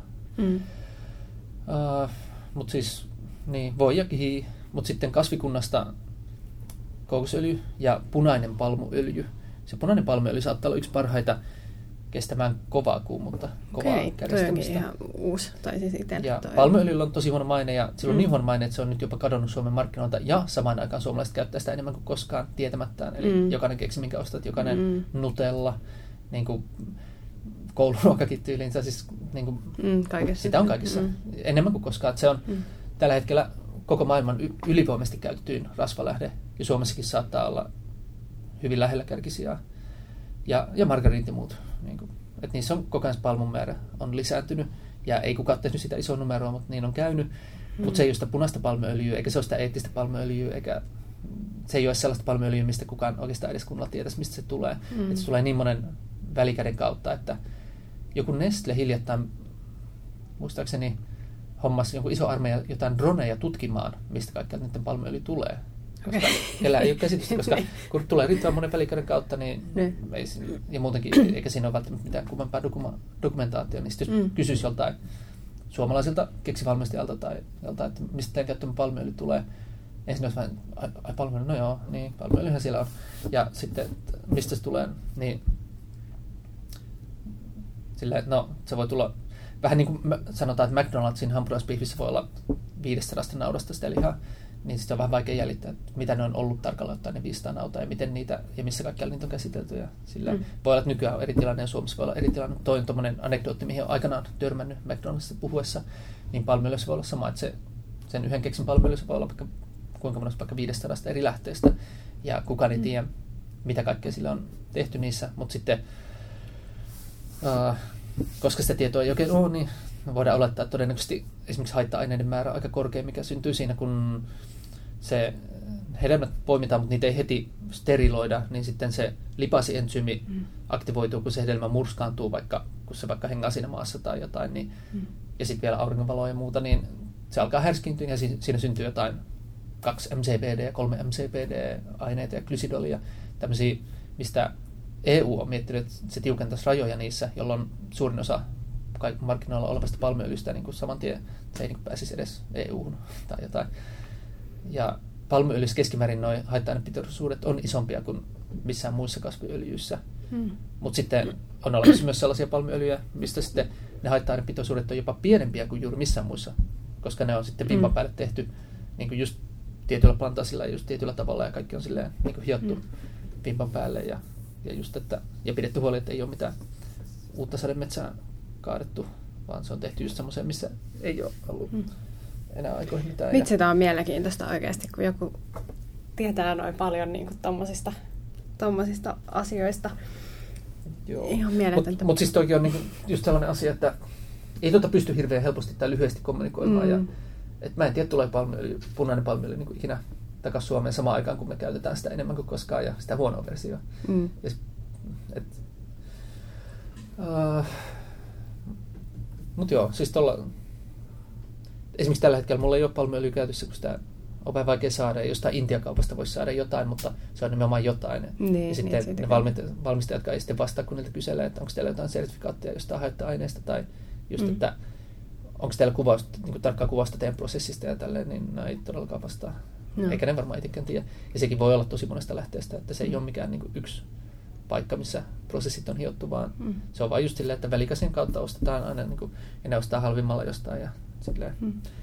Mutta siis niin, voi ja kihi. Mutta sitten kasvikunnasta kookosöljy ja punainen palmuöljy. Se punainen palmuöljy saattaa olla yksi parhaita kestämään kovaa kuumuutta, kovaa käristämistä. Ihan uusi. Tai siis ja palmuöljyllä on tosi huono maine ja sillä on niin huono maine, että se on nyt jopa kadonnut Suomen markkinoilta ja samaan aikaan suomalaiset käyttää sitä enemmän kuin koskaan tietämättään. Eli jokainen keksi, minkä ostat, jokainen Nutella, niin kuin kouluruokakin tyyliin. Siis, niin kuin, sitä on kaikissa enemmän kuin koskaan. Se on tällä hetkellä koko maailman ylivoimaisesti käytettyyn rasvalähde ja Suomessakin saattaa olla hyvin lähellä kärkisijaa. Ja margariinit ja muut. Niin kuin, että niissä on koko ajan palmun määrä on lisääntynyt. Ja ei kukaan tehnyt sitä isoa numeroa, mutta niin on käynyt. Mutta se ei ole sitä punaista palmuöljyä, eikä se ole sitä eettistä palmuöljyä, eikä se ei ole sellaista palmuöljyä, mistä kukaan oikeastaan edes kunnolla tietäisi, mistä se tulee. Että se tulee niin monen välikäden kautta, että joku Nestle hiljattain, muistaakseni, hommasi jonkun iso armeija jotain droneja tutkimaan, mistä kaikkea niiden palmuöljy tulee. Koska heillä ei ole käsitystä, koska kun tulee riittävän monen välikäden kautta, niin ei, ja muutenkin, eikä siinä ole välttämättä mitään kummempaa dokumentaatiota, niin sitten jos kysyisi joltain suomalaiselta keksivalmistajalta tai joltain, että mistä teidän käyttämä palmuöljy tulee, ensin olisi vähän, ai palmuöljy, no joo, niin palmuöljyhän siellä on. Ja sitten, mistä se tulee, niin silleen, no se voi tulla, vähän niin kuin sanotaan, että McDonald'sin hampurilaispiihvissä voi olla 500 naudasta sitä lihaa, niin sitten on vähän vaikea jäljittää, että mitä ne on ollut tarkalleen ottaen ne 500 nautaa ja miten niitä, ja missä kaikkialla niitä on käsitelty. Ja sillä voi olla, että nykyään on eri tilanne ja Suomessa voi olla eri tilanne. Toi on tommoinen anekdootti, mihin on aikanaan törmännyt McDonald'sista puhuessa, niin palmuöljyssä voi olla sama, että sen yhden keksin palmuöljyssä voi olla kuinka monesta vaikka 500 eri lähteestä, ja kukaan ei tiedä, mitä kaikkea sillä on tehty niissä, mutta sitten koska sitä tietoa ei oikein ole, niin voidaan olettaa, että todennäköisesti esimerkiksi haitta-aineiden määrä on aika korkea, mikä syntyy siinä, kun se hedelmät poimitaan, mutta niitä ei heti steriloida, niin sitten se lipasiensyymi aktivoituu, kun se hedelmä murskaantuu, kun se vaikka hengaa siinä maassa tai jotain, niin, ja sitten vielä auringonvaloa ja muuta, niin se alkaa härskiintyä ja siinä syntyy jotain 2 MCPD ja 3 MCPD-aineita ja glysidolia, tämmöisiä, mistä EU on miettinyt, että se tiukentaisi rajoja niissä, jolloin suurin osa markkinoilla olevasta palmuöljystä niin kuin saman tien se ei niin kuin pääsisi edes EU-hun tai jotain. Ja palmuöljyssä keskimäärin nuo haitta-ainepitoisuudet on isompia kuin missään muissa kasviöljyissä. Mutta sitten on olemassa myös sellaisia palmuöljyjä, mistä sitten ne haitta-ainepitoisuudet on jopa pienempiä kuin juuri missään muissa, koska ne on sitten vimpan päälle tehty niin kuin just tietyllä plantaasilla ja just tietyllä tavalla ja kaikki on silleen niin kuin hiottu vimpan päälle ja just, ja pidetty huoli, että ei ole mitään uutta sademetsää kaadettu, vaan se on tehty just semmoiseen, missä ei ole ollut enää aikoihin mitään. Vitsi, tämä on mielenkiintoista oikeasti, kun joku tietää noin paljon niin tommosista asioista. Joo. Ihan mieletöntä. Mutta siis toikin on niin just sellainen asia, että ei pysty hirveän helposti tai lyhyesti kommunikoimaan. Ja, et mä en tiedä, tulee punainen palmuöljy niin ikinä takaisin Suomeen samaan aikaan, kun me käytetään sitä enemmän kuin koskaan ja sitä huonoa versiota. Mutta joo, siis esimerkiksi tällä hetkellä mulla ei ole palmuöljyä käytössä, kun sitä on vähän vaikea saada. Ja jostain Intiakaupasta voisi saada jotain, mutta se on nimenomaan jotain. Niin, ja sitten ne valmistajat ei sitten vastaa, kun niiltä kyselee, että onko teillä jotain sertifikaattia jostain haitta-aineesta tai just, että onko teillä niin tarkkaa kuvausta teidän prosessista ja tälleen, niin ne ei todellakaan vastaa. No. Eikä ne varmaan itsekään tiedä. Ja sekin voi olla tosi monesta lähteestä, että se ei ole mikään niin kuin yksi paikka, missä prosessit on hiottu, vaan se on vain just silleen, että välikäsien kautta ostetaan aina, niin kuin, ja ne ostaa halvimmalla jostain. Ja silleen.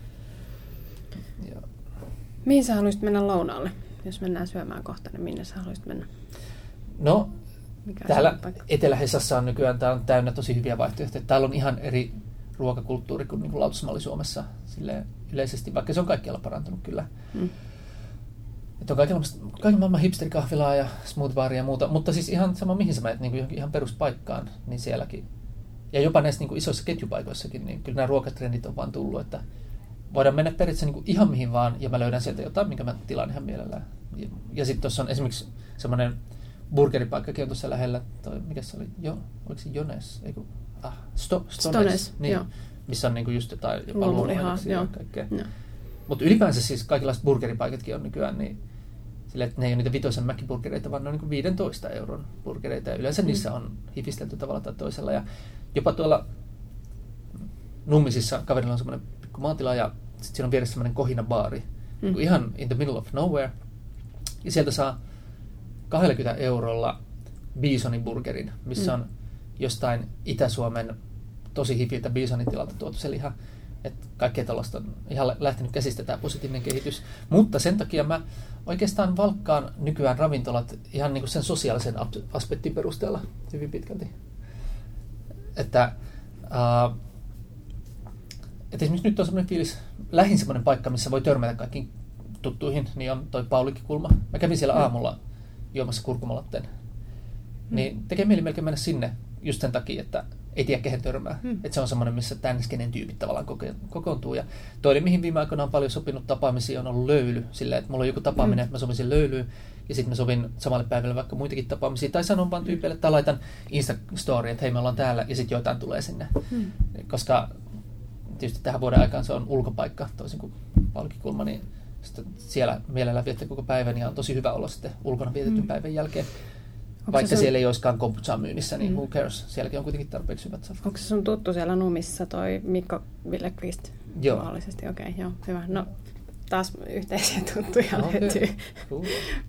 Ja. Mihin sä haluaisit mennä lounaalle? Jos mennään syömään kohta, niin minne sä haluaisit mennä? No, täällä Etelä-Hesassa on nykyään tää on täynnä tosi hyviä vaihtoehtoja. Täällä on ihan eri ruokakulttuuri kuin niin lautasmalli Suomessa silleen yleisesti, vaikka se on kaikkialla parantunut kyllä. Että on kaiken maailman hipsterikahvilaa ja smoothie-baaria ja muuta, mutta siis ihan sama mihin sä menet, niin kuin ihan peruspaikkaan, niin sielläkin. Ja jopa näissä niin kuin isoissa ketjupaikoissakin, niin kyllä nämä ruokatrendit on vaan tullut, että voidaan mennä periaatteessa niin kuin ihan mihin vaan, ja mä löydän sieltä jotain, minkä mä tilaan ihan mielellään. Ja sitten tuossa on esimerkiksi semmoinen burgeripaikkakin on tuossa lähellä, mikä se oli, oliko se Jones? Stones, niin, missä on niin kuin just jotain luomulihaa ja kaikkea. Mutta ylipäänsä siis kaikenlaiset burgeripaikatkin on nykyään, niin Silleen, että ne ei ole niitä 5 Mac-burgereita, vaan ne on niin kuin 15 euron burgereita. Ja yleensä niissä on hifistelty tavalla tai toisella. Ja jopa tuolla Nummisissa kaverilla on semmoinen pikku maatila ja sitten siinä on vieressä semmoinen kohinabaari. Niin ihan in the middle of nowhere. Ja sieltä saa 20 eurolla bisonin burgerin, missä on jostain Itä-Suomen tosi hifiltä bisonitilalta tuotu se liha. Että kaikkea tällaista on ihan lähtenyt käsistä tämä positiivinen kehitys. Mutta sen takia mä oikeastaan valkkaan nykyään ravintolat ihan niin kuin sen sosiaalisen aspektin perusteella hyvin pitkälti. Että esimerkiksi nyt on semmoinen fiilis, lähin semmoinen paikka, missä voi törmätä kaikkiin tuttuihin, niin on toi Paulikki-kulma. Mä kävin siellä aamulla juomassa kurkumalatteen. Niin tekee mieli melkein mennä sinne just sen takia, että ei tiedä kehen törmää. Että se on semmoinen, missä tämän skenen tyypit tavallaan kokoontuu. Ja toinen, mihin viime aikoina on paljon sopinut tapaamisia, on ollut löyly. Silleen, että mulla on joku tapaaminen, että mä sovisin löylyyn. Ja sitten mä sovin samalle päivälle vaikka muitakin tapaamisia. Tai sanon vaan tyypeille, tai laitan Insta-story, että hei, me ollaan täällä. Ja sitten joitain tulee sinne. Koska tietysti tähän vuoden aikaan se on ulkopaikka, toisin kuin Paulikki-kulma, niin siellä mielellään viettää koko päivän ja on tosi hyvä olla sitten ulkona vietetyn päivän jälkeen. Vaikka siellä ei olisikaan kombuchaa myynnissä, niin who cares? Sielläkin on kuitenkin tarpeeksi hyvät safkat. Onko se sun tuttu siellä Numissa toi Mikko Villekvist? Joo. Mahdollisesti, okei, joo, hyvä. No, taas yhteisiä tuttuja löytyy. Cool.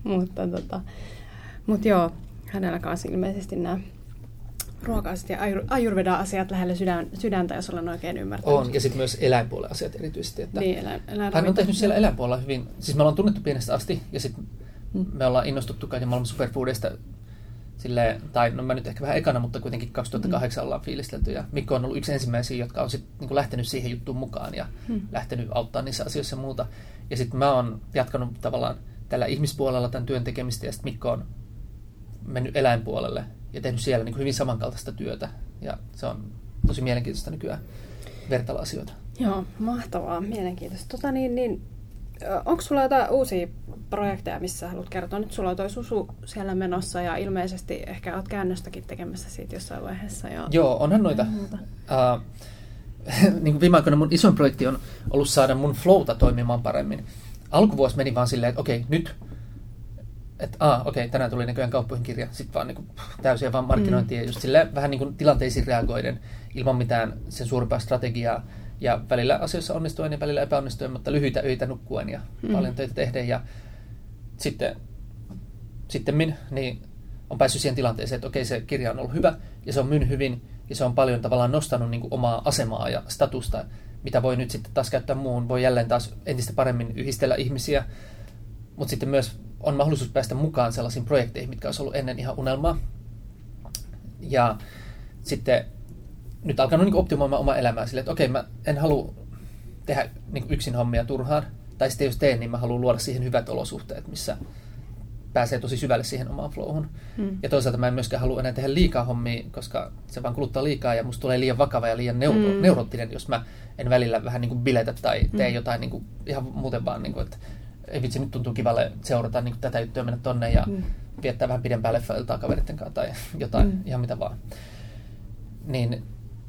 Mutta joo, hänellä kanssa ilmeisesti nämä ruoka-asiat ja Ayurveda-asiat lähellä sydäntä, jos olen oikein ymmärtänyt. On, ja sitten myös eläinpuolen asiat erityisesti. Että niin, hän on tehnyt siellä eläinpuolella hyvin, siis me ollaan tunnettu pienestä asti, ja sitten me ollaan innostuttu kaiken maailman superfoodista, silleen, tai no mä nyt ehkä vähän ekana, mutta kuitenkin 2008 ollaan fiilistelty, ja Mikko on ollut yksi ensimmäisiä, jotka on sitten niin lähtenyt siihen juttuun mukaan, ja lähtenyt auttaa niissä asioissa ja muuta. Ja sitten mä oon jatkanut tavallaan tällä ihmispuolella tämän työn tekemistä, ja sitten Mikko on mennyt eläinpuolelle, ja tehnyt siellä niin kuin hyvin samankaltaista työtä. Ja se on tosi mielenkiintoista nykyään vertailla asioita. Joo, mahtavaa, mielenkiintoista. Onko sulla jotain uusia projekteja, missä haluat kertoa? Nyt sulla on toi Susu siellä menossa ja ilmeisesti ehkä olet käännöstäkin tekemässä siitä jossain vaiheessa. Joo, onhan noita. Niin kuin viime aikoina mun isoin projekti on ollut saada mun flowta toimimaan paremmin. Alkuvuosi meni vaan silleen, että okei, nyt tänään tuli näköjään kauppoihin kirja, sitten vaan niin täysin vaan markkinointia, just silleen vähän niin kuin tilanteisiin reagoiden, ilman mitään sen suurempaa strategiaa, ja välillä asioissa onnistuen ja välillä epäonnistuen, mutta lyhyitä öitä nukkuen ja paljon töitä tehden, ja sitten niin on päässyt siihen tilanteeseen, että okei, se kirja on ollut hyvä, ja se on myynyt hyvin, ja se on paljon tavallaan nostanut niin kuin omaa asemaa ja statusta, mitä voi nyt sitten taas käyttää muuhun, voi jälleen taas entistä paremmin yhdistellä ihmisiä, mutta sitten myös on mahdollisuus päästä mukaan sellaisiin projekteihin, mitkä olisi ollut ennen ihan unelmaa. Ja sitten nyt alkanut niin optimoimaan omaa elämää silleen, että okei, mä en halua tehdä niin yksin hommia turhaan. Tai sitten jos teen, niin mä haluan luoda siihen hyvät olosuhteet, missä pääsee tosi syvälle siihen omaan flowhun. Ja toisaalta mä en myöskään halua enää tehdä liikaa hommia, koska se vaan kuluttaa liikaa ja musta tulee liian vakava ja liian neuroottinen, jos mä en välillä vähän niin kuin biletä tai tee jotain niin kuin ihan muuten vaan, niin kuin, että ei vitsi, nyt tuntuu kivalle seurata niin tätä juttua, mennä tonne ja viettää vähän pidempää leffailtaa kaveritten kanssa tai jotain, ihan mitä vaan. Niin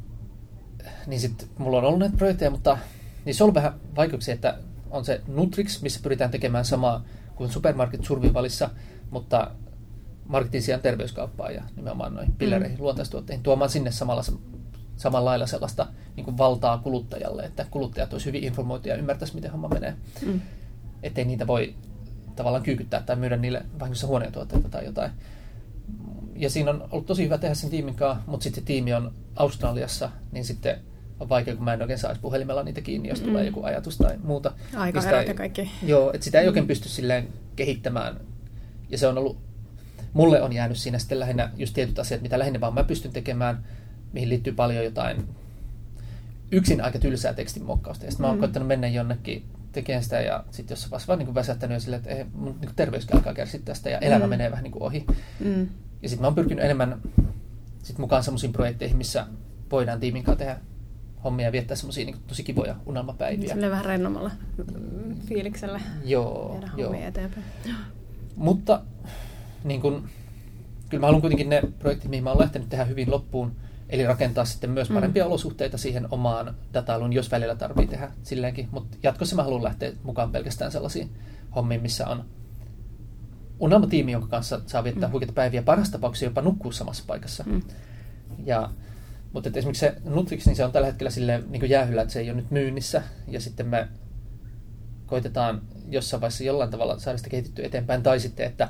sitten mulla on ollut näitä projekteja, mutta niissä on ollut vähän vaikeuksia, että on se Nutrix, missä pyritään tekemään samaa kuin Supermarket Survivalissa, mutta marketin sijaan terveyskauppaa ja nimenomaan noihin pillereihin, luontaistuotteihin, tuomaan sinne samalla lailla sellaista niin kuin valtaa kuluttajalle, että kuluttajat olisi hyvin informoituja ja ymmärtäisi, miten homma menee. Ettei niitä voi tavallaan kyykyttää tai myydä niille vahingossa huoneituotteita tai jotain. Ja siinä on ollut tosi hyvä tehdä sen tiimin kanssa, mutta sitten se tiimi on Australiassa, niin sitten on vaikea, kun mä en oikein saisi puhelimella niitä kiinni, jos tulee joku ajatus tai muuta. Aikaerot ja kaikki. Joo, että sitä ei oikein pysty silleen kehittämään. Ja se on ollut, mulle on jäänyt siinä sitten lähinnä just tietyt asiat, mitä lähinnä vaan mä pystyn tekemään, mihin liittyy paljon jotain yksin aika tylsää tekstin muokkausta. Ja sitten mä oon koittanut mennä jonnekin tekemään sitä ja sitten jossain vaiheessa vaan niin kuin väsättänyt ja silleen, että mun niin terveyskin alkaa kärsiä tästä ja elämä menee vähän niin kuin ohi. Ja sitten mä oon pyrkinyt enemmän sit mukaan semmoisiin projekteihin, missä voidaan tiimin kanssa tehdä hommia ja viettää semmoisia niin tosi kivoja unelmapäiviä. Silleen vähän rennommalla fiiliksellä viedä hommia eteenpäin. Mutta niin kun, kyllä mä haluan kuitenkin ne projektit, mihin mä oon lähtenyt tehdä hyvin loppuun, eli rakentaa sitten myös parempia olosuhteita siihen omaan datailuun, jos välillä tarvii tehdä silleenkin. Mutta jatkossa mä haluan lähteä mukaan pelkästään sellaisiin hommiin, missä on unelmatiimi, jonka kanssa saa viettää huikeita päiviä, parasta tapauksessa jopa nukkuu samassa paikassa. Mutta esimerkiksi se Nutrix, niin se on tällä hetkellä silleen, niin kuin jäähyllä, että se ei ole nyt myynnissä, ja sitten me koitetaan jossain vaiheessa jollain tavalla saada sitä kehitettyä eteenpäin, tai sitten, että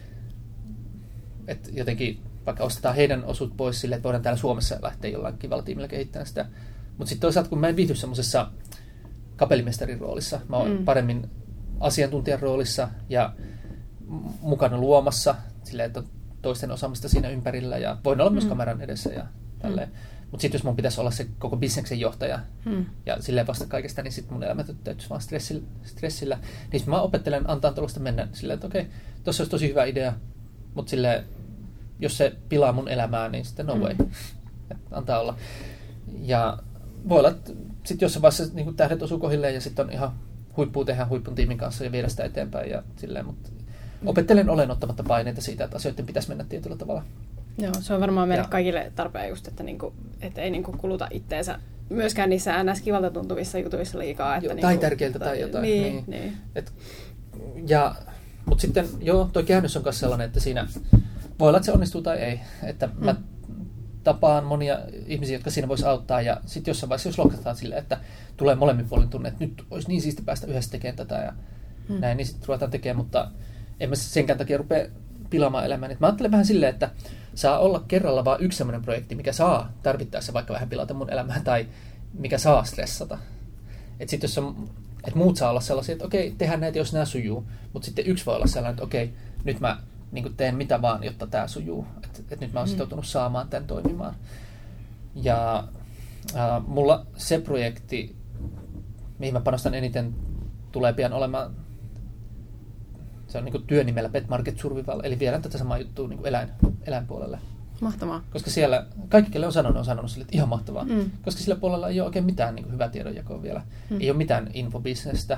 jotenkin vaikka ostetaan heidän osuut pois silleen, että voidaan täällä Suomessa lähteä jollain kivalla tiimillä kehittämään sitä. Mutta sitten toisaalta, kun mä en viihdy semmoisessa kapellimestarin roolissa, mä oon paremmin asiantuntijan roolissa ja mukana luomassa, silleen, että on toisten osaamista siinä ympärillä ja voin olla myös kameran edessä ja tälleen. Mutta sitten jos mun pitäisi olla se koko bisneksen johtaja ja silleen vasta kaikesta, niin sitten mun elämä täytyisi vaan stressillä. Niin mä opettelen antaa tuollaista mennä silleen, että okei, tossa olisi tosi hyvä idea, mutta silleen, jos se pilaa mun elämää, niin sitten no way. Antaa olla. Ja voi olla, että sitten jossain vaiheessa niin tähdet osuu kohilleen ja sitten on ihan huippua tehdä huippun tiimin kanssa ja viedä sitä eteenpäin. Ja silleen, mutta opettelen olen ottamatta paineita siitä, että asioiden pitäisi mennä tietyllä tavalla. Joo, se on varmaan meille kaikille tarpeen just, että, että ei kuluta itteensä myöskään niissä NS-kivalta tuntuvissa jutuissa liikaa. Että tai tärkeiltä tai jotain. Niin. Mutta sitten toi käännös on myös sellainen, että siinä voi olla, että se onnistuu tai ei. Että mä tapaan monia ihmisiä, jotka siinä voisi auttaa ja sitten jossain vaiheessa, jos lohkataan silleen, että tulee molemmin puolin tunne, että nyt olisi niin siisti päästä yhdessä tekemään tätä ja näin, niin sitten ruvetaan tekemään, mutta en mä senkään takia rupea pilaamaan elämää. Mä ajattelen vähän silleen, että saa olla kerralla vaan yksi sellainen projekti, mikä saa tarvittaessa vaikka vähän pilata mun elämää tai mikä saa stressata. Että sitten jos on, että muut saa olla sellaisia, että okei, tehdään näitä, jos nämä sujuu, mutta sitten yksi voi olla sellainen, että okei, nyt mä niin teen mitä vaan, jotta tämä sujuu. Että nyt mä oon sitoutunut saamaan tämän toimimaan. Ja mulla se projekti, mihin mä panostan eniten, tulee pian olemaan, se on niin kuin työnimellä Pet Market Survival, eli viedään tätä samaa juttua niin kuin eläinpuolelle. Mahtavaa. Koska siellä, kaikki, kelle on sanonut sille, että ihan mahtavaa. Koska sillä puolella ei ole oikein mitään niin kuin hyvää tiedonjakoa vielä. Ei ole mitään infobisnestä.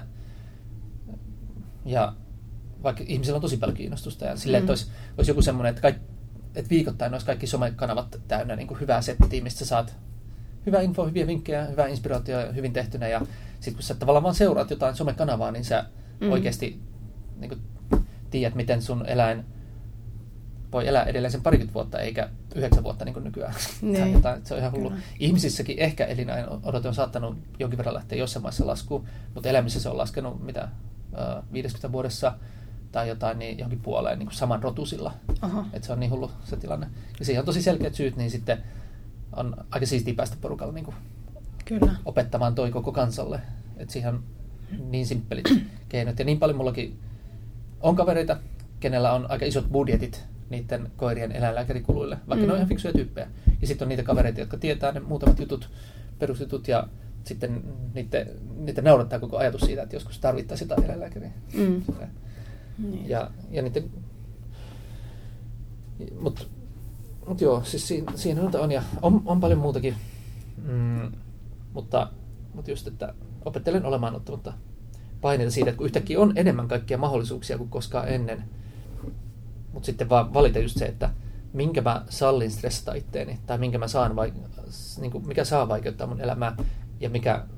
Ja vaikka ihmisillä on tosi paljon kiinnostusta. Ja silleen, että olisi joku semmoinen, että viikoittain olisi kaikki somekanavat täynnä niin kuin hyvää settiä, mistä saat hyvää infoa, hyviä vinkkejä, hyvää inspiraatiota hyvin tehtynä. Ja sitten kun sä tavallaan vaan seuraat jotain somekanavaa, niin sä oikeasti niin kuin tiedät, miten sun eläin voi elää edelleen sen 20 vuotta, eikä 9 vuotta niin kuin nykyään. Niin. Se on ihan hullu. Kyllä. Ihmisissäkin ehkä elinajan odote on saattanut jonkin verran lähteä jossain maissa laskuun, mutta eläimissä se on laskenut 50 vuodessa tai jotain niin johonkin puoleen niin kuin saman rotusilla. Että se on niin hullu se tilanne. Ja siihen on tosi selkeät syyt, niin sitten on aika siistiä päästä porukalla niin kuin opettamaan toi koko kansalle. Että siihen on niin simppelit keinot. Ja niin paljon mullakin on kavereita, kenellä on aika isot budjetit niiden koirien eläinlääkärikuluille, vaikka ne on ihan fiksuja tyyppejä. Ja sitten on niitä kavereita, jotka tietää ne muutamat jutut, perusjutut, ja sitten niitä naurattaa koko ajatus siitä, että joskus tarvittaisiin jotain eläinlääkäriä. Ja niiden... Mut joo, siis siinä on ja on paljon muutakin. Mutta just, että opettelen olemaan ottamatta paineita siitä, että kun yhtäkkiä on enemmän kaikkia mahdollisuuksia kuin koskaan ennen. Mutta sitten vaan valita just se, että minkä mä sallin stressata itteeni, tai minkä mä saan mikä saa vaikeuttaa mun elämää, ja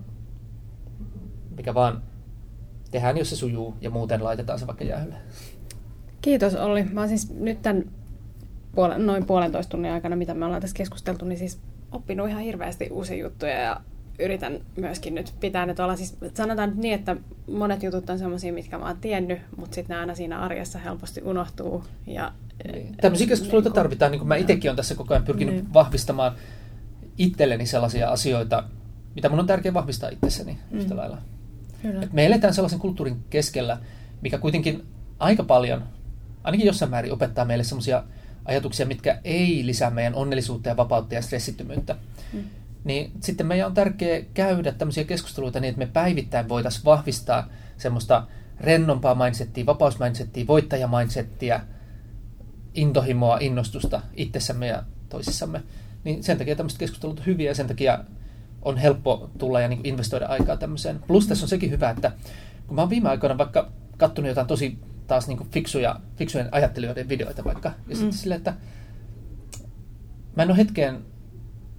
mikä vaan tehdään, jos se sujuu, ja muuten laitetaan se vaikka jäähylle. Kiitos Olli. Mä oon siis nyt tämän noin 1,5 tunnin aikana, mitä me ollaan tässä keskusteltu, niin siis oppinut ihan hirveästi uusia juttuja, ja yritän myöskin nyt pitää ne tuolla. Siis sanotaan nyt niin, että monet jutut on sellaisia, mitkä mä oon tiennyt, mutta sitten ne aina siinä arjessa helposti unohtuu. Tämmöisiä keskusteluita tarvitaan. Niin kuin mä itsekin olen tässä koko ajan pyrkinyt vahvistamaan itselleni sellaisia asioita, mitä mun on tärkeää vahvistaa itsessäni yhtä lailla. Et me eletään sellaisen kulttuurin keskellä, mikä kuitenkin aika paljon, ainakin jossain määrin opettaa meille sellaisia ajatuksia, mitkä ei lisää meidän onnellisuutta ja vapautta ja stressittömyyttä. Niin sitten meidän on tärkeää käydä tämmöisiä keskusteluita niin, että me päivittäin voitaisiin vahvistaa semmoista rennompaa mindsettiä, vapausmindsettiä, voittajamindsettiä, intohimoa, innostusta itsessämme ja toisissamme. Niin sen takia tämmöiset keskustelut on hyviä ja sen takia on helppo tulla ja niin kuin investoida aikaa tämmöiseen. Plus tässä on sekin hyvä, että kun mä oon viime aikoina vaikka kattonut jotain tosi taas niin kuin fiksujen ajattelijoiden videoita vaikka, ja sitten silleen, että mä en ole hetkeen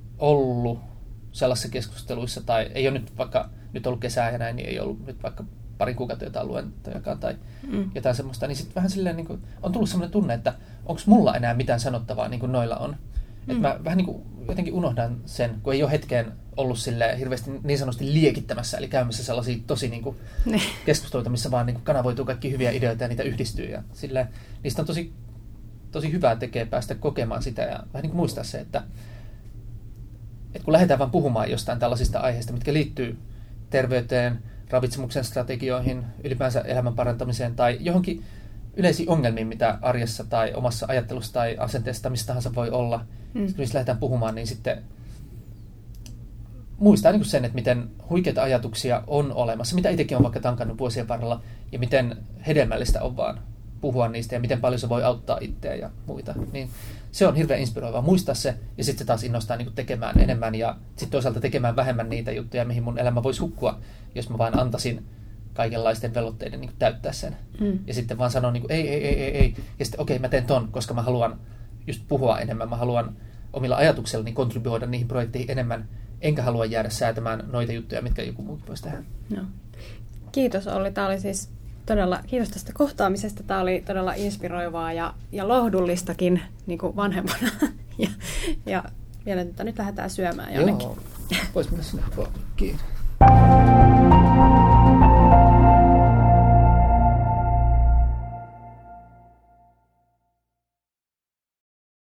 ollut sellaisissa keskusteluissa, tai ei ole nyt vaikka, nyt ollut kesää ja näin, niin ei ollut nyt vaikka pari kuukautta jotain luentojakaan tai jotain semmoista, niin sitten vähän silleen niin kuin, on tullut semmoinen tunne, että onko mulla enää mitään sanottavaa niin kuin noilla on. Että mä vähän niin kuin jotenkin unohdan sen, kun ei ole hetkeen ollut silleen hirveästi niin sanotusti liekittämässä, eli käymässä sellaisia tosi niin kuin keskusteluita, missä vaan niin kuin kanavoituu kaikki hyviä ideoita ja niitä yhdistyy. Ja silleen, niistä on tosi hyvää tekee päästä kokemaan sitä ja vähän niin kuin muistaa se, että kun lähdetään vaan puhumaan jostain tällaisista aiheista, mitkä liittyy terveyteen, ravitsemuksen strategioihin, ylipäänsä elämän parantamiseen tai johonkin yleisiin ongelmiin, mitä arjessa tai omassa ajattelussa tai asenteessa mistä tahansa voi olla. Sitten kun lähdetään puhumaan, niin sitten muistaa niin kuin sen, että miten huikeita ajatuksia on olemassa, mitä itsekin on vaikka tankannut vuosien varrella, ja miten hedelmällistä on vaan puhua niistä, ja miten paljon se voi auttaa itseä ja muita. Niin se on hirveän inspiroivaa muistaa se, ja sitten se taas innostaa niin kuin tekemään enemmän, ja sitten toisaalta tekemään vähemmän niitä juttuja, mihin mun elämä voisi hukkua, jos mä vain antaisin kaikenlaisten velvoitteiden niin kuin täyttää sen. Ja sitten vaan sanon niin kuin, ei. Ja sitten okei, mä teen ton, koska mä haluan just puhua enemmän. Mä haluan omilla ajatuksellani kontribuoida niihin projekteihin enemmän. Enkä halua jäädä säätämään noita juttuja, mitkä joku muukin voisi tehdä. No. Kiitos Olli. Tämä oli siis todella, kiitos tästä kohtaamisesta. Tämä oli todella inspiroivaa ja lohdullistakin niin kuin vanhempana. ja vielä nyt lähdetään syömään jonnekin. Joo, vois mennä sinne ruokiin.